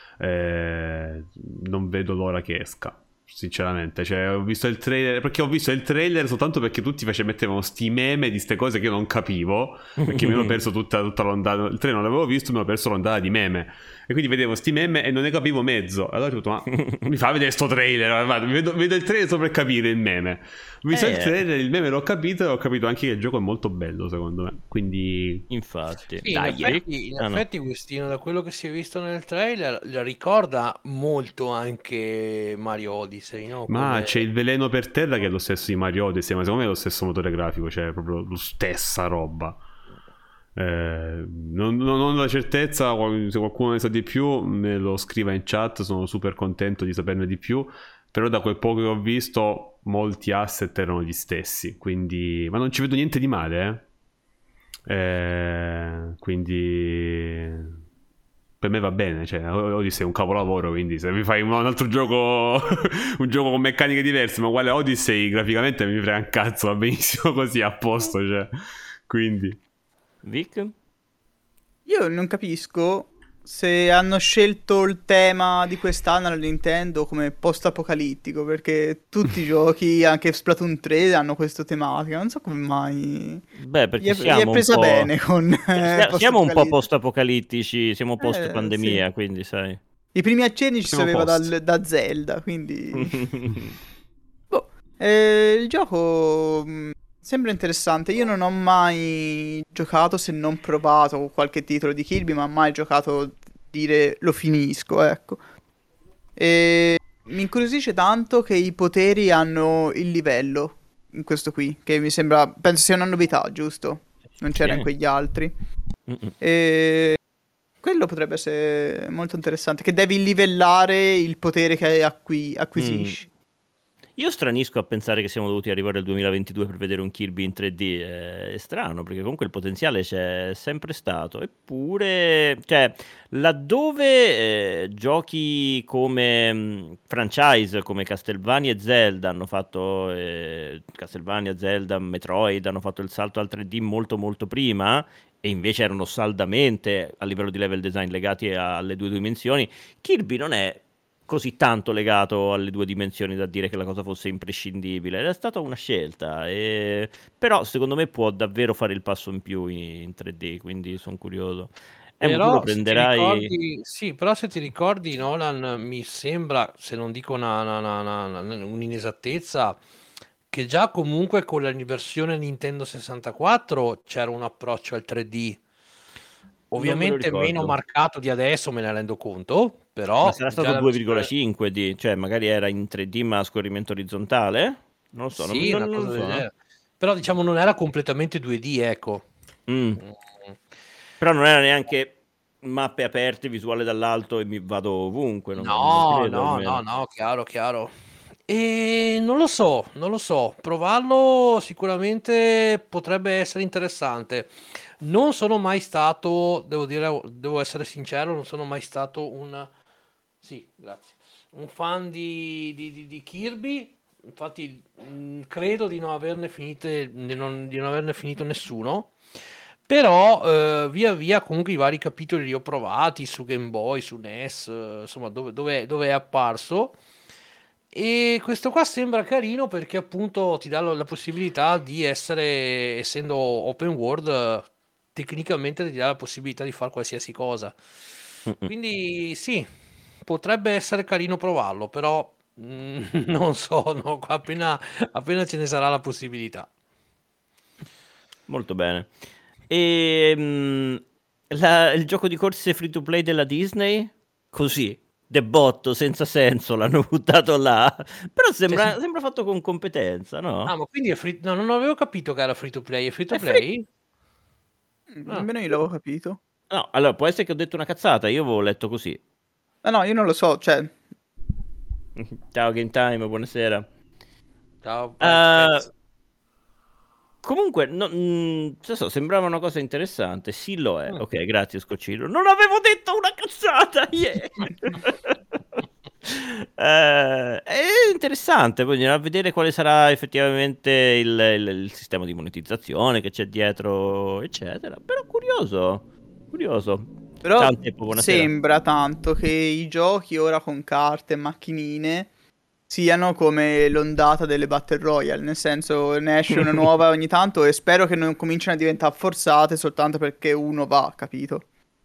Non vedo l'ora che esca, sinceramente. Cioè, ho visto il trailer soltanto perché tutti mettevano sti meme di ste cose che io non capivo, perché mi ero perso tutta l'ondata. Il trailer non l'avevo visto, mi ero perso l'ondata di meme e quindi vedevo sti meme e non ne capivo mezzo. Allora ho detto, ma mi fa vedere sto trailer, guarda, vedo il trailer solo per capire il meme. Ho visto il trailer, il meme l'ho capito e ho capito anche che il gioco è molto bello secondo me, quindi infatti Sì, dai, in effetti Agostino, da quello che si è visto nel trailer, ricorda molto anche Mario Odyssey, no? ma Come- c'è il veleno per terra che è lo stesso di Mario Odyssey, ma secondo me è lo stesso motore grafico, cioè è proprio la stessa roba. Non ho la certezza, se qualcuno ne sa di più me lo scriva in chat, sono super contento di saperne di più, però da quel poco che ho visto molti asset erano gli stessi, quindi ma non ci vedo niente di male, quindi per me va bene, cioè Odyssey è un capolavoro, quindi se mi fai un altro gioco un gioco con meccaniche diverse ma uguale a Odyssey graficamente mi frega un cazzo, va benissimo così, a posto, cioè quindi Vic? Io non capisco se hanno scelto il tema di quest'anno alla Nintendo come post-apocalittico, perché tutti i giochi, anche Splatoon 3, hanno questa tematica. Non so come mai. Beh, perché Gli è siamo un presa po'... bene con Siamo un po' post-apocalittico. post-apocalittici, siamo Sì. post-pandemia, quindi sai. I primi accenni ci si Siamo aveva post. da Zelda, quindi... Boh, il gioco sembra interessante. Io non ho mai giocato, se non provato qualche titolo di Kirby, ma mai giocato dire lo finisco, ecco. E mi incuriosisce tanto che i poteri hanno il livello in questo qui, che mi sembra, penso sia una novità, giusto? Non c'era in Sì. quegli altri. Mm-mm. E quello potrebbe essere molto interessante, che devi livellare il potere che acquisisci. Io stranisco a pensare che siamo dovuti arrivare al 2022 per vedere un Kirby in 3D, è strano perché comunque il potenziale c'è sempre stato, eppure, cioè, laddove giochi come franchise come Castlevania e Zelda hanno fatto, Castlevania, Zelda, Metroid hanno fatto il salto al 3D molto molto prima e invece erano saldamente a livello di level design legati alle due dimensioni, Kirby non è così tanto legato alle due dimensioni da dire che la cosa fosse imprescindibile. Ed è stata una scelta, però secondo me può davvero fare il passo in più in 3D, quindi sono curioso. Tu lo Però se ti prenderai... ricordi, sì, però se ti ricordi, Nolan, mi sembra, se non dico un'inesattezza, che già comunque con la versione Nintendo 64 c'era un approccio al 3D. Non me lo Ovviamente meno ricordo. marcato di adesso, me ne rendo conto, Ma però sarà già stato la versione... 2,5D, cioè magari era in 3D ma a scorrimento orizzontale? Non lo so, Sì, una non lo cosa del so. genere. Però diciamo non era completamente 2D, ecco. Mm. Mm. Però non era neanche mappe aperte, visuale dall'alto e mi vado ovunque, non No, credo no, no, almeno. no, chiaro, chiaro. E non lo so, non lo so. Provarlo sicuramente potrebbe essere interessante. Non sono mai stato, devo dire, devo essere sincero, non sono mai stato un, sì, grazie, un fan di Kirby. Infatti, credo di non averne finite, di non averne finito nessuno. Però via via comunque i vari capitoli li ho provati su Game Boy, su NES, insomma dove è apparso. E questo qua sembra carino perché appunto ti dà la possibilità di essere, essendo open world, tecnicamente ti dà la possibilità di fare qualsiasi cosa. Mm-mm. Quindi sì, potrebbe essere carino provarlo, però non so, no, appena ce ne sarà la possibilità. Molto bene. Il gioco di corse free to play della Disney? Così, de botto, senza senso, l'hanno buttato là. Però Cioè, sì. sembra fatto con competenza, Ah, no? ma quindi è free... No, non avevo capito che era free to play. È free to È free... play? Ah, Nemmeno io l'avevo capito. No, allora, può essere che ho detto una cazzata, io avevo letto così. Ah no, io non lo so, cioè... Ciao Game Time, buonasera. ciao, vai, Eh, Pez. Comunque, non so, sembrava una cosa interessante. Sì, lo è. Mm. Ok, grazie, Scocillo. Non avevo detto una cazzata! Yeah! È interessante, poi andiamo a vedere quale sarà effettivamente il sistema di monetizzazione che c'è dietro, eccetera. Però curioso, curioso. Però Ciao Teppo, buonasera. sembra tanto che i giochi ora con carte e macchinine siano come l'ondata delle Battle Royale, nel senso ne esce una nuova ogni tanto e spero che non cominciano a diventare forzate soltanto perché uno va, capito?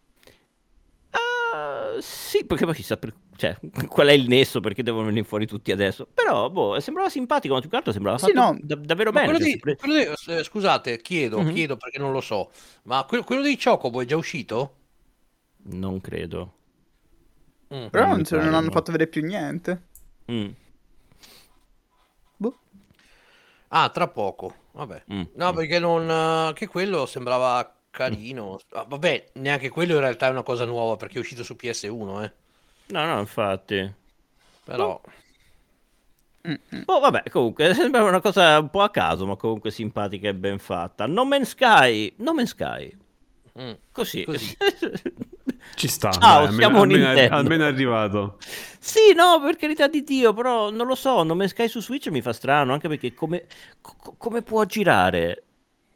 Sì, perché poi chissà cioè, qual è il nesso perché devono venire fuori tutti adesso. Però, boh, sembrava simpatico, ma più che altro sembrava Sì, fatto no, davvero Ma bene. quello Cioè, di... scusate, Mhm. chiedo perché non lo so. Ma quello di Chocobo è già uscito? Non credo. Mm. però Non mi non pare, hanno no. fatto vedere più niente. Mm, Boh. Ah, tra poco. Vabbè. No, mm. perché non... Che quello sembrava Mm. carino. Ah, vabbè, neanche quello in realtà è una cosa nuova perché è uscito su PS1, eh. No, no, infatti. Boh. Però... Mm. Boh, vabbè, comunque, sembra una cosa un po' a caso, ma comunque simpatica e ben fatta. No Man's Sky, No Man's Sky. mm, Così. così. Ci sta, Ciao, dai, siamo Nintendo. almeno è arrivato. Sì, no, per carità di Dio, però non lo so, No Man's Sky su Switch mi fa strano, anche perché come può girare?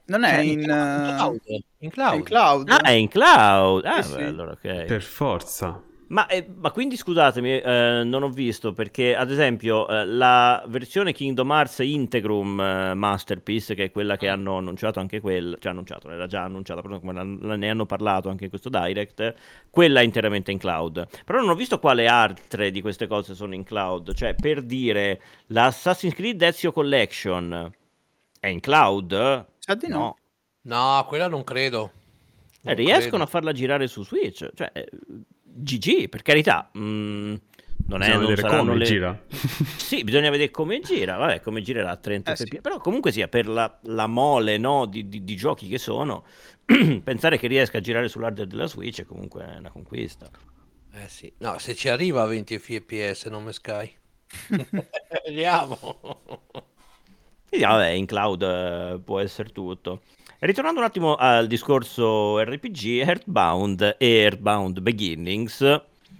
Non è Cioè, in cloud. In è in cloud. cloud. Ah, è in cloud. Ah, Sì, beh, sì. allora ok. Per forza. Ma quindi scusatemi, non ho visto perché, ad esempio, la versione Kingdom Hearts Integrum Masterpiece, che è quella che hanno annunciato anche quella, cioè annunciato, era già annunciata, però come ne hanno parlato anche in questo Direct, quella è interamente in cloud. Però non ho visto quale altre di queste cose sono in cloud. Cioè, per dire, la Assassin's Creed Ezio Collection è in cloud? Sa di no. No. No, quella non credo. Non Riescono credo. a farla girare su Switch, cioè GG, per carità. Bisogna Non vedere saranno come le... gira. Sì, bisogna vedere come gira, vabbè, come girerà a 30 Sì. fps, però comunque sia per la mole, no, di giochi che sono, pensare che riesca a girare sull'hardware della Switch è comunque una conquista. Eh sì. No, se ci arriva a 20 fps, non me Sky. Vediamo. Quindi vabbè, in cloud può essere tutto. Ritornando un attimo al discorso RPG, Earthbound e Earthbound Beginnings,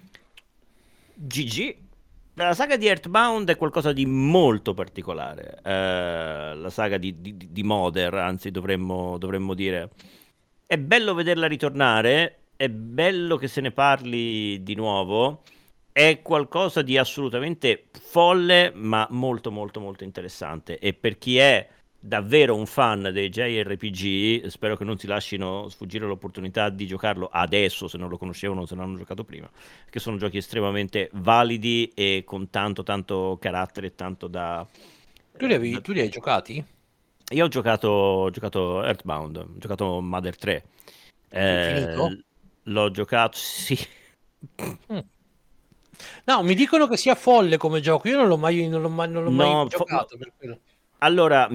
GG. La saga di Earthbound è qualcosa di molto particolare. La saga di Mother, anzi, dovremmo dire. È bello vederla ritornare. È bello che se ne parli di nuovo. È qualcosa di assolutamente folle, ma molto, molto, molto interessante. E per chi è davvero un fan dei JRPG, spero che non si lasciino sfuggire l'opportunità di giocarlo adesso, se non lo conoscevano o se non hanno giocato prima, che sono giochi estremamente validi e con tanto tanto carattere e tanto da... Tu li hai giocati? Io ho giocato Earthbound, ho giocato Mother 3. Finito? L'ho giocato, sì. Mm. No, mi dicono che sia folle come gioco. Io non l'ho mai No, giocato per quello. allora,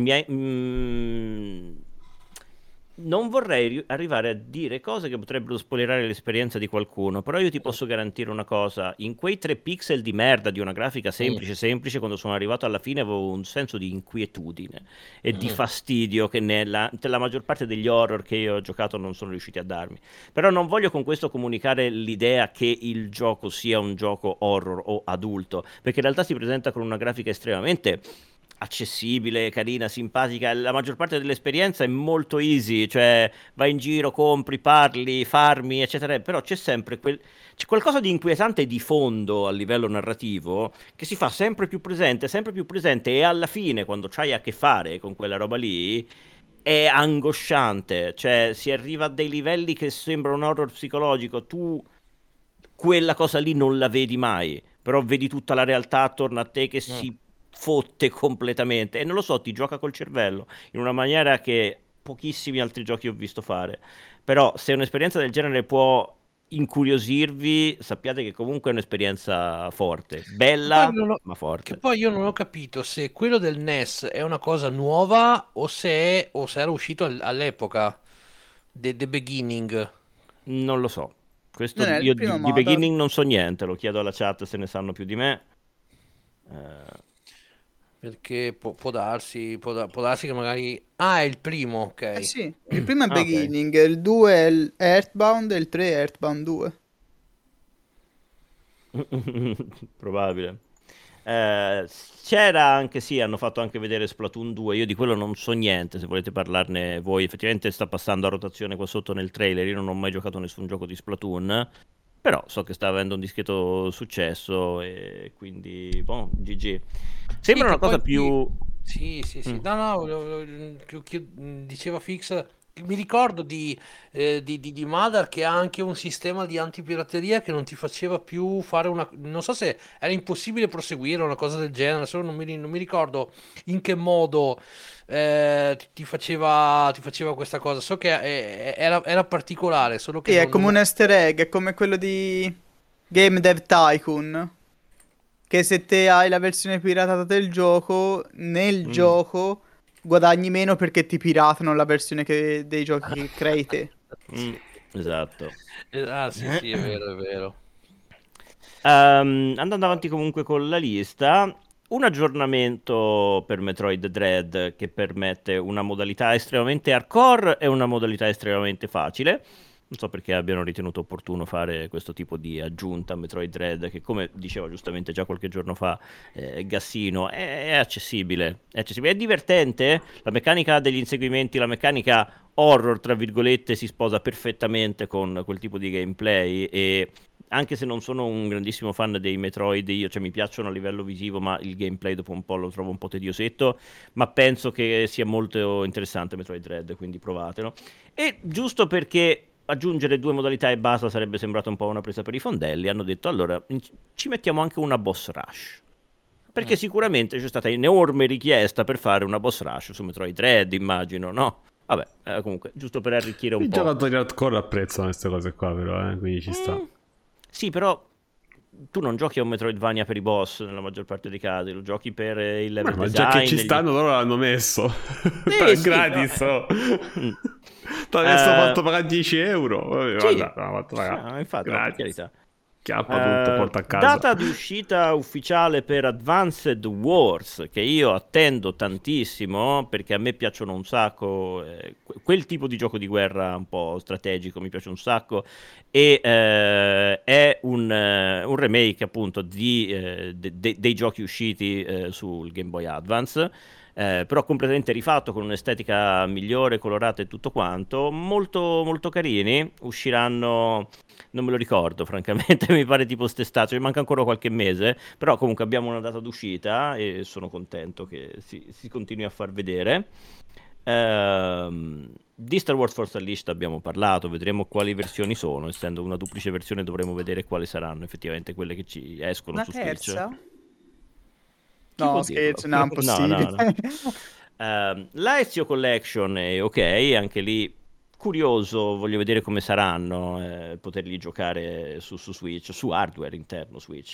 non vorrei arrivare a dire cose che potrebbero spoilerare l'esperienza di qualcuno, però io ti posso garantire una cosa, in quei 3 pixel di merda di una grafica Mm. semplice, quando sono arrivato alla fine avevo un senso di inquietudine e di Mm. fastidio che nella maggior parte degli horror che io ho giocato non sono riusciti a darmi. Però non voglio con questo comunicare l'idea che il gioco sia un gioco horror o adulto, perché in realtà si presenta con una grafica estremamente accessibile, carina, simpatica. La maggior parte dell'esperienza è molto easy, cioè vai in giro, compri, parli, farmi, eccetera. Però c'è sempre c'è qualcosa di inquietante di fondo a livello narrativo che si fa sempre più presente e alla fine, quando c'hai a che fare con quella roba lì, è angosciante. Cioè si arriva a dei livelli che sembra un horror psicologico. Tu quella cosa lì non la vedi mai, però vedi tutta la realtà attorno a te che Mm. si fotte completamente e non lo so, ti gioca col cervello in una maniera che pochissimi altri giochi ho visto fare. Però se un'esperienza del genere può incuriosirvi, sappiate che comunque è un'esperienza forte, Che poi bella non ho, ma che forte. poi io non ho capito se quello del NES è una cosa nuova o se era uscito all'epoca, The Beginning. Non lo so. Questo Non è il io primo di Mother. Beginning non so niente, lo chiedo alla chat se ne sanno più di me. Perché può darsi che magari... Ah, è il primo, Eh ok. sì, il primo è Ah, ok. Beginning, il 2 è Earthbound e il 3 è Earthbound 2. Probabile. C'era anche, sì, hanno fatto anche vedere Splatoon 2. Io di quello non so niente. Se volete parlarne voi, effettivamente sta passando a rotazione qua sotto nel trailer. Io non ho mai giocato nessun gioco di Splatoon. Però so che sta avendo un discreto successo e quindi, boh, GG. Sì, Sembra una che cosa poi qui... più... Sì, sì, sì. Mm. No, no, diceva Fix... Mi ricordo di Mother che ha anche un sistema di antipirateria che non ti faceva più fare una... Non so se era impossibile proseguire una cosa del genere, solo non mi ricordo in che modo ti faceva questa cosa. So che era particolare, solo che Sì, è non... come un easter egg, è come quello di Game Dev Tycoon, che se te hai la versione piratata del gioco, nel Mm. gioco guadagni meno perché ti piratano la versione dei giochi che crei te. Mm. Esatto. Ah, sì, sì, è vero, è vero. Andando avanti comunque con la lista, un aggiornamento per Metroid Dread che permette una modalità estremamente hardcore e una modalità estremamente facile. Non so perché abbiano ritenuto opportuno fare questo tipo di aggiunta a Metroid Dread, che come diceva giustamente già qualche giorno fa Gassino, è accessibile, è divertente, la meccanica degli inseguimenti, la meccanica horror, tra virgolette, si sposa perfettamente con quel tipo di gameplay, e anche se non sono un grandissimo fan dei Metroid, io, cioè, mi piacciono a livello visivo, ma il gameplay dopo un po' lo trovo un po' tediosetto, ma penso che sia molto interessante Metroid Dread, quindi provatelo. E giusto perché aggiungere 2 modalità e basta sarebbe sembrato un po' una presa per i fondelli, hanno detto allora ci mettiamo anche una boss rush. Perché sicuramente c'è stata un'enorme richiesta per fare una boss rush su Metroid Dread, immagino, no? Vabbè, comunque, giusto per arricchire un I po'. giocatori hardcore apprezzano queste cose qua, però, quindi ci sta. Sì, però tu non giochi a un Metroidvania per i boss nella maggior parte dei casi, lo giochi per il level Ma design. già che ci stanno, loro l'hanno messo. Sì, Gratis. no. Adesso ho fatto pagare 10 euro. Sì. Guarda, l'ho fatto pagare. Infatti, no, per carità. Chiappa tutto, porta a casa. Data di uscita ufficiale per Advanced Wars, che io attendo tantissimo perché a me piacciono un sacco, quel tipo di gioco di guerra un po' strategico mi piace un sacco, e è un remake appunto dei giochi usciti sul Game Boy Advance. Però completamente rifatto, con un'estetica migliore, colorata e tutto quanto, molto, molto carini. Usciranno, non me lo ricordo francamente, mi pare tipo st'estate, ci manca ancora qualche mese, però comunque abbiamo una data d'uscita e sono contento che si continui a far vedere. Di Star Wars Force Unleashed abbiamo parlato, vedremo quali versioni sono, essendo una duplice versione dovremo vedere quali saranno effettivamente quelle che ci escono Una su terza? Switch. No, scherzo, no, è impossibile. La Ezio Collection è ok, anche lì curioso, voglio vedere come saranno, poterli giocare su Switch, su hardware interno Switch.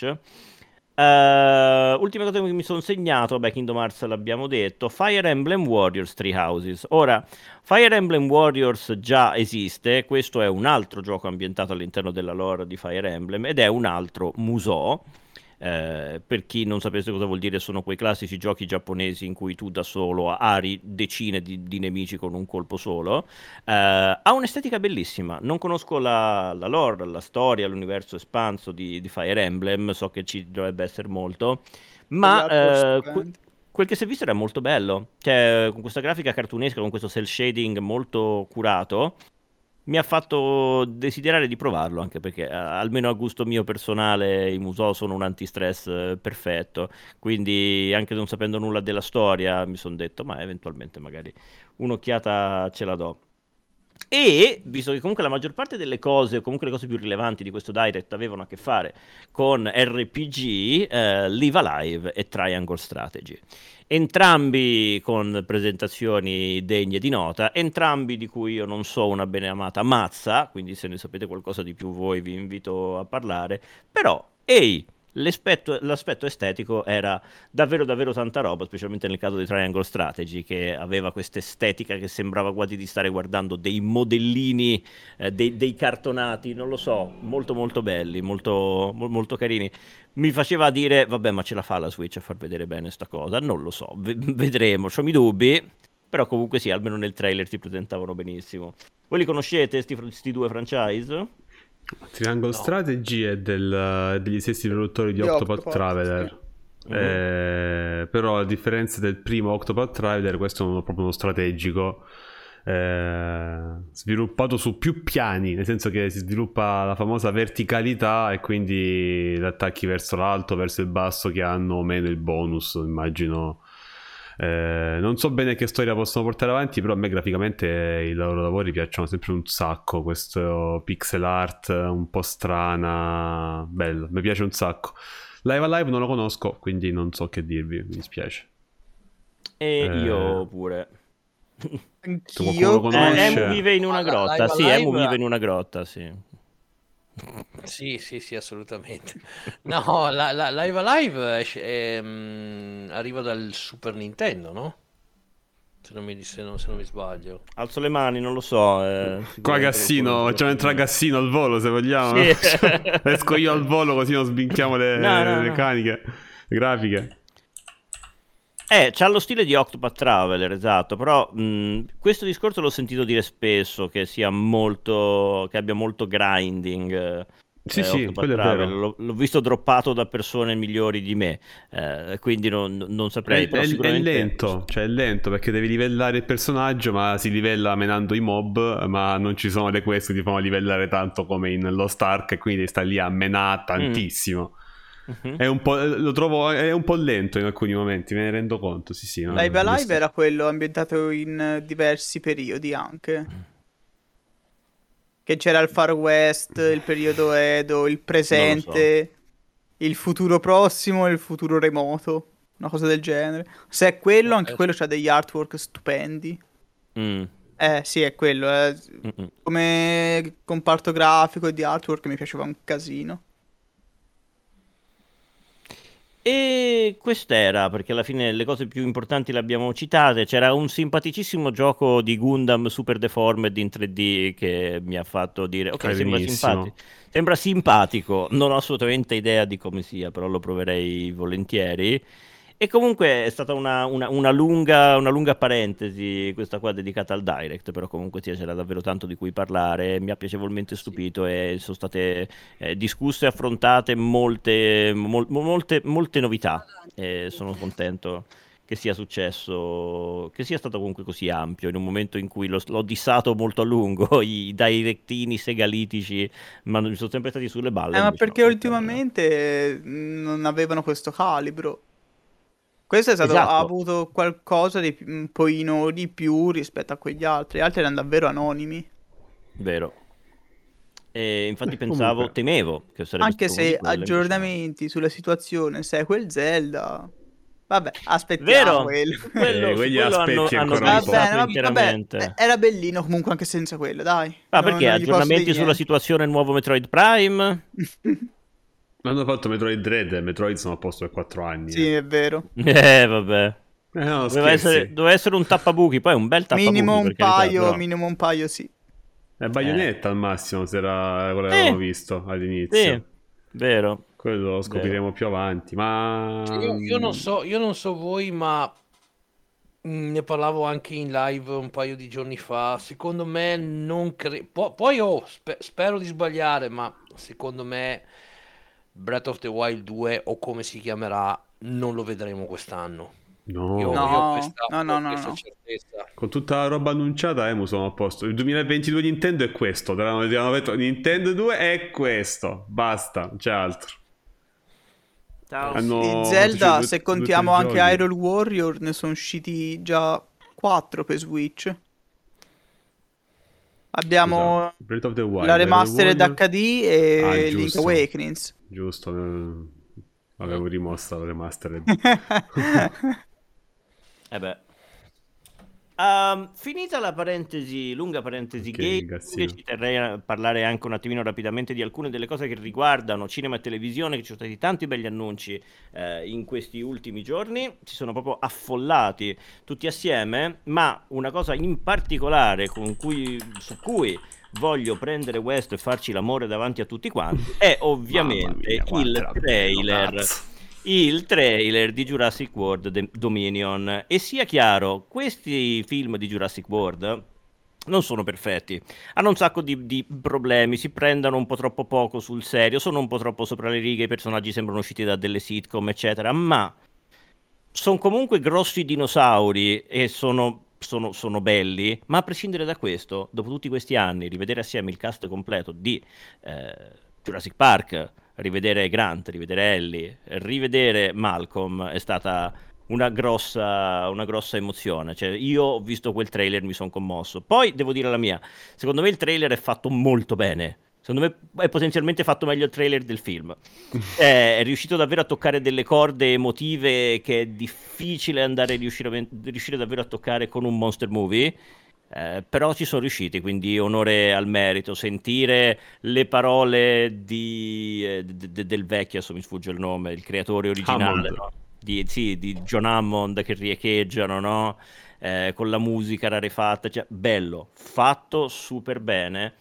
Ultima cosa che mi sono segnato, vabbè, Kingdom Hearts l'abbiamo detto, Fire Emblem Warriors Three Houses. Ora, Fire Emblem Warriors già esiste, questo è un altro gioco ambientato all'interno della lore di Fire Emblem ed è un altro Musou. Per chi non sapesse cosa vuol dire, sono quei classici giochi giapponesi in cui tu da solo ari decine di nemici con un colpo solo. Ha un'estetica bellissima. Non conosco la lore, la storia, l'universo espanso di Fire Emblem, so che ci dovrebbe essere molto, ma quel che si è visto era molto bello, cioè con questa grafica cartunesca, con questo cel shading molto curato. Mi ha fatto desiderare di provarlo, anche perché almeno a gusto mio personale i Musou sono un antistress perfetto, quindi anche non sapendo nulla della storia mi sono detto ma eventualmente magari un'occhiata ce la do. E visto che comunque la maggior parte delle cose, o comunque le cose più rilevanti di questo Direct avevano a che fare con RPG, Live Alive e Triangle Strategy. Entrambi con presentazioni degne di nota, entrambi di cui io non so una beneamata mazza, quindi se ne sapete qualcosa di più voi vi invito a parlare, però, ehi, l'aspetto estetico era davvero davvero tanta roba, specialmente nel caso di Triangle Strategy, che aveva questa estetica che sembrava quasi di stare guardando dei modellini, dei cartonati, non lo so, molto molto belli, molto, molto carini. Mi faceva dire, vabbè, ma ce la fa la Switch a far vedere bene sta cosa? Non lo so, vedremo, ho i dubbi, però comunque sì, almeno nel trailer si presentavano benissimo. Voi li conoscete, sti due franchise? Triangle Strategy è degli stessi produttori di Octopath Traveler. Sì. Però a differenza del primo Octopath Traveler, questo è proprio uno strategico sviluppato su più piani, nel senso che si sviluppa la famosa verticalità e quindi gli attacchi verso l'alto, verso il basso, che hanno meno il bonus, immagino. Non so bene che storia possono portare avanti, però a me graficamente i loro lavori piacciono sempre un sacco. Questo pixel art un po' strana, bello, mi piace un sacco. Live Alive non lo conosco, quindi non so che dirvi, mi dispiace. E io pure. Anch'io. Emu vive in una grotta, sì, Emu vive in una grotta, sì. Sì, assolutamente. No, la Live Alive arriva dal Super Nintendo, no? Se non mi sbaglio. Alzo le mani, non lo so. Qua Gassino, facciamo entrare Gassino al volo se vogliamo. Sì. Esco io al volo così non sbinchiamo le meccaniche, le grafiche. C'ha lo stile di Octopath Traveler, esatto, però questo discorso l'ho sentito dire spesso, che sia molto, che abbia molto grinding, Sì, Octopath quello è Traveler, vero. l'ho visto droppato da persone migliori di me, quindi non saprei, però È sicuramente... lento, cioè è lento perché devi livellare il personaggio, ma si livella menando i mob, ma non ci sono le quest che ti fanno livellare tanto come in Lost Ark, e quindi sta lì a menare Mm. tantissimo. Mhm. È un po', lo trovo, è un po' lento in alcuni momenti, me ne rendo conto, sì, sì, no, Live Alive giusto. era quello ambientato in diversi periodi anche. Che c'era il Far West, il periodo Edo, il Non lo so. presente, il futuro prossimo e il futuro remoto. Una cosa del genere. Se è quello, Può anche quello essere. c'ha degli artwork stupendi. Mm. Sì, è quello. Mm-mm. Come comparto grafico e di artwork mi piaceva un casino. E quest'era, perché alla fine le cose più importanti le abbiamo citate. C'era un simpaticissimo gioco di Gundam Super Deformed in 3D che mi ha fatto dire: ok, sembra simpatico. Carinissimo. Sembra simpatico, non ho assolutamente idea di come sia, però lo proverei volentieri. E comunque è stata una lunga parentesi questa qua dedicata al Direct, però comunque sì, c'era davvero tanto di cui parlare, mi ha piacevolmente Sì. stupito e sono state discusse e affrontate molte novità e sono contento che sia successo, che sia stato comunque così ampio in un momento in cui l'ho dissato molto a lungo, i directini segalitici, ma mi sono sempre stati sulle balle, Ma invece no, perché questa... ultimamente non avevano questo calibro. Questo è stato, ha Esatto, avuto qualcosa di un pochino di più rispetto a quegli altri. Gli altri erano davvero anonimi. vero. E infatti pensavo, Comunque, temevo che sarebbe Anche stato uno di se quelli, invece no. aggiornamenti sulla situazione sequel Zelda. Vabbè, aspettiamo Vero? quello. Su quelli quello aspetti hanno ancora un Va po'. bene, glissato vabbè, interamente. era bellino comunque anche senza quello, dai. Ma perché? Non gli posso dire Aggiornamenti sulla niente. situazione nuovo Metroid Prime? Hanno fatto Metroid Dread e Metroid sono a posto per 4 anni, Sì, eh. è vero. Vabbè. No, scherzi. Doveva essere un tappabuchi, poi un bel tappabuchi, per carità, però. Minimo un paio, sì. È Eh, Bayonetta al massimo, se era quello che avevamo sì, visto sì, all'inizio. vero, Quello lo vero. scopriremo più avanti, ma... Io non so voi, ma ne parlavo anche in live un paio di giorni fa. Secondo me non credo. Poi spero di sbagliare, ma secondo me Breath of the Wild 2 o come si chiamerà non lo vedremo quest'anno. Io ho No, No, no, no, no, questa no. certezza. con tutta la roba annunciata, Emu sono a posto. Il 2022 Nintendo è questo, ti hanno detto Nintendo 2 è questo, basta, non c'è altro. Ciao. Di Hanno fatto uscire Zelda, se due o tre contiamo anche giochi. Hyrule Warrior, ne sono usciti già 4 per Switch. Scusa, Abbiamo Breath of the la Wild, Hyrule remastered Warrior? HD Ah, e Link giusto, Awakenings. giusto, Mm. avevo rimosso la remastered. Eh beh. Finita la parentesi, lunga parentesi Ok, gaming, Gassino. ci terrei a parlare anche un attimino rapidamente di alcune delle cose che riguardano cinema e televisione, che ci sono stati tanti belli annunci in questi ultimi giorni, si sono proprio affollati tutti assieme, ma una cosa in particolare su cui voglio prendere West e farci l'amore davanti a tutti quanti è Mamma ovviamente mia, quanto era bello, cazzo. il trailer di Jurassic World Dominion. E sia chiaro, questi film di Jurassic World non sono perfetti, hanno un sacco di problemi, si prendono un po' troppo poco sul serio, sono un po' troppo sopra le righe, i personaggi sembrano usciti da delle sitcom, eccetera, ma sono comunque grossi dinosauri e sono belli, ma a prescindere da questo, dopo tutti questi anni, rivedere assieme il cast completo di Jurassic Park, rivedere Grant, rivedere Ellie, rivedere Malcolm è stata una grossa emozione. Cioè, io ho visto quel trailer, mi sono commosso. Poi devo dire la mia, secondo me il trailer è fatto molto bene. Secondo me è potenzialmente fatto meglio il trailer del film. È riuscito davvero a toccare delle corde emotive che è difficile riuscire davvero a toccare con un monster movie. Però ci sono riusciti, quindi onore al merito. Sentire le parole del vecchio, adesso mi sfugge il nome, il creatore originale, Hammond. no? Sì, di John Hammond che riecheggiano, no? Con la musica rarefatta, cioè, bello, fatto super bene.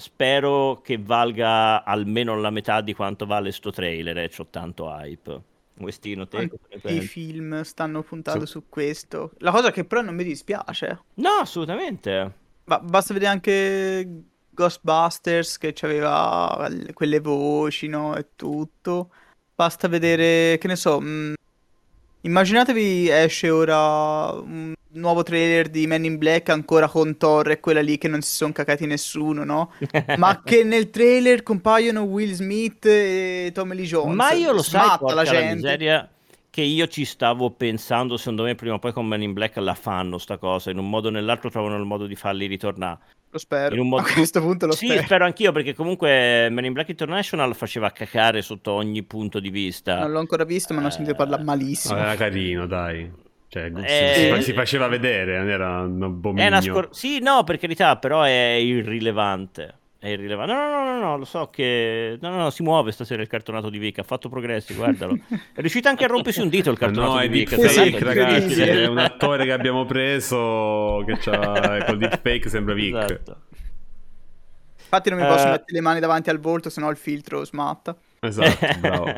Spero che valga almeno la metà di quanto vale sto trailer, c'ho tanto hype. Westino, te cosa ne I pensi? film stanno puntando su questo. La cosa che però non mi dispiace. No, assolutamente. Ma basta vedere anche Ghostbusters che aveva quelle voci, no? E tutto. Basta vedere, che ne so, immaginatevi esce ora un nuovo trailer di Men in Black ancora con Thor e quella lì che non si sono cacati nessuno, no? Ma che nel trailer compaiono Will Smith e Tommy Lee Ma Jones. io lo sai, Smatta la porca la gente. miseria, che io ci stavo pensando, secondo me prima o poi con Men in Black la fanno sta cosa, in un modo o nell'altro trovano il modo di farli ritornare. Lo spero. In un modo... A questo punto lo Sì, spero. spero anch'io, perché comunque Men in Black International faceva cacare sotto ogni punto di vista. Non l'ho ancora visto, ma ne ho sentito parlare No, malissimo. era carino, dai. Cioè, Eh, si faceva vedere, non era un È una abominio. Sì, no, per carità, però è irrilevante. È irrilevante. No, lo so che... No, si muove stasera il cartonato di Vic, ha fatto progressi, guardalo. È riuscito anche a rompersi un dito il Ma cartonato no, di è Vic. deepfake, Sì, ragazzi. incredibile. È un attore che abbiamo preso che col deepfake sembra Vic. Esatto. Infatti non mi posso mettere le mani davanti al volto, sennò il filtro smatta. Esatto, bravo.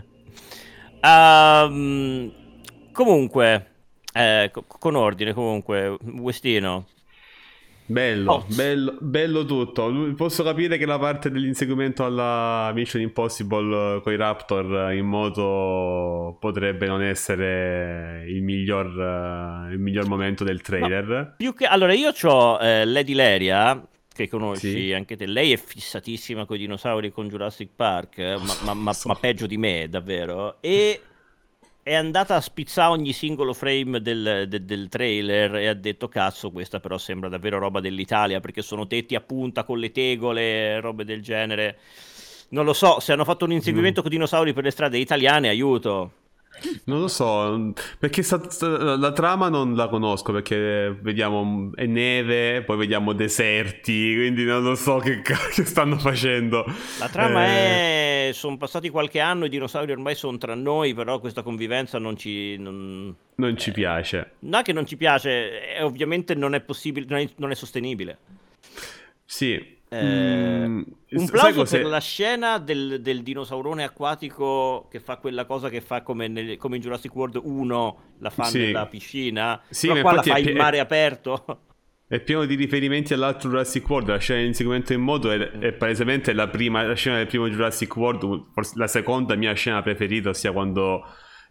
Comunque, con ordine, comunque, Westino. Bello, Oz. bello tutto. Posso capire che la parte dell'inseguimento alla Mission Impossible con i Raptor in moto potrebbe non essere il miglior momento del trailer. Più che... Allora, io ho Lady Leria, che conosci Sì. anche te. Lei è fissatissima con i dinosauri e con Jurassic Park, ma peggio di me, davvero. E è andata a spizzare ogni singolo frame del trailer e ha detto: cazzo, questa però sembra davvero roba dell'Italia, perché sono tetti a punta con le tegole, robe del genere. Non lo so, se hanno fatto un inseguimento con dinosauri per le strade italiane, aiuto. Non lo so, perché la trama non la conosco, perché vediamo è neve, poi vediamo deserti, quindi non lo so che cacchio stanno facendo. La trama è... Sono passati qualche anno, i dinosauri ormai sono tra noi, però questa convivenza non ci... Non ci piace. No, che non ci piace, ovviamente non è possibile, non è sostenibile. Sì. Un Sai plauso cos'è? per la scena del dinosaurone acquatico che fa quella cosa che fa come in Jurassic World 1, la fa Sì. nella piscina, Sì, però ma qua la infatti fa in mare aperto. è pieno di riferimenti all'altro Jurassic World. La scena di inseguimento in moto è palesemente la scena del primo Jurassic World, forse la seconda mia scena preferita, ossia quando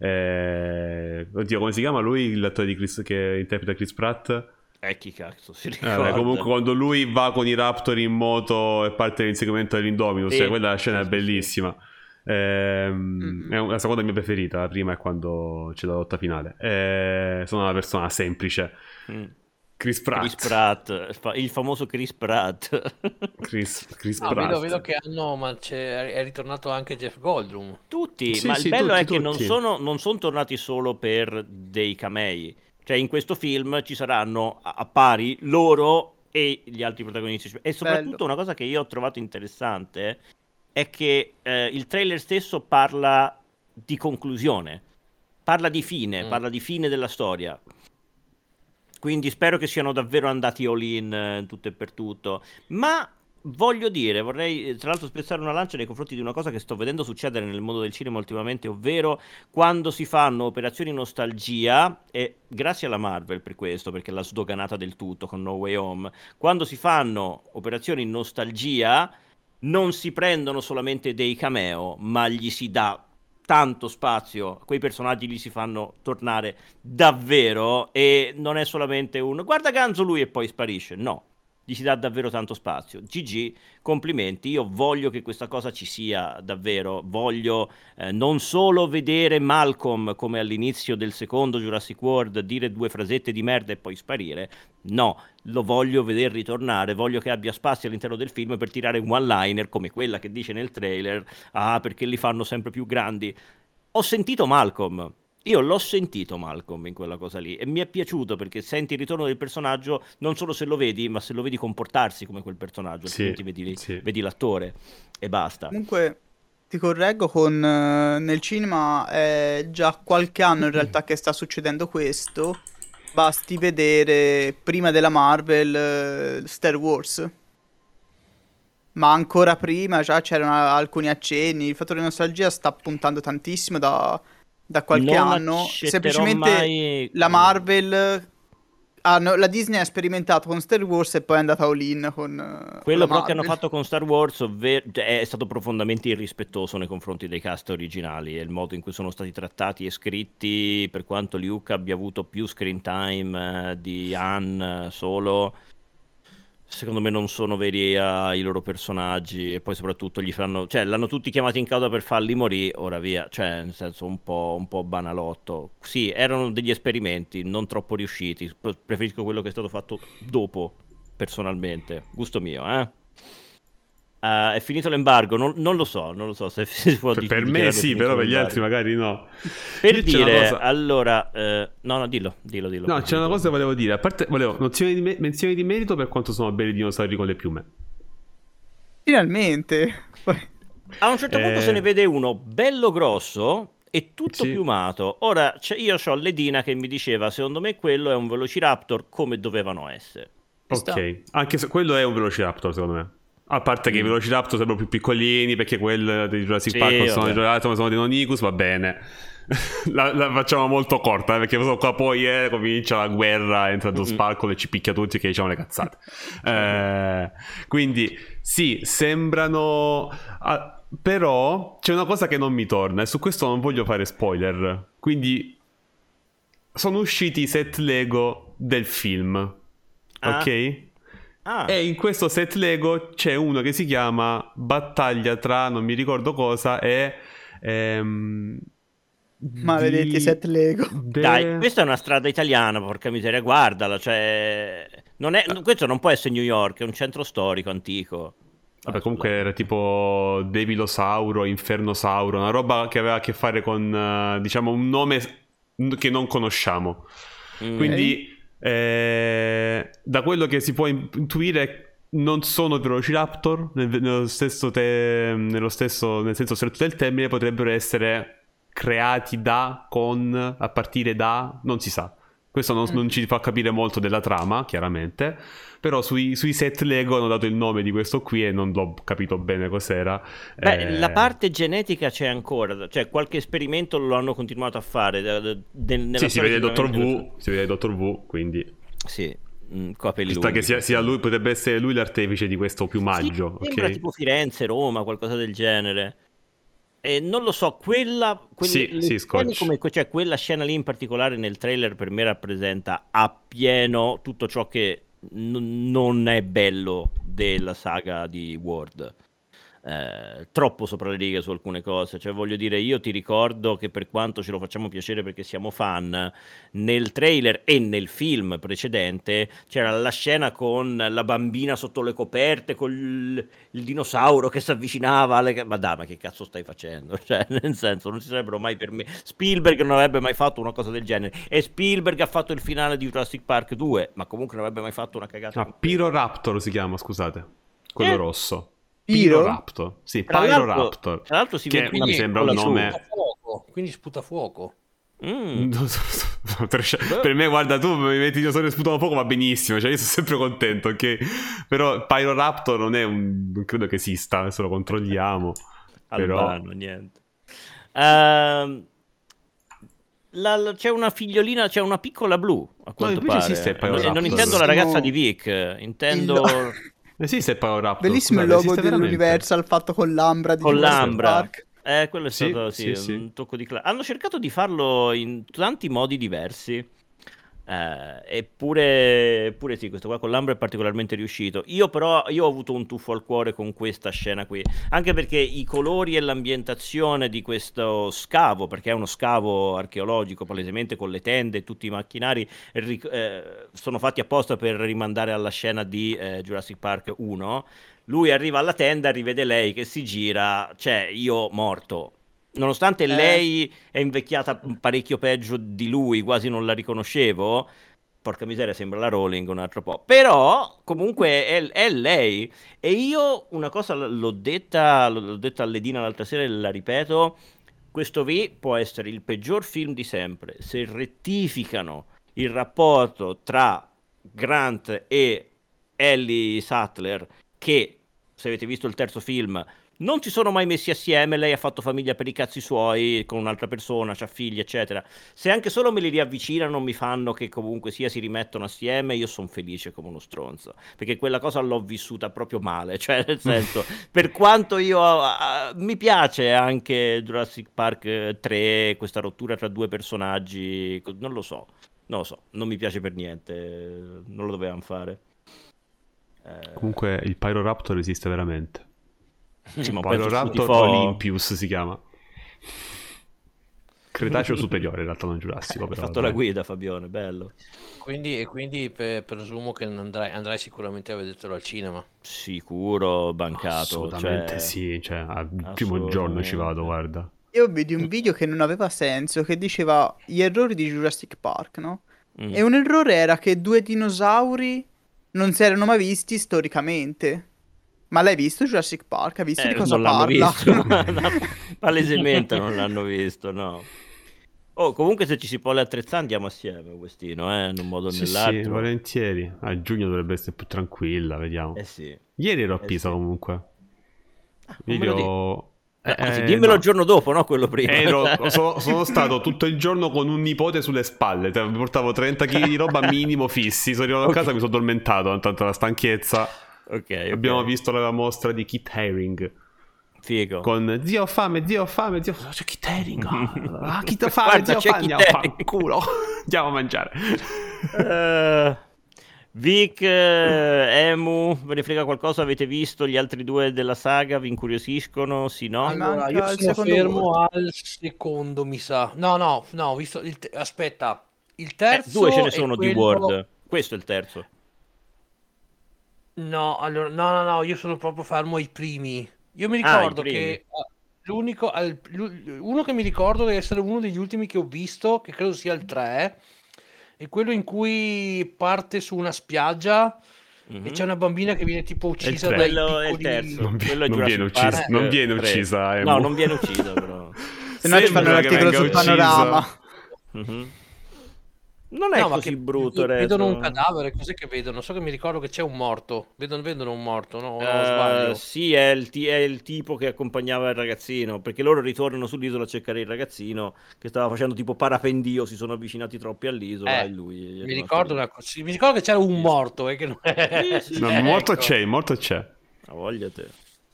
oddio, come si chiama lui, l'attore che interpreta Chris Pratt? Chi cazzo si ricorda? Vabbè, comunque quando lui va con i Raptor in moto e parte l'inseguimento dell'Indominus, Sì, quella scena sì, è bellissima. È la seconda mia preferita, la prima è quando c'è la lotta finale. Sono una persona semplice. Mm. Chris Pratt. Chris Pratt, il famoso Chris Pratt. Chris No, Pratt. vedo che hanno, è ritornato anche Jeff Goldblum. Tutti, Sì, ma sì, il bello tutti, è che tutti. non sono tornati solo per dei camei. Cioè, in questo film ci saranno a pari loro e gli altri protagonisti. E soprattutto Bello. una cosa che io ho trovato interessante è che il trailer stesso parla di conclusione, parla di fine della storia. Quindi spero che siano davvero andati all in tutto e per tutto. Ma voglio dire, vorrei tra l'altro spezzare una lancia nei confronti di una cosa che sto vedendo succedere nel mondo del cinema ultimamente, ovvero quando si fanno operazioni nostalgia, e grazie alla Marvel per questo, perché l'ha sdoganata del tutto con No Way Home, quando si fanno operazioni nostalgia non si prendono solamente dei cameo, ma gli si dà tanto spazio, quei personaggi li si fanno tornare davvero e non è solamente un guarda Ganzo lui e poi sparisce, no, gli si dà davvero tanto spazio. GG, complimenti, io voglio che questa cosa ci sia davvero, voglio non solo vedere Malcolm come all'inizio del secondo Jurassic World dire due frasette di merda e poi sparire, no, lo voglio vedere ritornare, voglio che abbia spazio all'interno del film per tirare un one-liner come quella che dice nel trailer, perché li fanno sempre più grandi. Ho sentito Malcolm, io l'ho sentito Malcolm in quella cosa lì e mi è piaciuto perché senti il ritorno del personaggio non solo se lo vedi, ma se lo vedi comportarsi come quel personaggio, Sì, altrimenti sì. vedi l'attore e basta. Comunque ti correggo nel cinema è già qualche anno in realtà che sta succedendo questo. Basti vedere prima della Marvel Star Wars. Ma ancora prima già c'erano alcuni accenni. Il fattore nostalgia sta puntando tantissimo da da qualche Non anno. accetterò Semplicemente mai... la Marvel, la Disney ha sperimentato con Star Wars e poi è andata all-in con Quello la però che hanno Marvel. fatto con Star Wars è stato profondamente irrispettoso nei confronti dei cast originali e il modo in cui sono stati trattati e scritti, per quanto Luke abbia avuto più screen time di Han solo, secondo me non sono veri i loro personaggi e poi soprattutto gli fanno, cioè l'hanno tutti chiamati in causa per farli morire, ora via, cioè nel senso un po' banalotto. Sì, erano degli esperimenti non troppo riusciti, preferisco quello che è stato fatto dopo, personalmente, gusto mio, eh. È finito l'embargo? Non lo so, non lo so se si può Per me dichiarare sì, finito però per gli altri l'embargo. magari no. Per Io c'è una dire, cosa. allora, no, dillo. No, poi c'è una finito. cosa che volevo dire. A parte, volevo menzioni di merito per quanto sono belli i dinosauri con le piume. Finalmente. Poi- A un certo punto se ne vede uno bello grosso e tutto Sì. piumato. Ora, io ho l'Edina che mi diceva, secondo me quello è un Velociraptor come dovevano essere. Ci sta. Ok, anche se quello è un Velociraptor secondo me. A parte che i Velociraptor sembrano più piccolini perché quello dei Jurassic Sì, Park non sono vabbè. dei Jurassic, ma sono dei Nonicus, va bene. La facciamo molto corta perché qua poi comincia la guerra, entra Don Sparkle e ci picchia tutti che diciamo le cazzate. Quindi sì, sembrano... però c'è una cosa che non mi torna e su questo non voglio fare spoiler. Quindi sono usciti i set Lego del film, Ah. ok? Ah, E in questo set Lego c'è uno che si chiama Battaglia tra non mi ricordo cosa e Maledetti set Lego. dai, questa è una strada italiana, porca miseria, guardala, cioè... questo non può essere New York, è un centro storico antico. Vabbè, Ah, comunque scusate. era tipo Devilosauro, Infernosauro, una roba che aveva a che fare con, diciamo, un nome che non conosciamo. Quindi, da quello che si può intuire, non sono Velociraptor, nel senso stretto del termine, potrebbero essere creati a partire da, non si sa. Questo non ci fa capire molto della trama, chiaramente. Però sui set Lego hanno dato il nome di questo qui e non l'ho capito bene cos'era. Beh, la parte genetica c'è ancora, cioè qualche esperimento lo hanno continuato a fare. Nella Sì, si storia vede il dottor sicuramente... V, si vede il dottor V, quindi Sì, capelli ci sta che lunghi. sia lui, potrebbe essere lui l'artefice di questo Sì, piumaggio, sembra ok? tipo Firenze, Roma, qualcosa del genere. E non lo so, Sì, le sì, scene Scotch. cioè quella scena lì in particolare nel trailer per me rappresenta appieno tutto ciò che non è bello della saga di Ward. Troppo sopra le righe su alcune cose, cioè voglio dire, io ti ricordo che per quanto ce lo facciamo piacere perché siamo fan, nel trailer e nel film precedente c'era la scena con la bambina sotto le coperte, con il dinosauro che si avvicinava ma dai, ma che cazzo stai facendo? Cioè, nel senso, non si sarebbero mai per me. Spielberg non avrebbe mai fatto una cosa del genere. E Spielberg ha fatto il finale di Jurassic Park 2, ma comunque non avrebbe mai fatto una cagata Ah, come quella. Pyroraptor si chiama, scusate. Quello Eh, rosso. Piro? Pyroraptor. Sì, tra Pyroraptor. l'altro si Che vede una mi Quindi, sembra un quindi piccola nome... sputa fuoco. Quindi sputa fuoco. Mm. Per me, guarda, tu mi metti i dinosauri che sputano fuoco, va benissimo. Cioè, io sono sempre contento, ok? Però Pyroraptor non credo che esista. Adesso lo controlliamo. Però... Albano, niente. C'è una figliolina, c'è una piccola blu, a No, quanto invece esiste pare. il Pyroraptor. Non intendo la ragazza di Bellissimo. Vic, intendo Esiste il Pyroraptor, Bellissimo il scusate, logo esiste veramente. dell'Universal fatto con l'ambra di con Jurassic Esiste. l'ambra. Park. Quello è Sì, stato, sì, sì, sì. un tocco di classe. Hanno cercato di farlo in tanti modi diversi. Eppure sì, questo qua con l'ambra è particolarmente riuscito. Io ho avuto un tuffo al cuore con questa scena qui, anche perché i colori e l'ambientazione di questo scavo, perché è uno scavo archeologico palesemente con le tende e tutti i macchinari, sono fatti apposta per rimandare alla scena di Jurassic Park 1. Lui arriva alla tenda, rivede lei che si gira, cioè io morto. Nonostante lei è invecchiata parecchio peggio di lui, quasi non la riconoscevo. Porca miseria, sembra la Rowling un altro po'. Però, comunque, è lei. E io una cosa l'ho detta all'Edina l'altra sera e la ripeto. Questo V può essere il peggior film di sempre. Se rettificano il rapporto tra Grant e Ellie Sattler, che, se avete visto il terzo film, non si sono mai messi assieme, lei ha fatto famiglia per i cazzi suoi con un'altra persona, c'ha figli eccetera, se anche solo me li riavvicinano, mi fanno che comunque sia si rimettono assieme, io sono felice come uno stronzo, perché quella cosa l'ho vissuta proprio male, cioè nel senso, per quanto io mi piace anche Jurassic Park 3, questa rottura tra due personaggi, non lo so, non mi piace per niente, non lo dovevamo fare. Comunque il Pyroraptor esiste veramente. Sì, ma Pyroraptor Olympius si chiama. Cretaceo superiore in realtà, non giurassico. Hai fatto la guida, Fabione, bello. Quindi presumo che andrai sicuramente a vedertelo al cinema. Sicuro, bancato. Assolutamente sì, cioè al primo giorno ci vado, guarda. Io vidi un video che non aveva senso, che diceva gli errori di Jurassic Park, no? E un errore era che 2 dinosauri non si erano mai visti storicamente. Ma l'hai visto Jurassic Park? Hai visto di cosa parla? Visto. No, palesemente non l'hanno visto, no. Oh, comunque se ci si vuole attrezzare andiamo assieme, Questino, in un modo o nell'altro. Sì, volentieri. A giugno dovrebbe essere più tranquilla, vediamo. Sì. Ieri ero a Pisa comunque. Anzi, dimmelo il giorno dopo, no? Quello prima. Sono stato tutto il giorno con un nipote sulle spalle. Mi portavo 30 kg di roba minimo fissi. Sono arrivato a casa e mi sono addormentato, tanto la stanchezza. Abbiamo visto la mostra di Kit Haring. Figo. Con zio ho fame. C'è Kit Haring. Kit ha fame, zio ho fame. Culo. Andiamo a mangiare. Vic, Emu, ve ne frega qualcosa? Avete visto gli altri 2 della saga? Vi incuriosiscono? Sì, no? Allora, io sono fermo al secondo, mi sa. No, ho visto aspetta, il terzo 2 ce ne sono quello... di World. Questo è il terzo. No, allora, no, io sono proprio fermo ai primi. Io mi ricordo che uno che mi ricordo deve essere uno degli ultimi che ho visto, che credo sia il 3, è quello in cui parte su una spiaggia e c'è una bambina che viene tipo uccisa dai piccoli... È il terzo. Non viene uccisa. No, non viene uccisa però. Se no ci fanno l'articolo sul Panorama. Non è così brutto. Vedono un cadavere, cos'è che vedono? So che mi ricordo che c'è un morto. Vedono un morto, no? Sbaglio. Sì, è il tipo che accompagnava il ragazzino, perché loro ritornano sull'isola a cercare il ragazzino che stava facendo tipo parapendio, si sono avvicinati troppi all'isola e lui... Mi ricordo che c'era un morto, che non è... No, il morto c'è, A voglia te.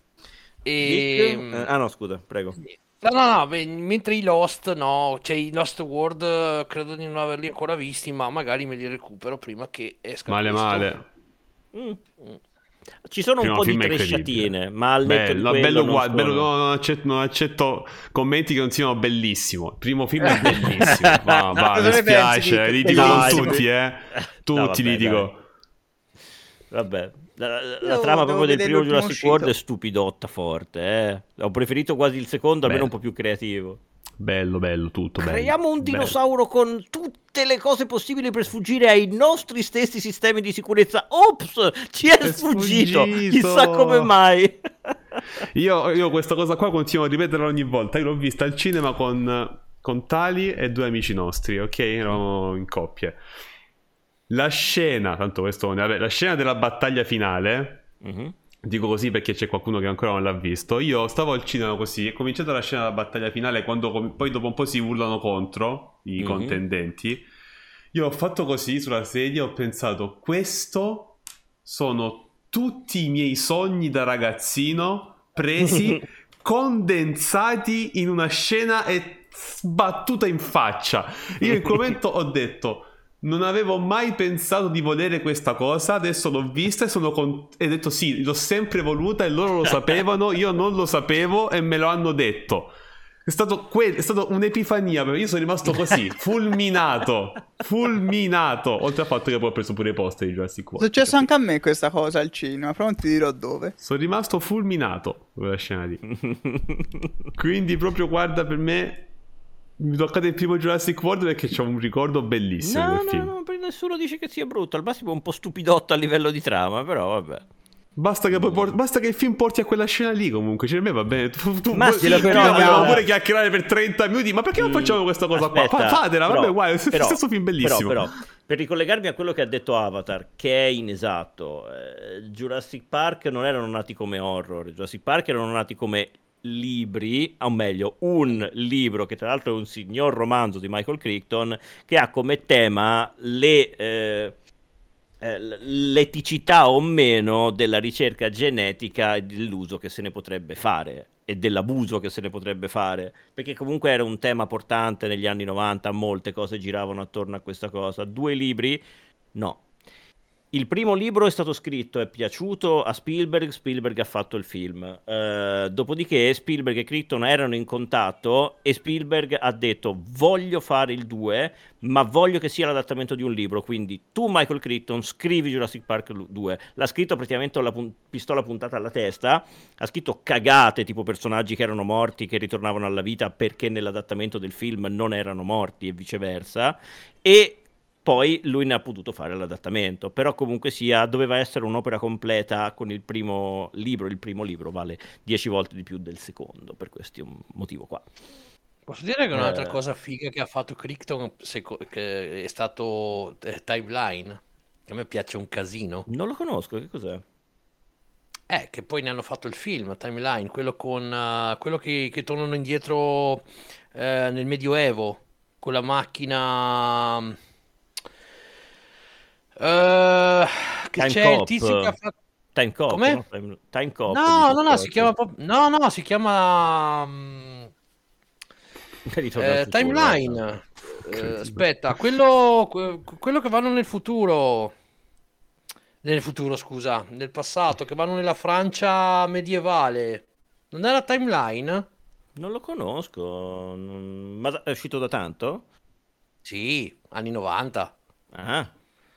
E... no, scusa, prego. No, mentre i Lost, cioè i Lost World credo di non averli ancora visti, ma magari me li recupero prima che esca. Male. Ci sono un po' di tresciatine, ma al netto di quello non accetto commenti che non siano bellissimo. Il primo film è bellissimo. Mi spiace, li dico con tutti, tutti li dico. Vabbè. La trama proprio del primo Jurassic World è stupidotta forte, Ho preferito quasi il secondo, almeno un po' più creativo. Bello, tutto bello. Creiamo un dinosauro con tutte le cose possibili per sfuggire ai nostri stessi sistemi di sicurezza. Ops, ci è sfuggito. Chissà come mai. Io questa cosa qua continuo a ripeterla ogni volta. Io l'ho vista al cinema con Tali e 2 amici nostri, ok? Eravamo in coppie. La scena, la scena della battaglia finale, dico così perché c'è qualcuno che ancora non l'ha visto. Io stavo al cinema così, è cominciata la scena della battaglia finale, quando poi dopo un po' si urlano contro i contendenti. Io ho fatto così sulla sedia, ho pensato, questo sono tutti i miei sogni da ragazzino presi, condensati in una scena e sbattuta in faccia. Io in quel momento ho detto... Non avevo mai pensato di volere questa cosa, adesso l'ho vista e ho detto sì, l'ho sempre voluta e loro lo sapevano, io non lo sapevo e me lo hanno detto. È stato un'epifania, io sono rimasto così, fulminato, oltre al fatto che poi ho preso pure i poster di Jurassic World. È successo anche a me questa cosa al cinema, però non ti dirò dove. Sono rimasto fulminato quella scena lì. Quindi proprio guarda, per me... Mi toccate il primo Jurassic World perché c'ho un ricordo bellissimo del film. No, nessuno dice che sia brutto. Al massimo è un po' stupidotto a livello di trama, però vabbè. Basta che il film porti a quella scena lì, comunque. Cioè, a me va bene. Vogliamo pure chiacchierare per 30 minuti. Ma perché non facciamo questa cosa qua? Fatela, vabbè, guarda, è lo stesso film bellissimo. Però Per ricollegarmi a quello che ha detto Avatar, che è inesatto, Jurassic Park non erano nati come horror, Jurassic Park erano nati come libri, o meglio, un libro che tra l'altro è un signor romanzo di Michael Crichton, che ha come tema l'eticità o meno della ricerca genetica e dell'uso che se ne potrebbe fare e dell'abuso che se ne potrebbe fare, perché comunque era un tema portante negli anni 90, molte cose giravano attorno a questa cosa. 2 libri? No. Il primo libro è stato scritto, è piaciuto a Spielberg, Spielberg ha fatto il film. Dopodiché Spielberg e Crichton erano in contatto e Spielberg ha detto voglio fare il 2, ma voglio che sia l'adattamento di un libro, quindi tu Michael Crichton scrivi Jurassic Park 2. L'ha scritto praticamente con la pistola puntata alla testa, ha scritto cagate tipo personaggi che erano morti, che ritornavano alla vita perché nell'adattamento del film non erano morti e viceversa, e poi lui ne ha potuto fare l'adattamento, però comunque sia, doveva essere un'opera completa con il primo libro vale 10 volte di più del secondo, per questo motivo qua. Posso dire che un'altra Eh, cosa figa che ha fatto Crichton che è stato Timeline, che a me piace un casino. non lo conosco, che cos'è? Che poi ne hanno fatto il film, Timeline, quello con quello che tornano indietro nel Medioevo, con la macchina che Time c'è il Cop, tizio che ha fatto... Time Cop, Com'è? no? Time Cop, No, dice no, no, si Scott. chiama proprio... No, no, si chiama... Ritorno al futuro, Timeline. Cretino. Aspetta, quello che vanno nel futuro... Nel futuro, scusa, nel passato, che vanno nella Francia medievale. Non era Timeline? non lo conosco, ma è uscito da tanto? Sì, anni 90. Ah,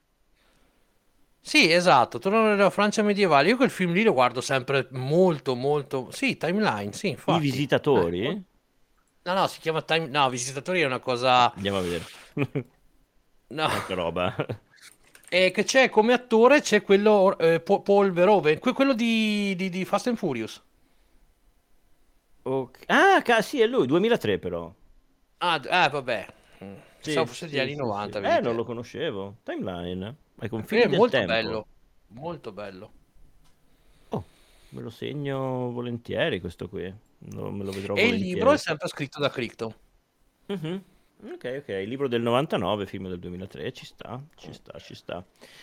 Sì, esatto, tornano nella Francia medievale. Io quel film lì lo guardo sempre molto, molto... Sì, Timeline, sì, I infatti. visitatori? No, no, si chiama Time... No, Visitatori è una cosa... Andiamo a vedere. No. Tanta roba. E che c'è come attore, c'è quello... Paul Verhoeven, quello di Fast and Furious. Ah, sì, è lui, 2003 però. Vabbè. Sì, Pensavo fosse degli anni 90, vedi Non te. lo conoscevo. Timeline. Ai Quello confini è del molto tempo. bello, molto bello. Oh, me lo segno volentieri questo qui. Me lo vedrò E il libro è volentieri. sempre scritto da Crichton. Mhm. Ok, il libro del 99, film del 2003, ci sta, ci sta, ci sta.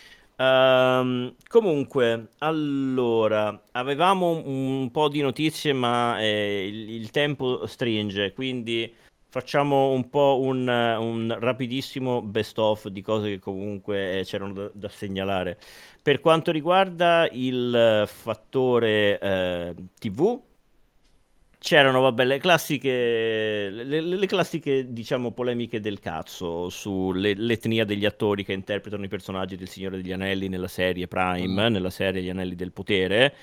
Comunque, allora, avevamo un po' di notizie, ma il tempo stringe, quindi facciamo un po' un rapidissimo best of di cose che comunque c'erano da segnalare. Per quanto riguarda il fattore TV, c'erano, vabbè, le classiche, diciamo, polemiche del cazzo sull'etnia degli attori che interpretano i personaggi del Signore degli Anelli nella serie Prime, nella serie Gli Anelli del Potere.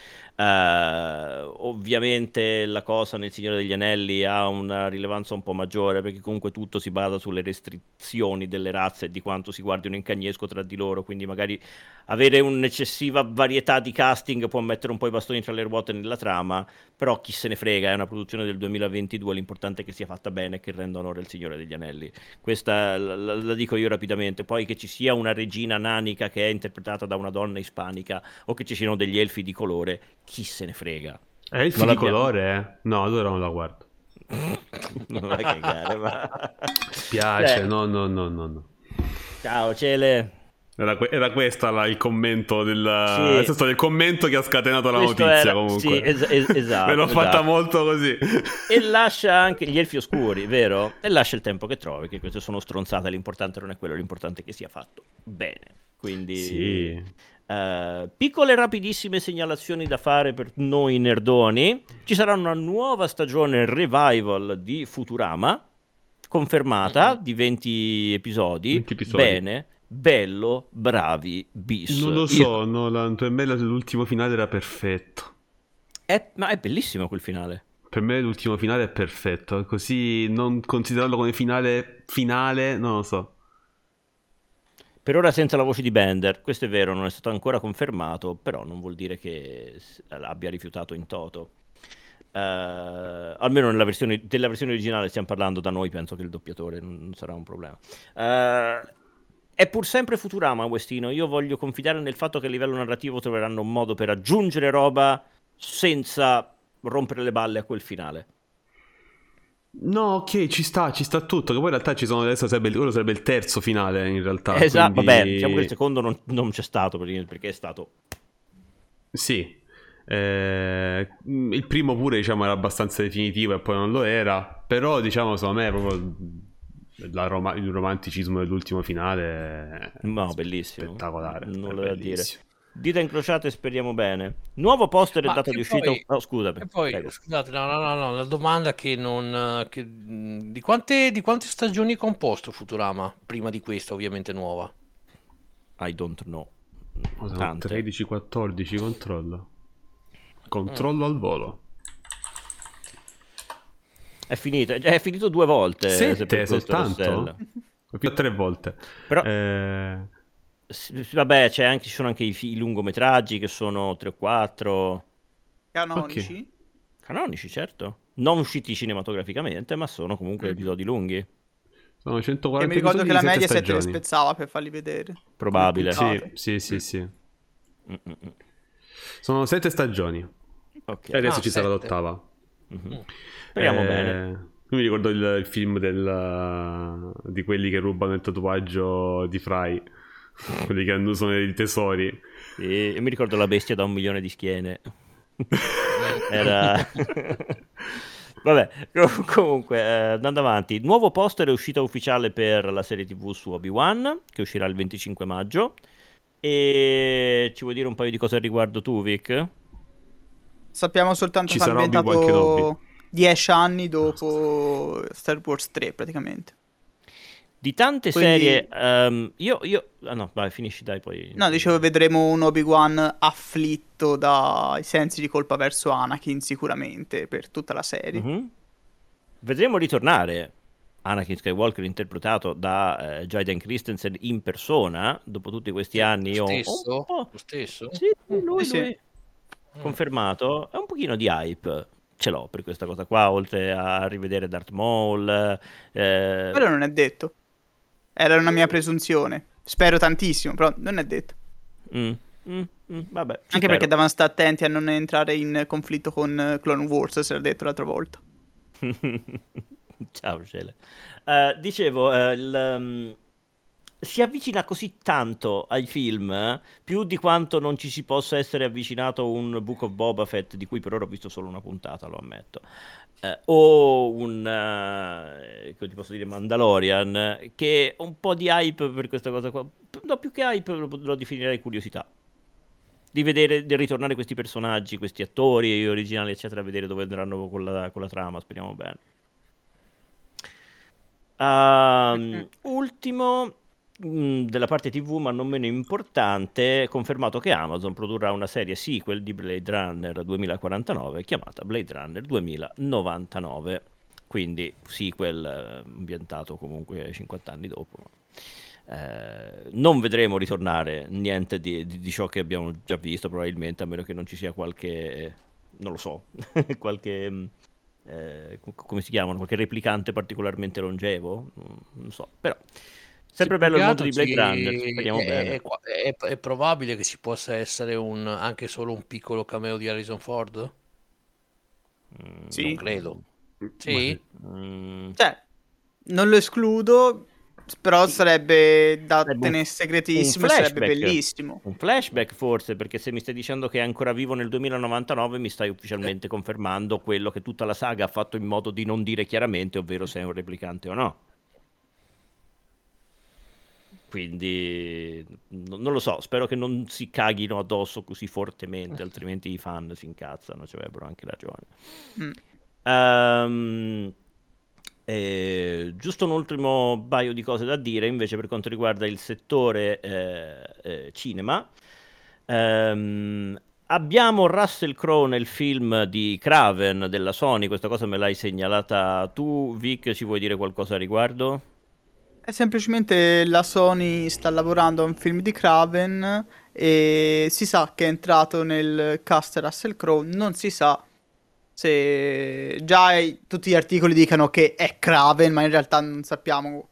Ovviamente la cosa nel Signore degli Anelli ha una rilevanza un po' maggiore perché comunque tutto si basa sulle restrizioni delle razze e di quanto si guardino in cagnesco tra di loro, quindi magari avere un'eccessiva varietà di casting può mettere un po' i bastoni tra le ruote nella trama, però chi se ne frega, è una produzione del 2022, l'importante è che sia fatta bene e che renda onore al Signore degli Anelli. Questa la dico io rapidamente, poi che ci sia una regina nanica che è interpretata da una donna ispanica o che ci siano degli elfi di colore, chi se ne frega. Elfi Non di l'abbiamo- colore, eh? No, allora non la guardo. Non vai a cagare, ma... Spiace, Cioè, no, no, no, no, no. ciao, Cele. Era questa il commento Sì, nel senso del commento che ha scatenato la questo notizia era... Sì, comunque. Me l'ho esatto, fatta esatto. molto così. E lascia anche gli elfi oscuri, vero? E lascia il tempo che trovi, che queste sono stronzate, l'importante non è quello, l'importante è che sia fatto bene. Quindi, Sì. piccole rapidissime segnalazioni da fare per noi nerdoni. Ci sarà una nuova stagione revival di Futurama, confermata, di 20 episodi. 20 episodi. Bene, bello, bravi, bis. Non lo so, Nolan, per me l'ultimo finale era perfetto. Ma è bellissimo quel finale. Per me l'ultimo finale è perfetto, così non considerarlo come finale, non lo so. Per ora senza la voce di Bender, questo è vero, non è stato ancora confermato, però non vuol dire che l'abbia rifiutato in toto. Almeno della versione originale stiamo parlando, da noi penso che il doppiatore non sarà un problema. È pur sempre Futurama, Westino. Io voglio confidare nel fatto che a livello narrativo troveranno un modo per aggiungere roba senza rompere le balle a quel finale. No, ok, ci sta tutto. Che poi in realtà ci sono adesso quello sarebbe il terzo finale, in realtà. Esatto, quindi... vabbè, diciamo che il secondo non c'è stato perché è stato. Sì. Il primo pure, diciamo, era abbastanza definitivo e poi non lo era. Però, diciamo, secondo me è proprio il romanticismo dell'ultimo finale. No, bellissimo. Spettacolare. Nulla da dire. Dita incrociate, speriamo bene. Nuovo poster e data di uscita. Oh, scusami. E poi, Prego. scusate, no, la domanda che non... di quante stagioni è composto Futurama? Prima di questa, ovviamente, nuova. I don't know. Tante. 13-14, controllo al volo. È finito 2 volte. 7 soltanto? Più 3 volte. Però... vabbè, ci sono anche i lungometraggi che sono 3 o 4. Canonici? Okay. Canonici, certo. Non usciti cinematograficamente, ma sono comunque episodi lunghi. Sono 140 e mi ricordo che la media 7 le stagioni. spezzava per farli vedere. Probabile. Sì. Sono 7 stagioni. Okay. E adesso ci 7. sarà l'8ª. Speriamo bene. Io mi ricordo il film di quelli che rubano il tatuaggio di Fry. Quelli che usano i tesori. Sì, mi ricordo la bestia da 1 milione di schiene. Era... Vabbè, comunque, andando avanti. Nuovo poster è uscita ufficiale per la serie TV su Obi-Wan, che uscirà il 25 maggio. E ci vuoi dire un paio di cose al riguardo tu, Vic? Sappiamo soltanto che è ambientato 10 anni dopo Star Wars 3, praticamente. Di tante serie, io... Ah no, vai, finisci, dai, poi... No, dicevo, vedremo un Obi-Wan afflitto dai sensi di colpa verso Anakin, sicuramente, per tutta la serie. Vedremo ritornare Anakin Skywalker interpretato da Jaden Christensen in persona, dopo tutti questi anni. Lo stesso? Sì, lui. Sì. Confermato. È un pochino di hype. Ce l'ho per questa cosa qua, oltre a rivedere Darth Maul. Però non è detto. Era una mia presunzione. Spero tantissimo, però non è detto. Vabbè, anche perché devono stare attenti a non entrare in conflitto con Clone Wars, se l'ha detto l'altra volta. Ciao, Cele. Dicevo, si avvicina così tanto ai film, più di quanto non ci si possa essere avvicinato un Book of Boba Fett, di cui per ora ho visto solo una puntata, lo ammetto. O un che ti posso dire, Mandalorian, che un po' di hype per questa cosa qua. No, più che hype lo definirei curiosità di vedere, di ritornare questi personaggi, questi attori originali eccetera, a vedere dove andranno con la trama. Speriamo bene. Ultimo della parte TV, ma non meno importante, confermato che Amazon produrrà una serie sequel di Blade Runner 2049 chiamata Blade Runner 2099, quindi sequel ambientato comunque 50 anni dopo. Non vedremo ritornare niente di ciò che abbiamo già visto, probabilmente, a meno che non ci sia qualche, non lo so, qualche come si chiamano, qualche replicante particolarmente longevo, non so, però sempre bello il mondo di Blade Runner, speriamo bene. È probabile che ci possa essere anche solo un piccolo cameo di Harrison Ford? Sì. Non credo. Sì? Cioè, non lo escludo, però sarebbe da tenere segretissimo, sarebbe bellissimo. Un flashback forse, perché se mi stai dicendo che è ancora vivo nel 2099 mi stai ufficialmente confermando quello che tutta la saga ha fatto in modo di non dire chiaramente, ovvero se è un replicante o no. Quindi non lo so, spero che non si caghino addosso così fortemente, altrimenti i fan si incazzano, ci avrebbero anche ragione. Giusto un ultimo paio di cose da dire invece per quanto riguarda il settore cinema. Abbiamo Russell Crowe nel film di Kraven della Sony, questa cosa me l'hai segnalata tu, Vic, ci vuoi dire qualcosa a riguardo? È semplicemente la Sony sta lavorando a un film di Kraven e si sa che è entrato nel cast Russell Crowe, non si sa se già tutti gli articoli dicano che è Kraven, ma in realtà non sappiamo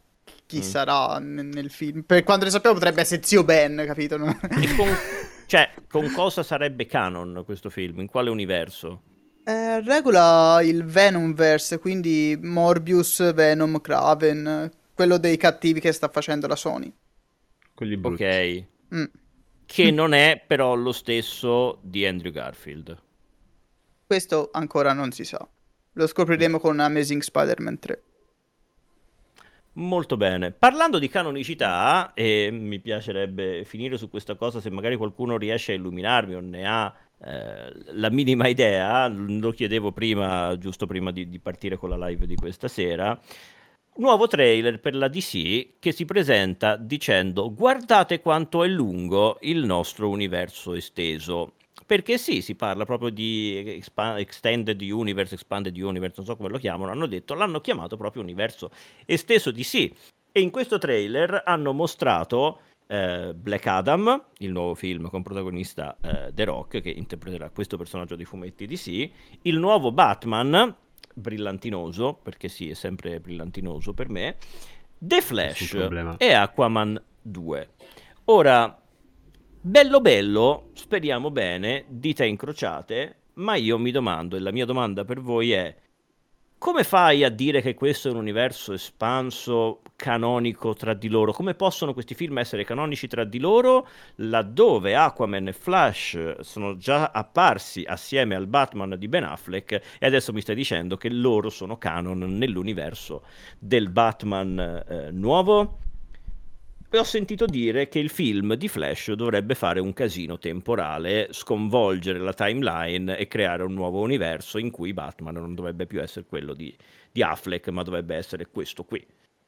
chi sarà nel film. Per quanto ne sappiamo potrebbe essere Zio Ben, capito? E con cosa sarebbe canon questo film? In quale universo? Regola il Venomverse, quindi Morbius, Venom, Kraven, quello dei cattivi che sta facendo la Sony. Quelli brutti. Ok. Mm. Che non è però lo stesso di Andrew Garfield. Questo ancora non si sa. Lo scopriremo con Amazing Spider-Man 3. Molto bene. Parlando di canonicità, e mi piacerebbe finire su questa cosa, se magari qualcuno riesce a illuminarmi o ne ha la minima idea, lo chiedevo prima, giusto prima di partire con la live di questa sera. Nuovo trailer per la DC che si presenta dicendo: guardate quanto è lungo il nostro universo esteso. Perché sì, si parla proprio di Extended Universe, Expanded Universe, non so come lo chiamano, l'hanno chiamato proprio universo esteso DC. E in questo trailer hanno mostrato Black Adam, il nuovo film con protagonista The Rock, che interpreterà questo personaggio dei fumetti DC, il nuovo Batman, brillantinoso, perché sì, è sempre brillantinoso per me, The Flash e Aquaman 2. Ora, bello bello, speriamo bene, dita incrociate, ma io mi domando, e la mia domanda per voi è: come fai a dire che questo è un universo espanso, canonico tra di loro? Come possono questi film essere canonici tra di loro, laddove Aquaman e Flash sono già apparsi assieme al Batman di Ben Affleck e adesso mi stai dicendo che loro sono canon nell'universo del Batman nuovo? E ho sentito dire che il film di Flash dovrebbe fare un casino temporale, sconvolgere la timeline e creare un nuovo universo in cui Batman non dovrebbe più essere quello di Affleck, ma dovrebbe essere questo qui.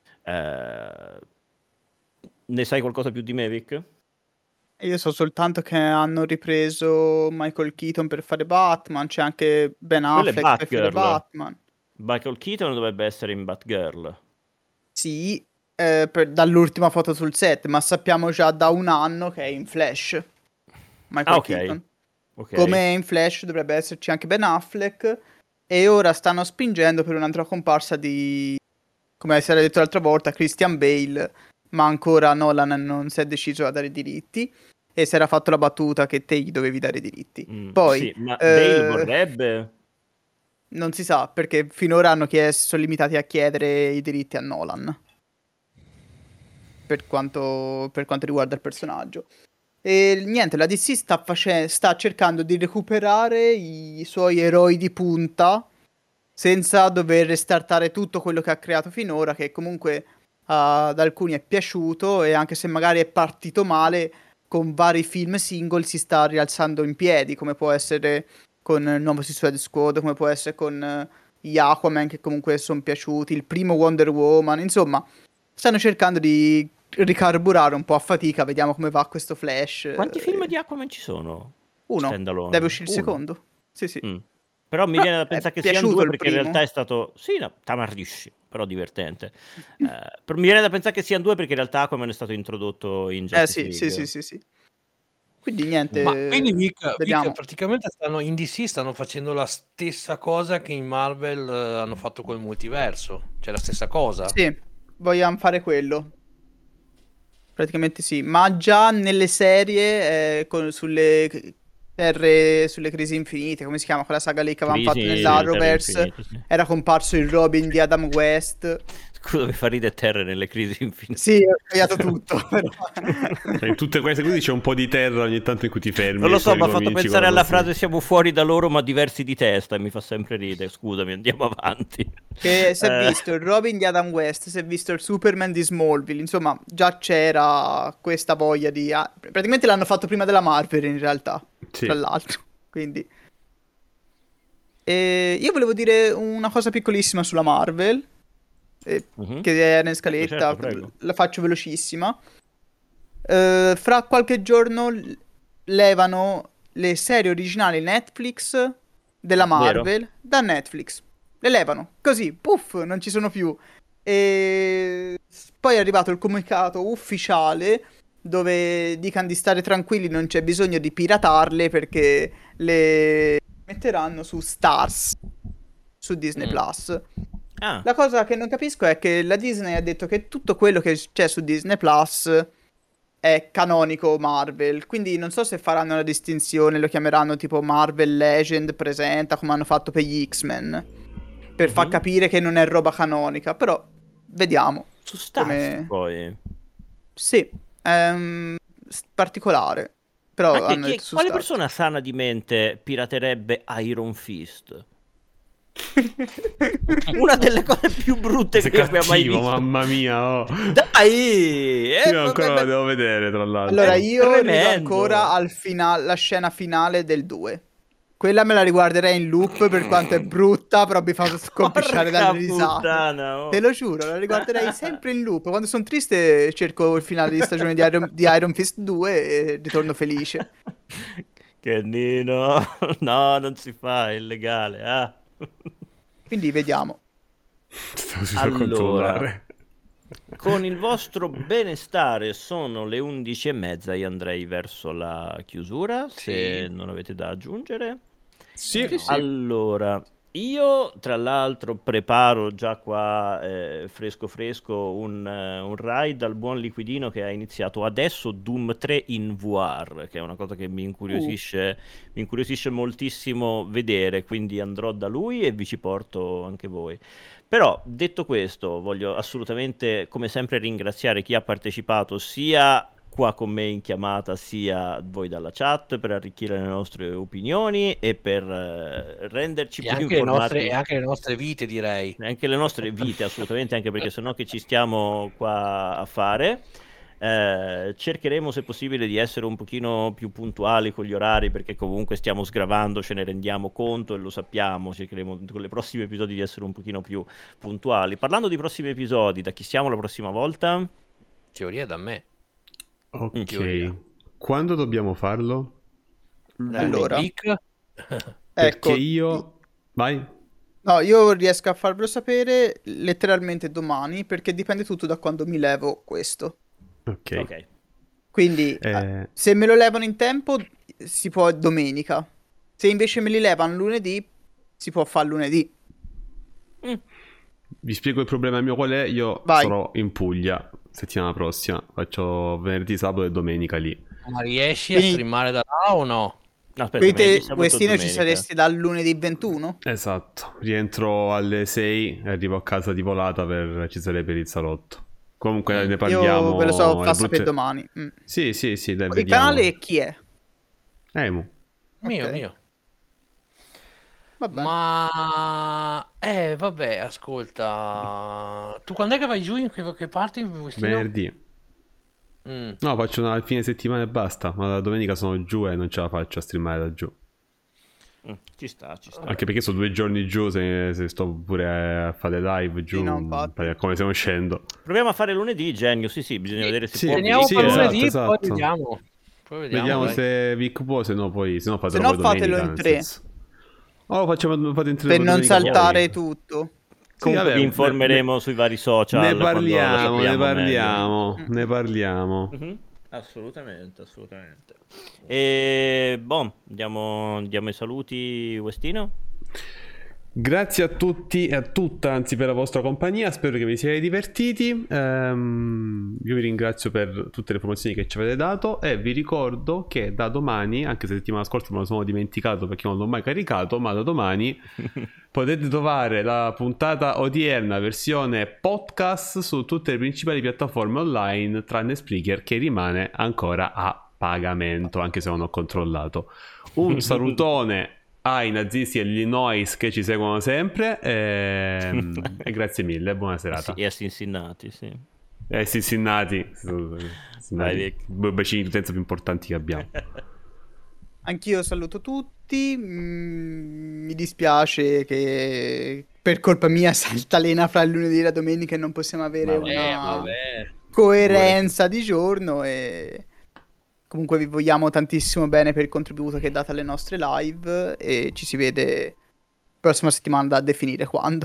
Ne sai qualcosa più di me, Vic? Io so soltanto che hanno ripreso Michael Keaton per fare Batman, c'è anche Ben Quello è Affleck per fare Batgirl. Batman. Michael Keaton dovrebbe essere in Batgirl. Sì, dall'ultima foto sul set, ma sappiamo già da un anno che è in Flash. Michael Keaton. Ok. Come in Flash dovrebbe esserci anche Ben Affleck, e ora stanno spingendo per un'altra comparsa di, come si era detto l'altra volta, Christian Bale, ma ancora Nolan non si è deciso a dare i diritti e si era fatto la battuta che te gli dovevi dare i diritti. Poi sì, ma Bale vorrebbe? Non si sa, perché finora sono limitati a chiedere i diritti a Nolan per quanto riguarda il personaggio. E niente, la DC sta cercando di recuperare i suoi eroi di punta senza dover restartare tutto quello che ha creato finora, che comunque ad alcuni è piaciuto, e anche se magari è partito male, con vari film single si sta rialzando in piedi, come può essere con il nuovo Suicide Squad, come può essere con gli Aquaman, che comunque sono piaciuti, il primo Wonder Woman, insomma, stanno cercando di ricarburare un po' a fatica. Vediamo come va questo Flash. Quanti film di Aquaman ci sono? Uno. Standalone? Deve uscire il secondo. Sì, sì. Però mi viene da pensare che siano due, perché in primo. realtà è stato... Sì, no, tamarrissimo, però divertente. Però mi viene da pensare che siano due, perché in realtà Aquaman è stato introdotto in Justice League. Sì. Quindi niente. Ma quindi Vic, praticamente in DC stanno facendo la stessa cosa che in Marvel hanno fatto col multiverso. Cioè la stessa cosa. Sì, vogliamo fare quello. Praticamente sì, ma già nelle serie sulle crisi infinite, come si chiama quella saga lì che avevamo fatto nell'Arrowverse, era comparso il Robin di Adam West. Scusa, mi fa ridere terra nelle crisi infinite. Sì, ho sbagliato tutto. Però. In tutte queste cose c'è un po' di terra ogni tanto in cui ti fermi. Non lo so, mi ha fatto pensare alla frase "siamo fuori da loro ma diversi di testa", e mi fa sempre ridere. Scusami, andiamo avanti. Che si è visto il Robin di Adam West, si è visto il Superman di Smallville, insomma già c'era questa voglia di... praticamente l'hanno fatto prima della Marvel in realtà, tra l'altro, quindi... io volevo dire una cosa piccolissima sulla Marvel, che è in scaletta, certo, la faccio velocissima. Fra qualche giorno levano le serie originali Netflix della Marvel da Netflix. Le levano, così, puff, non ci sono più. E poi è arrivato il comunicato ufficiale dove dicono di stare tranquilli, non c'è bisogno di piratarle perché le metteranno su Stars, su Disney Plus. Ah, La cosa che non capisco è che la Disney ha detto che tutto quello che c'è su Disney Plus è canonico Marvel, quindi non so se faranno una distinzione, lo chiameranno tipo Marvel Legend presenta come hanno fatto per gli X-Men, per far Mhm. capire che non è roba canonica, però vediamo su Starz come... poi. Sì, è particolare, però Anche hanno detto su quale Starz. persona sana di mente piraterebbe Iron Fist? Una delle cose più brutte Sei che io abbia mai cattivo, visto. mamma mia. Oh. Dai! Io ancora la devo vedere, tra Allora, l'altro. io rido ancora Tremendo! al finale, la scena finale del 2. Quella me la riguarderei in loop per quanto è brutta, però mi fa scompisciare dalle Porca risate. puttana, Te oh. lo giuro, la riguarderei sempre in loop. Quando sono triste cerco il finale di stagione di Iron Fist 2 e ritorno felice. Che Nino, no, non si fa, è illegale. Ah. Quindi vediamo. Stavo subito a Allora, controllare. con il vostro benestare sono le 11:30, io andrei verso la chiusura, se Sì. non avete da aggiungere. Sì. Sì, sì. Allora, io tra l'altro preparo già qua fresco fresco un raid al buon Liquidino che ha iniziato adesso Doom 3 in VR, che è una cosa che mi incuriosisce moltissimo vedere, quindi andrò da lui e vi ci porto anche voi. Però, detto questo, voglio assolutamente, come sempre, ringraziare chi ha partecipato sia qua con me in chiamata, sia voi dalla chat per arricchire le nostre opinioni e per renderci E più anche informati. e anche le nostre vite, direi. Anche le nostre vite, assolutamente, anche perché sennò che ci stiamo qua a fare. Cercheremo se possibile di essere un pochino più puntuali con gli orari perché comunque stiamo sgravando, ce ne rendiamo conto e lo sappiamo, cercheremo con i prossimi episodi di essere un pochino più puntuali. Parlando di prossimi episodi, da chi siamo la prossima volta? Teoria da me. In Ok. teoria. Quando dobbiamo farlo? Allora, Click. Perché ecco. io... Vai. No, io riesco a farvelo sapere letteralmente domani perché dipende tutto da quando mi levo questo. Ok. Ok. Quindi, Eh, se me lo levano in tempo, si può domenica. Se invece me li levano lunedì, si può fare lunedì. Mm. vi spiego il problema mio qual è. Io Vai. sarò in Puglia settimana prossima. Faccio venerdì, sabato e domenica lì. Ma riesci a Quindi, streamare da là o no? No, aspetta, quindi venerdì, te, sabato e Westino, ci domenica. saresti dal lunedì 21? Esatto. Rientro alle 6 e arrivo a casa di volata ci sarei per il salotto. Comunque ne Io ve lo so, parliamo. fa sapere domani. Sì, sì, sì, dai, Il vediamo. canale chi è? Emu. Mio, Ok. mio. Vabbè. Ma vabbè, ascolta. Tu quando è che vai giù? In che parti? Agostino? Venerdì. Mm. No, faccio una fine settimana e basta. Ma la domenica sono giù e non ce la faccio a streamare da giù. Ci sta, ci sta. Anche perché sono 2 giorni giù. Se sto pure a fare live giù, Sì, no, infatti. come stiamo scendo. Proviamo a fare lunedì, Genio. Sì, sì, bisogna vedere se Sì, può. Teniamo sì, per esatto, lunedì, esatto. poi vediamo. Poi Vediamo dai. se Vic può, se no poi. Se no Se fatelo no poi fatelo domenica. in nel 3 senso. Oh, fate in 3 per non domenica saltare poi. tutto. Sì, Comunque vabbè, vi informeremo sui vari social ne quando lo parliamo, ne sappiamo meglio. parliamo, ne parliamo. Mhm. Assolutamente, assolutamente. E diamo i saluti, Westino. Grazie a tutti e a tutta, anzi, per la vostra compagnia. Spero che vi siate divertiti. Io vi ringrazio per tutte le informazioni che ci avete dato e vi ricordo che da domani, anche se settimana scorsa me lo sono dimenticato perché non l'ho mai caricato, ma da domani potete trovare la puntata odierna versione podcast su tutte le principali piattaforme online tranne Spreaker, che rimane ancora a pagamento, anche se non ho controllato. Un salutone ai nazisti e agli Illinois che ci seguono sempre e grazie mille, buona serata. Sì, e a Cincinnati, sì. Cincinnati, Vai, Vic. i bacini di utenza più importanti che abbiamo. Anch'io saluto tutti. Mi dispiace che per colpa mia saltalena fra il lunedì e la domenica e non possiamo avere una vabbè. coerenza di giorno. E comunque vi vogliamo tantissimo bene per il contributo che date alle nostre live. E ci si vede prossima settimana, da definire quando.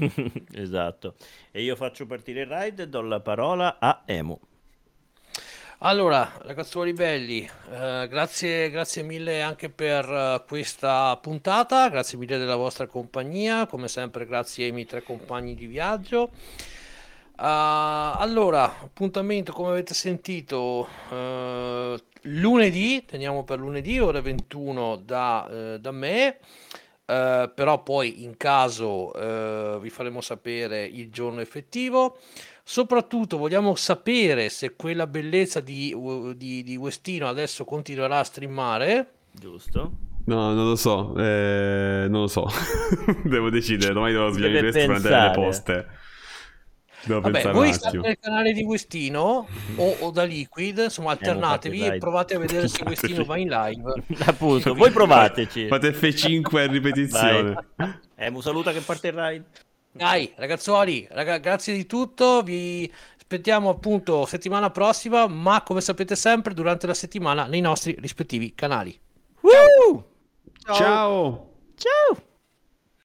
Esatto. E io faccio partire il ride e do la parola a Emu. Allora, ragazzuoli belli, grazie mille anche per questa puntata, grazie mille della vostra compagnia, come sempre grazie ai miei 3 compagni di viaggio. Allora, appuntamento come avete sentito lunedì, teniamo per lunedì, ore 21 da me. Però poi in caso vi faremo sapere il giorno effettivo. Soprattutto vogliamo sapere se quella bellezza di Westino adesso continuerà a streamare. Giusto. No, non lo so. Non lo so. Devo decidere. Domani devo svegliarmi Deve presto per andare alle pensare. poste. Devo Vabbè, pensare un voi state attimo. nel canale di Westino o da Liquid, insomma alternatevi fate e il provate a vedere se Westino va in live. Appunto, voi provateci. Fate F5 a ripetizione. Mu saluta che parte il ride. Dai, ragazzuoli, grazie di tutto, vi aspettiamo appunto settimana prossima, ma come sapete sempre durante la settimana nei nostri rispettivi canali. Woo! Ciao. Ciao!